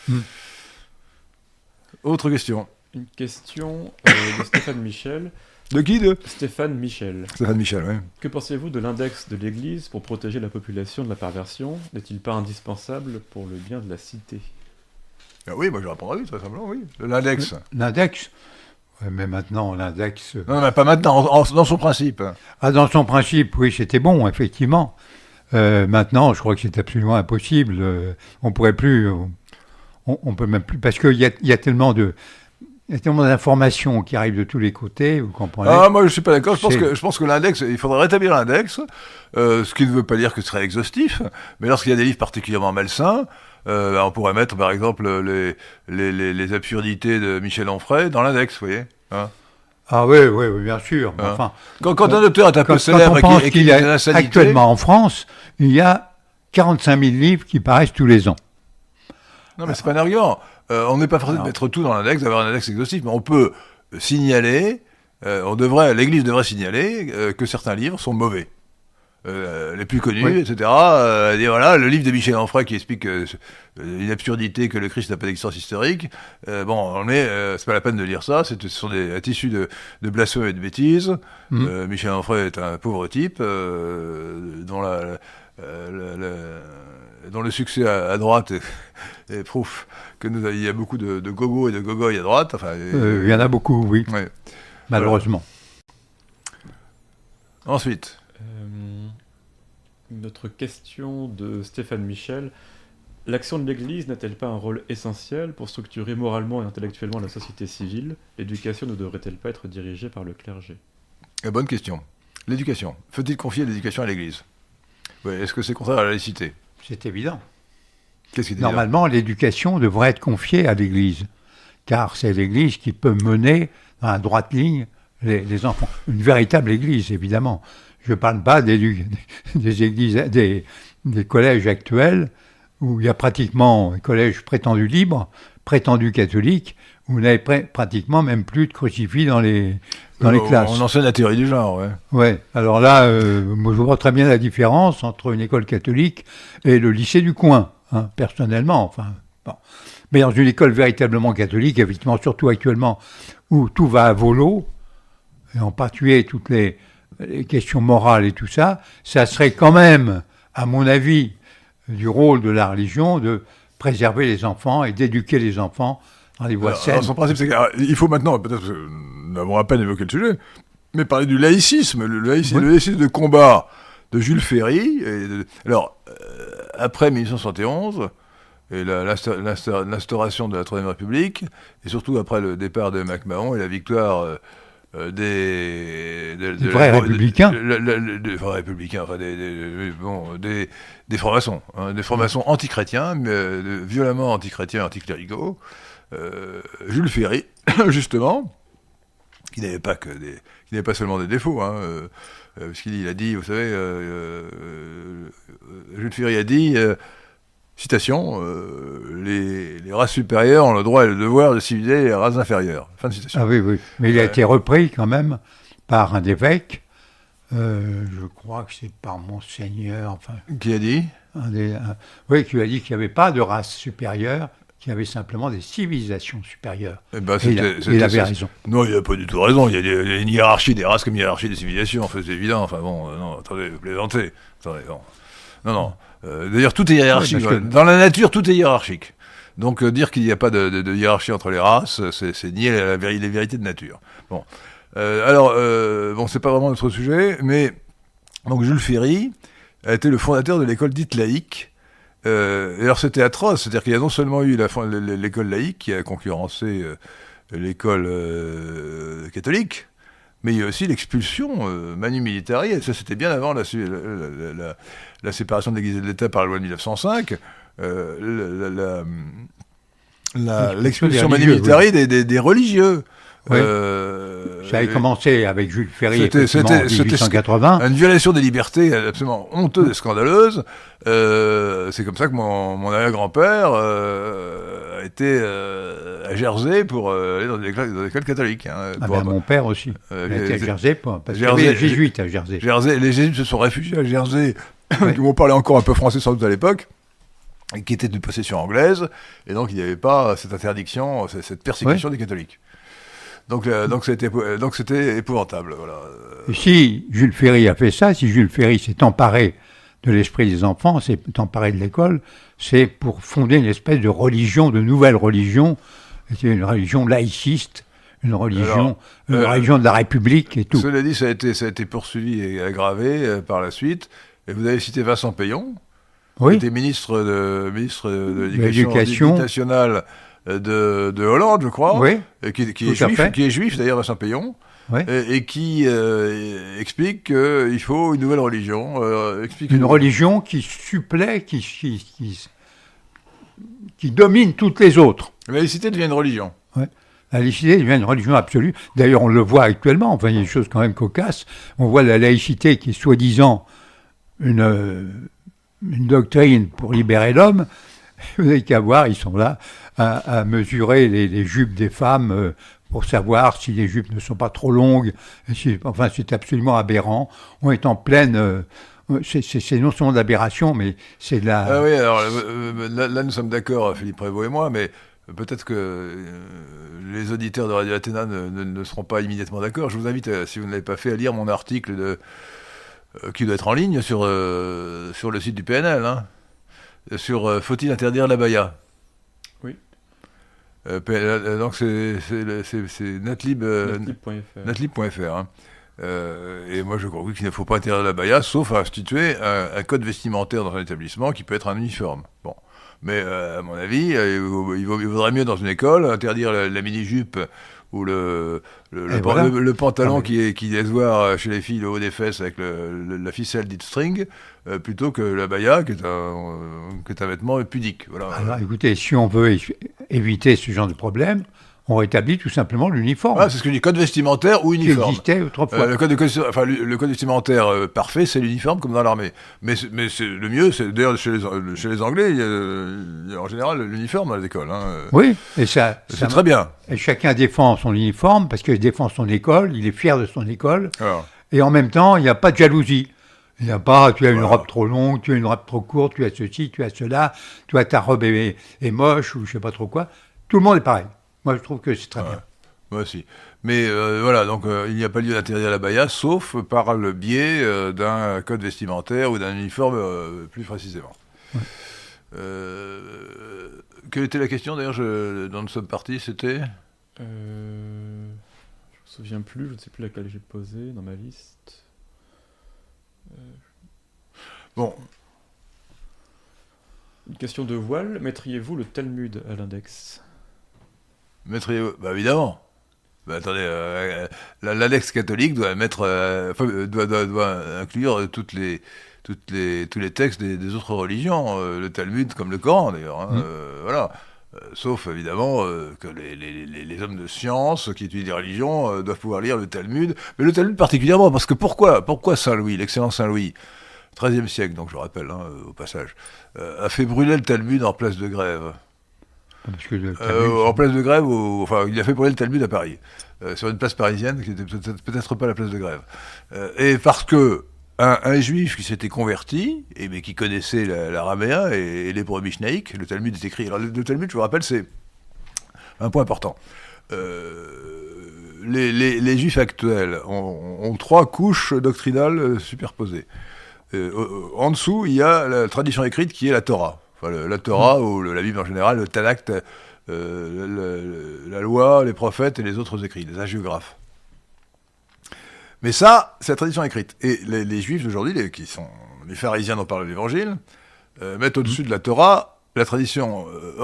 Autre question. Une question de Stéphane Michel. De qui Stéphane Michel. Stéphane Michel, oui. Que pensez-vous de l'index de l'Église pour protéger la population de la perversion? N'est-il pas indispensable pour le bien de la cité? Oui, moi je répondrai oui, très simplement, oui. L'index. L'index. Ouais, mais maintenant, l'index... Non, mais pas maintenant, dans son principe. Ah, dans son principe, oui, c'était bon, effectivement. Maintenant, je crois que c'est absolument impossible. On pourrait plus... On peut même plus... Parce qu'il y a tellement de... Il y a tellement d'informations qui arrivent de tous les côtés, vous comprenez? Ah, moi je suis pas d'accord. Je pense que l'index, il faudrait rétablir l'index, ce qui ne veut pas dire que ce serait exhaustif, mais lorsqu'il y a des livres particulièrement malsains, on pourrait mettre par exemple les absurdités de Michel Onfray dans l'index, vous voyez, hein? Ah oui, bien sûr. Hein? Enfin, quand un auteur est un peu célèbre et qui a la sanité... Actuellement en France, il y a 45 000 livres qui paraissent tous les ans. Non, mais c'est pas un argument. On n'est pas forcé de mettre tout dans l'index, d'avoir un index exhaustif, mais on peut signaler, l'Église devrait signaler que certains livres sont mauvais. Les plus connus, etc. Dire voilà, le livre de Michel Onfray qui explique une absurdité que le Christ n'a pas d'existence historique. C'est pas la peine de lire ça. Ce sont des tissus de blasphème et de bêtises. Michel Onfray est un pauvre type dont le succès à droite prouve qu'il y a beaucoup de gogo et de gogoï à droite. Enfin, il y en a beaucoup, oui. Ouais. Malheureusement. Voilà. Ensuite. Une autre question de Stéphane Michel. L'action de l'Église n'a-t-elle pas un rôle essentiel pour structurer moralement et intellectuellement la société civile? L'éducation ne devrait-elle pas être dirigée par le clergé? Bonne question. L'éducation. Faut-il confier l'éducation à l'Église? Est-ce que c'est contraire à la laïcité? C'est évident. Qu'est-ce qui est Normalement, l'éducation devrait être confiée à l'Église, car c'est l'Église qui peut mener dans la droite ligne les enfants. Une véritable Église, évidemment. Je ne parle pas des églises, des collèges actuels, où il y a pratiquement un collège prétendu libre, prétendu catholique, où vous n'avez pratiquement même plus de crucifix dans les classes. On enseigne la théorie du genre, ouais. Ouais. Alors là, moi je vois très bien la différence entre une école catholique et le lycée du coin, hein, personnellement. Enfin, bon. Mais dans une école véritablement catholique, effectivement, surtout actuellement, où tout va à volo, et en particulier toutes les questions morales et tout ça, ça serait quand même, à mon avis, du rôle de la religion de préserver les enfants et d'éduquer les enfants dans les voies saines. Son principe, c'est qu'il faut maintenant, peut-être que nous avons à peine évoqué le sujet, mais parler du laïcisme, le laïcisme de combat de Jules Ferry. Après 1871, et l'instauration de la Troisième République, et surtout après le départ de MacMahon et la victoire des vrais républicains. Des vrais républicains, enfin des francs-maçons, hein, des francs-maçons anti-chrétiens, mais violemment anti-chrétiens, anti-cléricaux. Jules Ferry, justement, qui n'avait pas seulement des défauts, hein, puisqu'il a dit, vous savez, Jules Ferry a dit, citation, les races supérieures ont le droit et le devoir de civiliser les races inférieures. Fin de citation. Ah oui, oui. Mais il a été repris quand même par un évêque, je crois que c'est par Monseigneur, enfin... Qui a dit oui, qui a dit qu'il n'y avait pas de race supérieure, qu'il y avait simplement des civilisations supérieures. Eh ben, il avait raison. Non, il n'a pas du tout raison. Il y a une hiérarchie des races comme une hiérarchie des civilisations. Enfin, c'est évident. Enfin bon, non, attendez, vous plaisantez. Attendez, non. D'ailleurs, tout est hiérarchique. Ouais, dans la nature, tout est hiérarchique. Donc, dire qu'il n'y a pas de hiérarchie entre les races, c'est nier les vérités de nature. Bon. Bon, c'est pas vraiment notre sujet, mais donc Jules Ferry a été le fondateur de l'école dite laïque. Et alors c'était atroce, c'est-à-dire qu'il y a non seulement eu l'école laïque qui a concurrencé l'école catholique, mais il y a aussi l'expulsion manu militari, et ça c'était bien avant la séparation de l'Église et de l'État par la loi de 1905, l'expulsion manu militari des religieux. Oui. Ça avait commencé avec Jules Ferry effectivement, en 1880. Une violation des libertés absolument honteuse et scandaleuse. C'est comme ça que mon arrière-grand-père a été à Jersey pour aller dans des écoles catholiques. Hein, mon père aussi. Il a été à Jersey parce qu'il y avait les jésuites à Jersey. Les jésuites se sont réfugiés à Jersey, qui vont parler encore un peu français sans doute à l'époque, et qui étaient de possession anglaise, et donc il n'y avait pas cette interdiction, cette persécution des catholiques. Donc c'était épouvantable. Voilà. Et si Jules Ferry a fait ça, si Jules Ferry s'est emparé de l'esprit des enfants, s'est emparé de l'école, c'est pour fonder une espèce de religion, de nouvelle religion, c'est une religion laïciste, une religion de la République et tout. Cela dit, ça a été poursuivi et aggravé par la suite. Et vous avez cité Vincent Payon, qui était ministre de l'Éducation nationale de Hollande, je crois, qui est juif d'ailleurs, Vincent Payon, et qui explique qu'il faut une nouvelle religion. Religion qui supplée, qui domine toutes les autres. La laïcité devient une religion. Ouais. La laïcité devient une religion absolue. D'ailleurs, on le voit actuellement, enfin, il y a des choses quand même cocasses. On voit la laïcité qui est soi-disant une doctrine pour libérer l'homme. Vous n'avez qu'à voir, ils sont là à mesurer les jupes des femmes pour savoir si les jupes ne sont pas trop longues. Enfin, c'est absolument aberrant. On est en pleine... c'est non seulement d'aberration, mais c'est de la... Ah oui, alors là nous sommes d'accord, Philippe Prévost et moi, mais peut-être que les auditeurs de Radio Athéna ne seront pas immédiatement d'accord. Je vous invite, si vous ne l'avez pas fait, à lire mon article qui doit être en ligne sur le site du PNL, hein. Sur faut-il interdire l'abaya? Oui. Donc c'est natlib.fr. Hein. Et moi je crois qu'il ne faut pas interdire l'abaya, sauf à instituer un code vestimentaire dans un établissement qui peut être un uniforme. Bon. Mais à mon avis, il vaudrait mieux dans une école interdire la mini-jupe ou le pantalon qui laisse voir chez les filles le haut des fesses avec la ficelle dite string, plutôt que l'abaya qui est un vêtement pudique. Voilà. Alors écoutez, si on veut éviter ce genre de problème, on rétablit tout simplement l'uniforme. Ah, c'est ce que je dis, code vestimentaire ou uniforme. Qui existait autrefois. Le code vestimentaire parfait, c'est l'uniforme comme dans l'armée. Mais c'est le mieux, c'est d'ailleurs chez les Anglais, il y a en général l'uniforme à l'école. Hein. Oui, et ça c'est très bien. Et chacun défend son uniforme parce qu'il défend son école, il est fier de son école. Alors. Et en même temps, il n'y a pas de jalousie. Il n'y a pas, tu as une robe trop longue, tu as une robe trop courte, tu as ceci, tu as cela, tu as ta robe est moche ou je ne sais pas trop quoi. Tout le monde est pareil. Moi, je trouve que c'est très bien. Moi aussi. Mais voilà, donc il n'y a pas lieu d'interdire l'abaya, sauf par le biais d'un code vestimentaire ou d'un uniforme plus précisément. Ouais. Quelle était la question d'ailleurs dans nous sommes partis, c'était je me souviens plus, je ne sais plus laquelle j'ai posée dans ma liste. Bon. Une question de voile, mettriez-vous le Talmud à l'index? Bah évidemment. Bah, attendez, l'index catholique doit doit inclure tous les textes des autres religions, le Talmud comme le Coran d'ailleurs. Hein, voilà. Sauf, évidemment, que les hommes de science qui étudient les religions doivent pouvoir lire le Talmud. Mais le Talmud particulièrement, parce que pourquoi Saint-Louis, l'excellent Saint-Louis, XIIIe siècle, donc je rappelle, au passage, a fait brûler le Talmud en place de Grève. Parce que le Talmud, En place de Grève, il a fait brûler le Talmud à Paris, sur une place parisienne qui n'était peut-être pas la place de Grève. Et parce que un juif qui s'était converti, mais qui connaissait l'araméen et l'hébreu mishnaïque, le Talmud est écrit. Alors le Talmud, je vous rappelle, c'est un point important. Les juifs actuels ont 3 couches doctrinales superposées. En dessous, il y a la tradition écrite qui est la Torah. Enfin, la Torah, ou la Bible en général, le Tanakh, la loi, les prophètes et les autres écrits, les hagiographes. Mais ça, c'est la tradition écrite. Et les juifs d'aujourd'hui, qui sont les pharisiens dont parle l'Évangile, mettent au-dessus de la Torah la tradition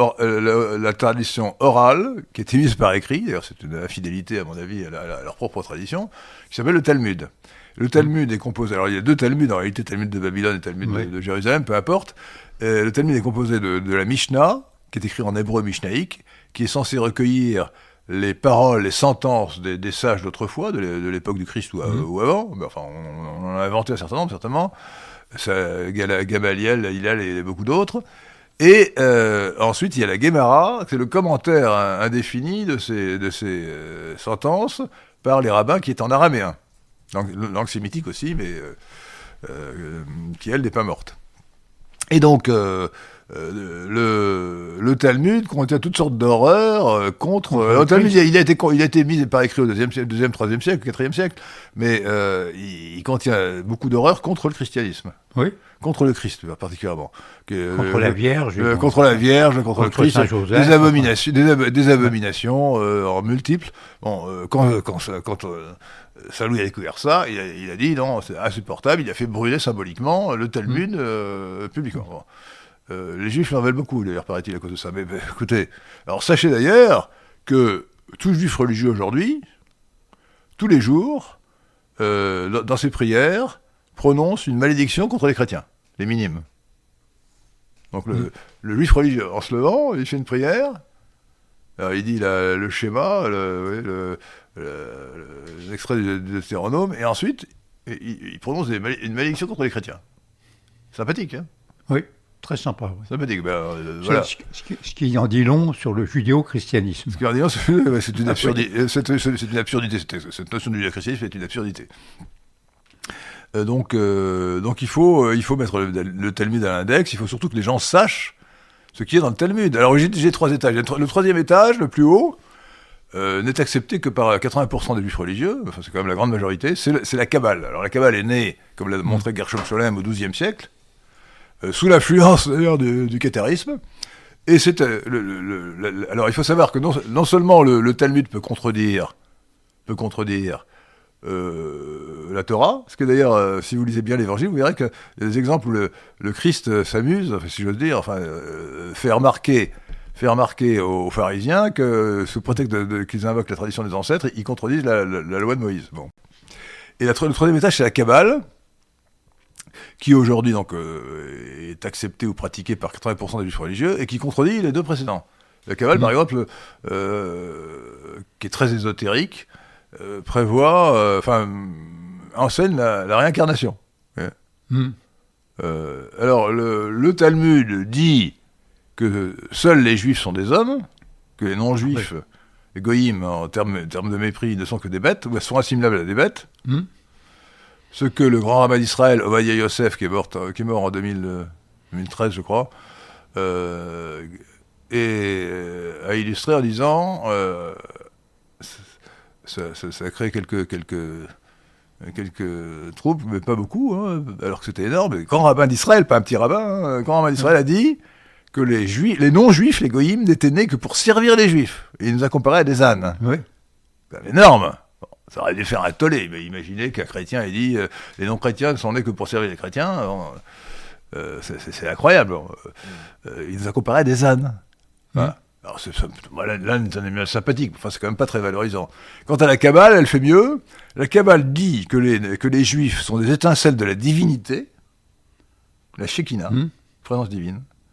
orale, qui est émise par écrit, d'ailleurs c'est une infidélité à mon avis à leur propre tradition, qui s'appelle le Talmud. Le Talmud est composé, alors il y a 2 Talmuds en réalité, Talmud de Babylone et Talmud de Jérusalem, peu importe. Le Talmud est composé de la Mishnah, qui est écrite en hébreu mishnaïque, qui est censé recueillir les paroles, les sentences des sages d'autrefois, de l'époque du Christ ou avant. Mais enfin, on en a inventé un certain nombre, certainement. Gamaliel, Hillel et beaucoup d'autres. Et ensuite, il y a la Guémara, c'est le commentaire indéfini de ces sentences par les rabbins qui est en araméen. Langue sémitique aussi, mais qui, elle, n'est pas morte. Et donc, le Talmud contient toutes sortes d'horreurs contre... le Talmud, il a été mis par écrit au 2e, 3e siècle, 4e siècle, mais il contient beaucoup d'horreurs contre le christianisme. Oui. Contre le Christ, particulièrement. Contre la Vierge. Contre la Vierge, contre le Christ. Saint-Joseph. Des abominations en multiples. Bon, quand Saint-Louis a découvert ça, il a dit non, c'est insupportable, il a fait brûler symboliquement le Talmud publiquement. Bon. Les Juifs l'en veulent beaucoup, d'ailleurs, paraît-il, à cause de ça. Mais écoutez, alors sachez d'ailleurs que tout Juif religieux aujourd'hui, tous les jours, dans ses prières, prononce une malédiction contre les chrétiens, les minimes. Donc le Juif religieux, en se levant, il fait une prière, alors il dit le schéma, l'extrait du Deutéronome, et ensuite, il prononce une malédiction contre les chrétiens. Sympathique, hein? Oui. Très sympa. Oui. Sympathique. Voilà. Ce qui en dit long sur le judéo-christianisme. Ce qui en dit long, c'est une absurdité. C'est une absurdité. Cette notion du judéo-christianisme est une absurdité. Donc il faut mettre le Talmud à l'index. Il faut surtout que les gens sachent ce qui est dans le Talmud. Alors j'ai 3 étages. Le 3e étage, le plus haut, n'est accepté que par 80% des juifs religieux. Enfin, c'est quand même la grande majorité. C'est la Kabbale. Alors la Kabbale est née, comme l'a montré Gershom Scholem, au XIIe siècle. Sous l'influence d'ailleurs du catharisme. Et c'est alors il faut savoir que non seulement le Talmud peut contredire la Torah, parce que d'ailleurs si vous lisez bien l'Évangile, vous verrez qu'il y a des exemples où le Christ s'amuse, si j'ose dire, fait remarquer aux pharisiens que sous prétexte qu'ils invoquent la tradition des ancêtres, ils contredisent la loi de Moïse. Bon. Et le 3e étage, c'est la Kabbale, qui aujourd'hui donc est accepté ou pratiqué par 80% des juifs religieux, et qui contredit les 2 précédents. La Kabbale, par exemple, qui est très ésotérique, prévoit, enseigne la réincarnation. Alors, le Talmud dit que seuls les juifs sont des hommes, que les non-juifs, les goïms, en termes de mépris, ne sont que des bêtes, ou sont assimilables à des bêtes. Ce que le grand rabbin d'Israël, Ovadia Yosef, qui est mort en 2013, je crois, a illustré en disant ça a créé quelques troubles, mais pas beaucoup, hein, alors que c'était énorme. Le grand rabbin d'Israël, pas un petit rabbin, le grand rabbin d'Israël a dit que les non-juifs, les goïms, n'étaient nés que pour servir les juifs. Et il nous a comparé à des ânes. Oui. C'est énorme. Ça aurait dû faire un tollé, mais imaginez qu'un chrétien ait dit les non-chrétiens ne sont nés que pour servir les chrétiens. C'est incroyable. Il nous a comparé à des ânes. Voilà. Alors l'âne, c'est un animal sympathique, enfin c'est quand même pas très valorisant. Quant à la Kabbale, elle fait mieux. La Kabbale dit que les juifs sont des étincelles de la divinité, la Shekinah, présence divine.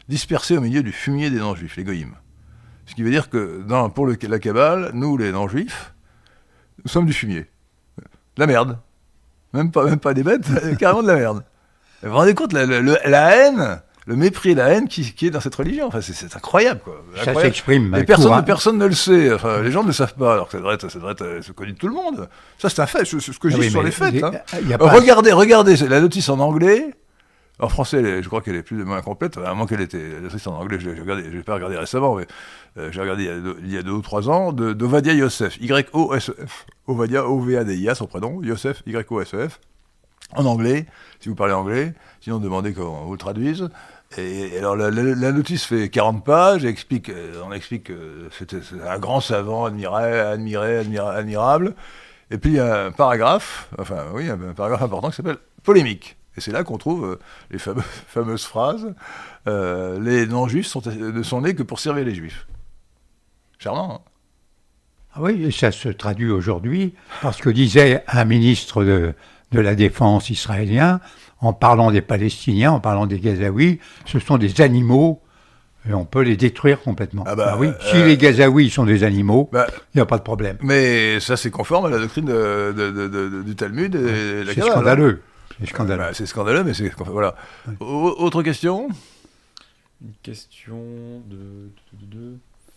dispersés au milieu du fumier des non-juifs, les goïms. Ce qui veut dire que pour la Kabbale, nous, les non-juifs, nous sommes du fumier. De la merde. Même pas des bêtes, carrément de la merde. Vous vous rendez compte, la haine, le mépris et la haine qui est dans cette religion. Enfin, c'est incroyable, quoi. Ça s'exprime. Et personne ne le sait. Enfin, les gens ne le savent pas, alors que ça devrait être connu de tout le monde. Ça, c'est un fait. Ce que je dis sur les faits. Regardez, la notice en anglais. En français, je crois qu'elle est plus ou moins complète, à moins qu'elle était la notice en anglais. Je l'ai pas regardé récemment, mais j'ai regardé il y a 2 ou 3 ans, d'Ovadia Yosef. Y-O-S-E-F. Ovadia, O-V-A-D-I-A, son prénom. Yosef, Y-O-S-E-F. En anglais, si vous parlez anglais, sinon demandez qu'on vous le traduise. Et alors la notice fait 40 pages, on explique que c'est un grand savant, admirable. Et puis il y a un paragraphe important qui s'appelle polémique. Et c'est là qu'on trouve les fameuses phrases les non-juifs ne sont nés que pour servir les juifs. Charmant, hein? Ah oui, et ça se traduit aujourd'hui, parce que disait un ministre de la Défense israélien, en parlant des Palestiniens, en parlant des Gazaouis, ce sont des animaux, et on peut les détruire complètement. Ah oui, si les Gazaouis sont des animaux, il n'y a pas de problème. Mais ça, c'est conforme à la doctrine du Talmud et de la Kabbale. C'est scandaleux. C'est scandaleux. C'est scandaleux, mais c'est... Voilà. Ouais. Autre question ? Une question de...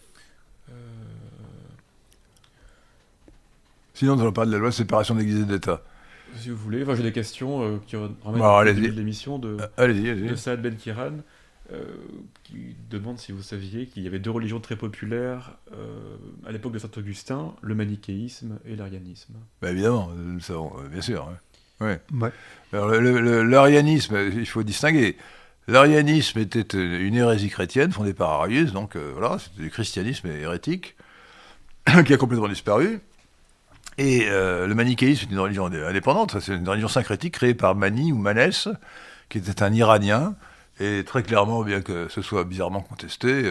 Sinon, on parle de la loi de séparation de l'Église et de l'État. Si vous voulez, j'ai des questions qui ramènent au début de l'émission de Saad Ben Kiran, qui demande si vous saviez qu'il y avait 2 religions très populaires à l'époque de Saint-Augustin, le manichéisme et l'arianisme. Bah évidemment, nous le savons, bien sûr. Ouais. Ouais. Alors, l'arianisme, il faut distinguer. L'arianisme était une hérésie chrétienne fondée par Arius, donc voilà, c'était du christianisme hérétique qui a complètement disparu. Et le manichéisme est une religion indépendante, c'est une religion syncrétique créée par Mani ou Manès, qui était un Iranien, et très clairement, bien que ce soit bizarrement contesté,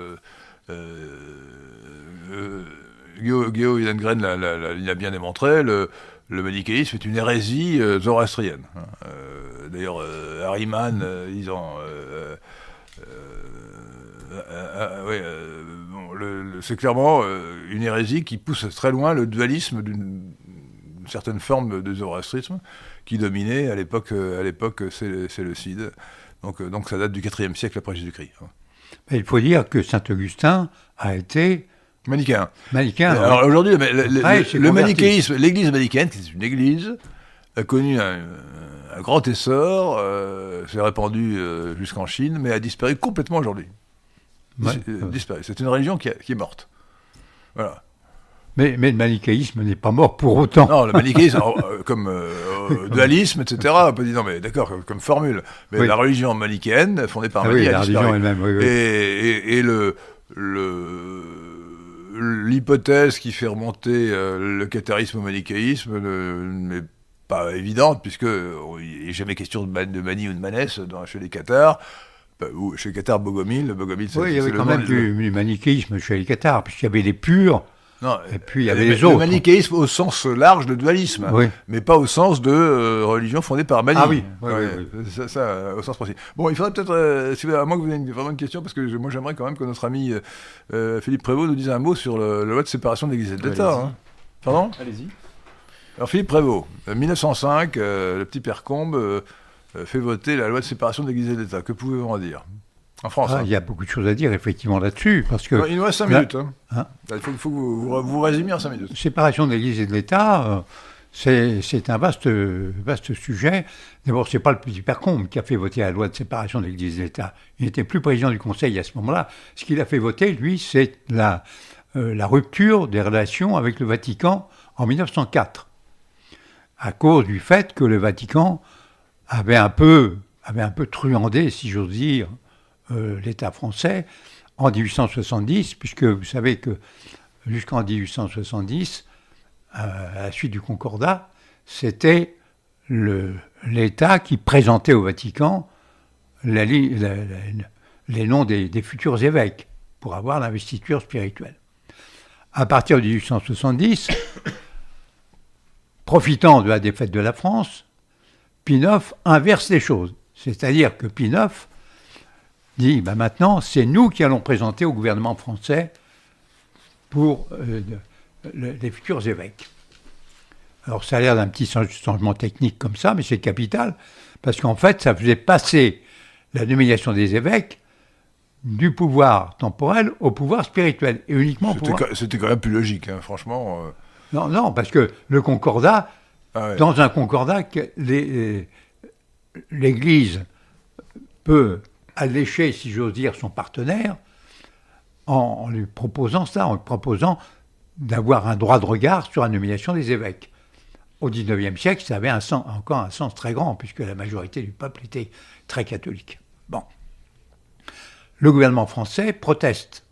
Guillaume Hillengreen l'a bien démontré, le manichéisme est une hérésie zoroastrienne. D'ailleurs, Harriman, c'est clairement une hérésie qui pousse très loin le dualisme d'une certaine forme de zoroastrisme qui dominait à l'époque séleucide. Donc ça date du IVe siècle après Jésus-Christ. Mais il faut dire que Saint-Augustin a été manichéen. Alors aujourd'hui, le manichéisme, l'église manichéenne, qui est une église, a connu un grand essor, s'est répandu jusqu'en Chine, mais a disparu complètement aujourd'hui. Disparu. C'est une religion qui est morte. Voilà. Mais le manichéisme n'est pas mort pour autant. Non, le manichéisme, comme dualisme, etc., on peut dire, non, mais d'accord, comme formule. Mais la religion manichéenne, fondée par Mani, a disparu. Elle-même, oui. Et l'hypothèse qui fait remonter le catharisme au manichéisme n'est pas évidente, puisqu'il n'est jamais question de Mani ou de Manès chez les Cathars. Ou chez les Cathars, Bogomil, c'est il y avait quand même du manichéisme chez les Cathars, puisqu'il y avait les purs, et puis il y avait les autres. Le manichéisme au sens large de dualisme, mais pas au sens de religion fondée par Mani. Ah oui, ça, au sens précis. Bon, il faudrait peut-être, à moins que vous ayez vraiment une question, parce que moi j'aimerais quand même que notre ami Philippe Prévost nous dise un mot sur la loi de séparation de l'Église et de l'État. Hein. Pardon ? Allez-y. Alors Philippe Prévost, 1905, le petit père Combe... fait voter la loi de séparation de l'Église et de l'État. Que pouvez-vous en dire ? En France. Il y a beaucoup de choses à dire, effectivement, là-dessus. Parce que il nous reste 5 minutes. Il faut que vous résumiez en 5 minutes. Séparation de l'Église et de l'État, c'est un vaste sujet. D'abord, ce n'est pas le petit père Combe qui a fait voter la loi de séparation de l'Église et de l'État. Il n'était plus président du Conseil à ce moment-là. Ce qu'il a fait voter, lui, c'est la rupture des relations avec le Vatican en 1904. À cause du fait que le Vatican avait un peu truandé, si j'ose dire, l'État français en 1870, puisque vous savez que jusqu'en 1870, à la suite du Concordat, c'était l'État qui présentait au Vatican les noms des futurs évêques pour avoir l'investiture spirituelle. À partir de 1870, profitant de la défaite de la France, Pie IX inverse les choses. C'est-à-dire que Pie IX dit, maintenant, c'est nous qui allons présenter au gouvernement français pour les futurs évêques. Alors ça a l'air d'un petit changement technique comme ça, mais c'est capital, parce qu'en fait, ça faisait passer la nomination des évêques du pouvoir temporel au pouvoir spirituel, et uniquement au pouvoir... C'était quand même plus logique, hein, franchement. Non, parce que le concordat, dans un concordat, l'Église peut allécher, si j'ose dire, son partenaire en lui proposant ça, en lui proposant d'avoir un droit de regard sur la nomination des évêques. Au XIXe siècle, ça avait encore un sens très grand, puisque la majorité du peuple était très catholique. Bon. Le gouvernement français proteste.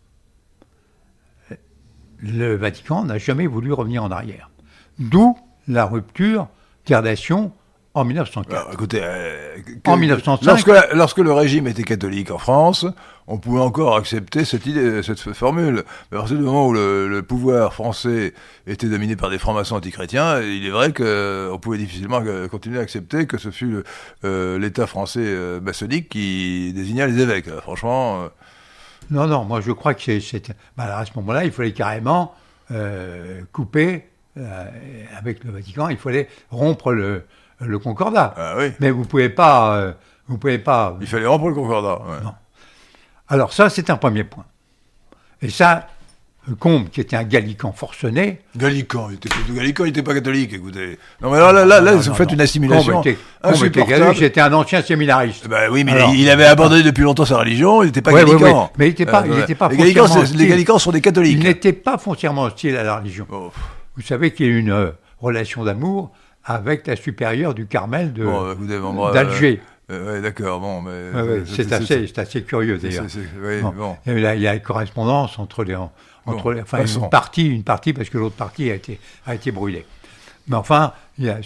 Le Vatican n'a jamais voulu revenir en arrière. D'où la rupture Terre-Nation en 1904. Alors, écoutez, en 1905, lorsque le régime était catholique en France, on pouvait encore accepter cette formule. Mais à partir du moment où le pouvoir français était dominé par des francs-maçons antichrétiens, il est vrai qu'on pouvait difficilement continuer à accepter que ce fût l'État français maçonnique qui désignait les évêques. Franchement... Non, moi je crois que c'était... à ce moment-là, il fallait carrément couper avec le Vatican, il fallait rompre le concordat. Ah oui. Mais vous pouvez pas... Il fallait rompre le concordat. Ouais. Non. Alors ça, c'est un premier point. Et ça, Combes, qui était un gallican forcené... Gallican, il n'était pas catholique, écoutez. Non, mais là, vous faites une assimilation insupportable. J'étais un ancien séminariste. Oui, mais alors, il avait abandonné depuis longtemps sa religion, il n'était pas gallican. Oui. Mais il n'était pas les gallicans sont des catholiques. Il n'était pas foncièrement hostile à la religion. Oh. Vous savez qu'il y a eu une relation d'amour avec la supérieure du Carmel d'Alger. Oui, d'accord, bon, mais... c'est assez curieux, d'ailleurs. Bon. Il y a une correspondance entre une partie, parce que l'autre partie a été brûlée. Mais enfin, il y a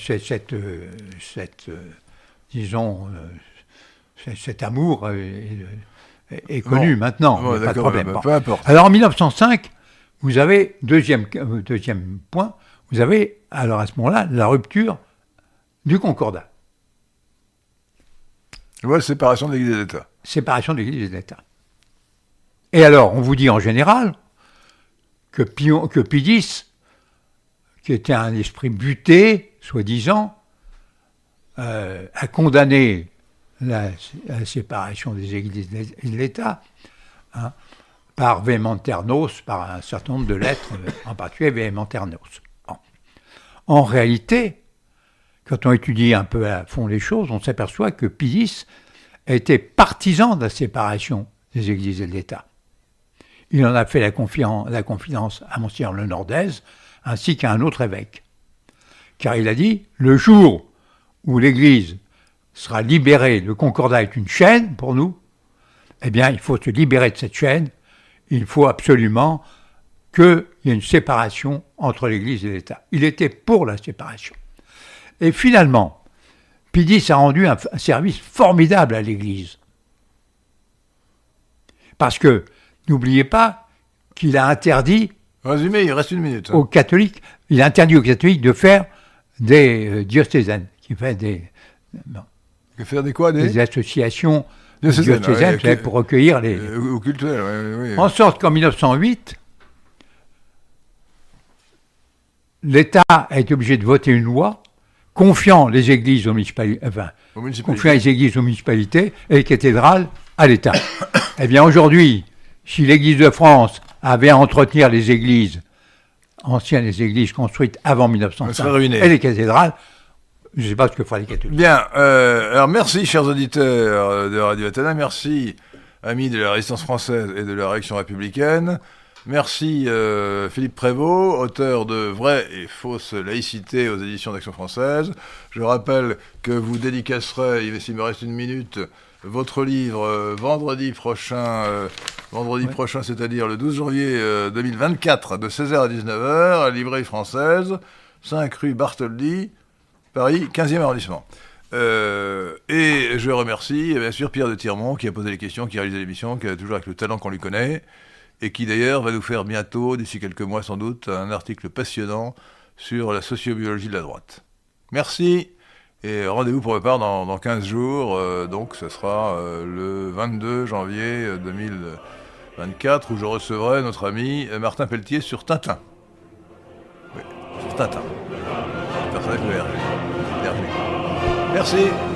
cet amour est connu maintenant, il n'y a pas de problème. Peu importe. Alors en 1905, vous avez, deuxième point, vous avez, alors à ce moment-là, la rupture du concordat. Ouais, séparation de l'Église et de l'État. Séparation de l'Église et de l'État. Et alors, on vous dit en général que Pie X, qui était un esprit buté, soi-disant, a condamné la séparation des Églises et de l'État par Vehementer Nos, par un certain nombre de lettres, en particulier Vehementer Nos. Bon. En réalité, quand on étudie un peu à fond les choses, on s'aperçoit que Pie X était partisan de la séparation des Églises et de l'État. Il en a fait la confidence à Monseigneur Le Nordez, ainsi qu'à un autre évêque. Car il a dit, le jour où l'Église sera libérée, le concordat est une chaîne pour nous, eh bien, il faut se libérer de cette chaîne, il faut absolument qu'il y ait une séparation entre l'Église et l'État. Il était pour la séparation. Et finalement, Pie X a rendu un service formidable à l'Église. Parce que, n'oubliez pas qu'il a interdit... Résumé, il reste une minute. Aux catholiques, il a interdit aux catholiques de faire des diocésaines, qui fait des... De faire des quoi des associations diocésaines pour recueillir les... cultuelles, oui. En sorte qu'en 1908, l'État a été obligé de voter une loi confiant les églises aux municipalités et les cathédrales à l'État. Eh bien aujourd'hui, si l'Église de France avait à entretenir les églises anciennes, les églises construites avant 1905 et les cathédrales, je ne sais pas ce que fera les catholiques. Bien, alors merci chers auditeurs de Radio Athéna, merci amis de la Résistance française et de la Réaction républicaine. Merci Philippe Prévost, auteur de Vraie et fausse laïcité aux éditions d'Action française. Je rappelle que vous dédicacerez, s'il me reste une minute, votre livre vendredi prochain, c'est-à-dire le 12 janvier 2024, de 16h à 19h, à la librairie française, 5 rue Bartholdi, Paris, 15e arrondissement. Et je remercie bien sûr Pierre de Tirmont qui a posé les questions, qui a réalisé l'émission, qui a toujours avec le talent qu'on lui connaît, et qui d'ailleurs va nous faire bientôt, d'ici quelques mois sans doute, un article passionnant sur la sociobiologie de la droite. Merci Et rendez-vous pour ma part dans 15 jours, donc ce sera le 22 janvier 2024, où je recevrai notre ami Martin Pelletier sur Tintin. Oui, sur Tintin. Personnage de Hergé. Merci.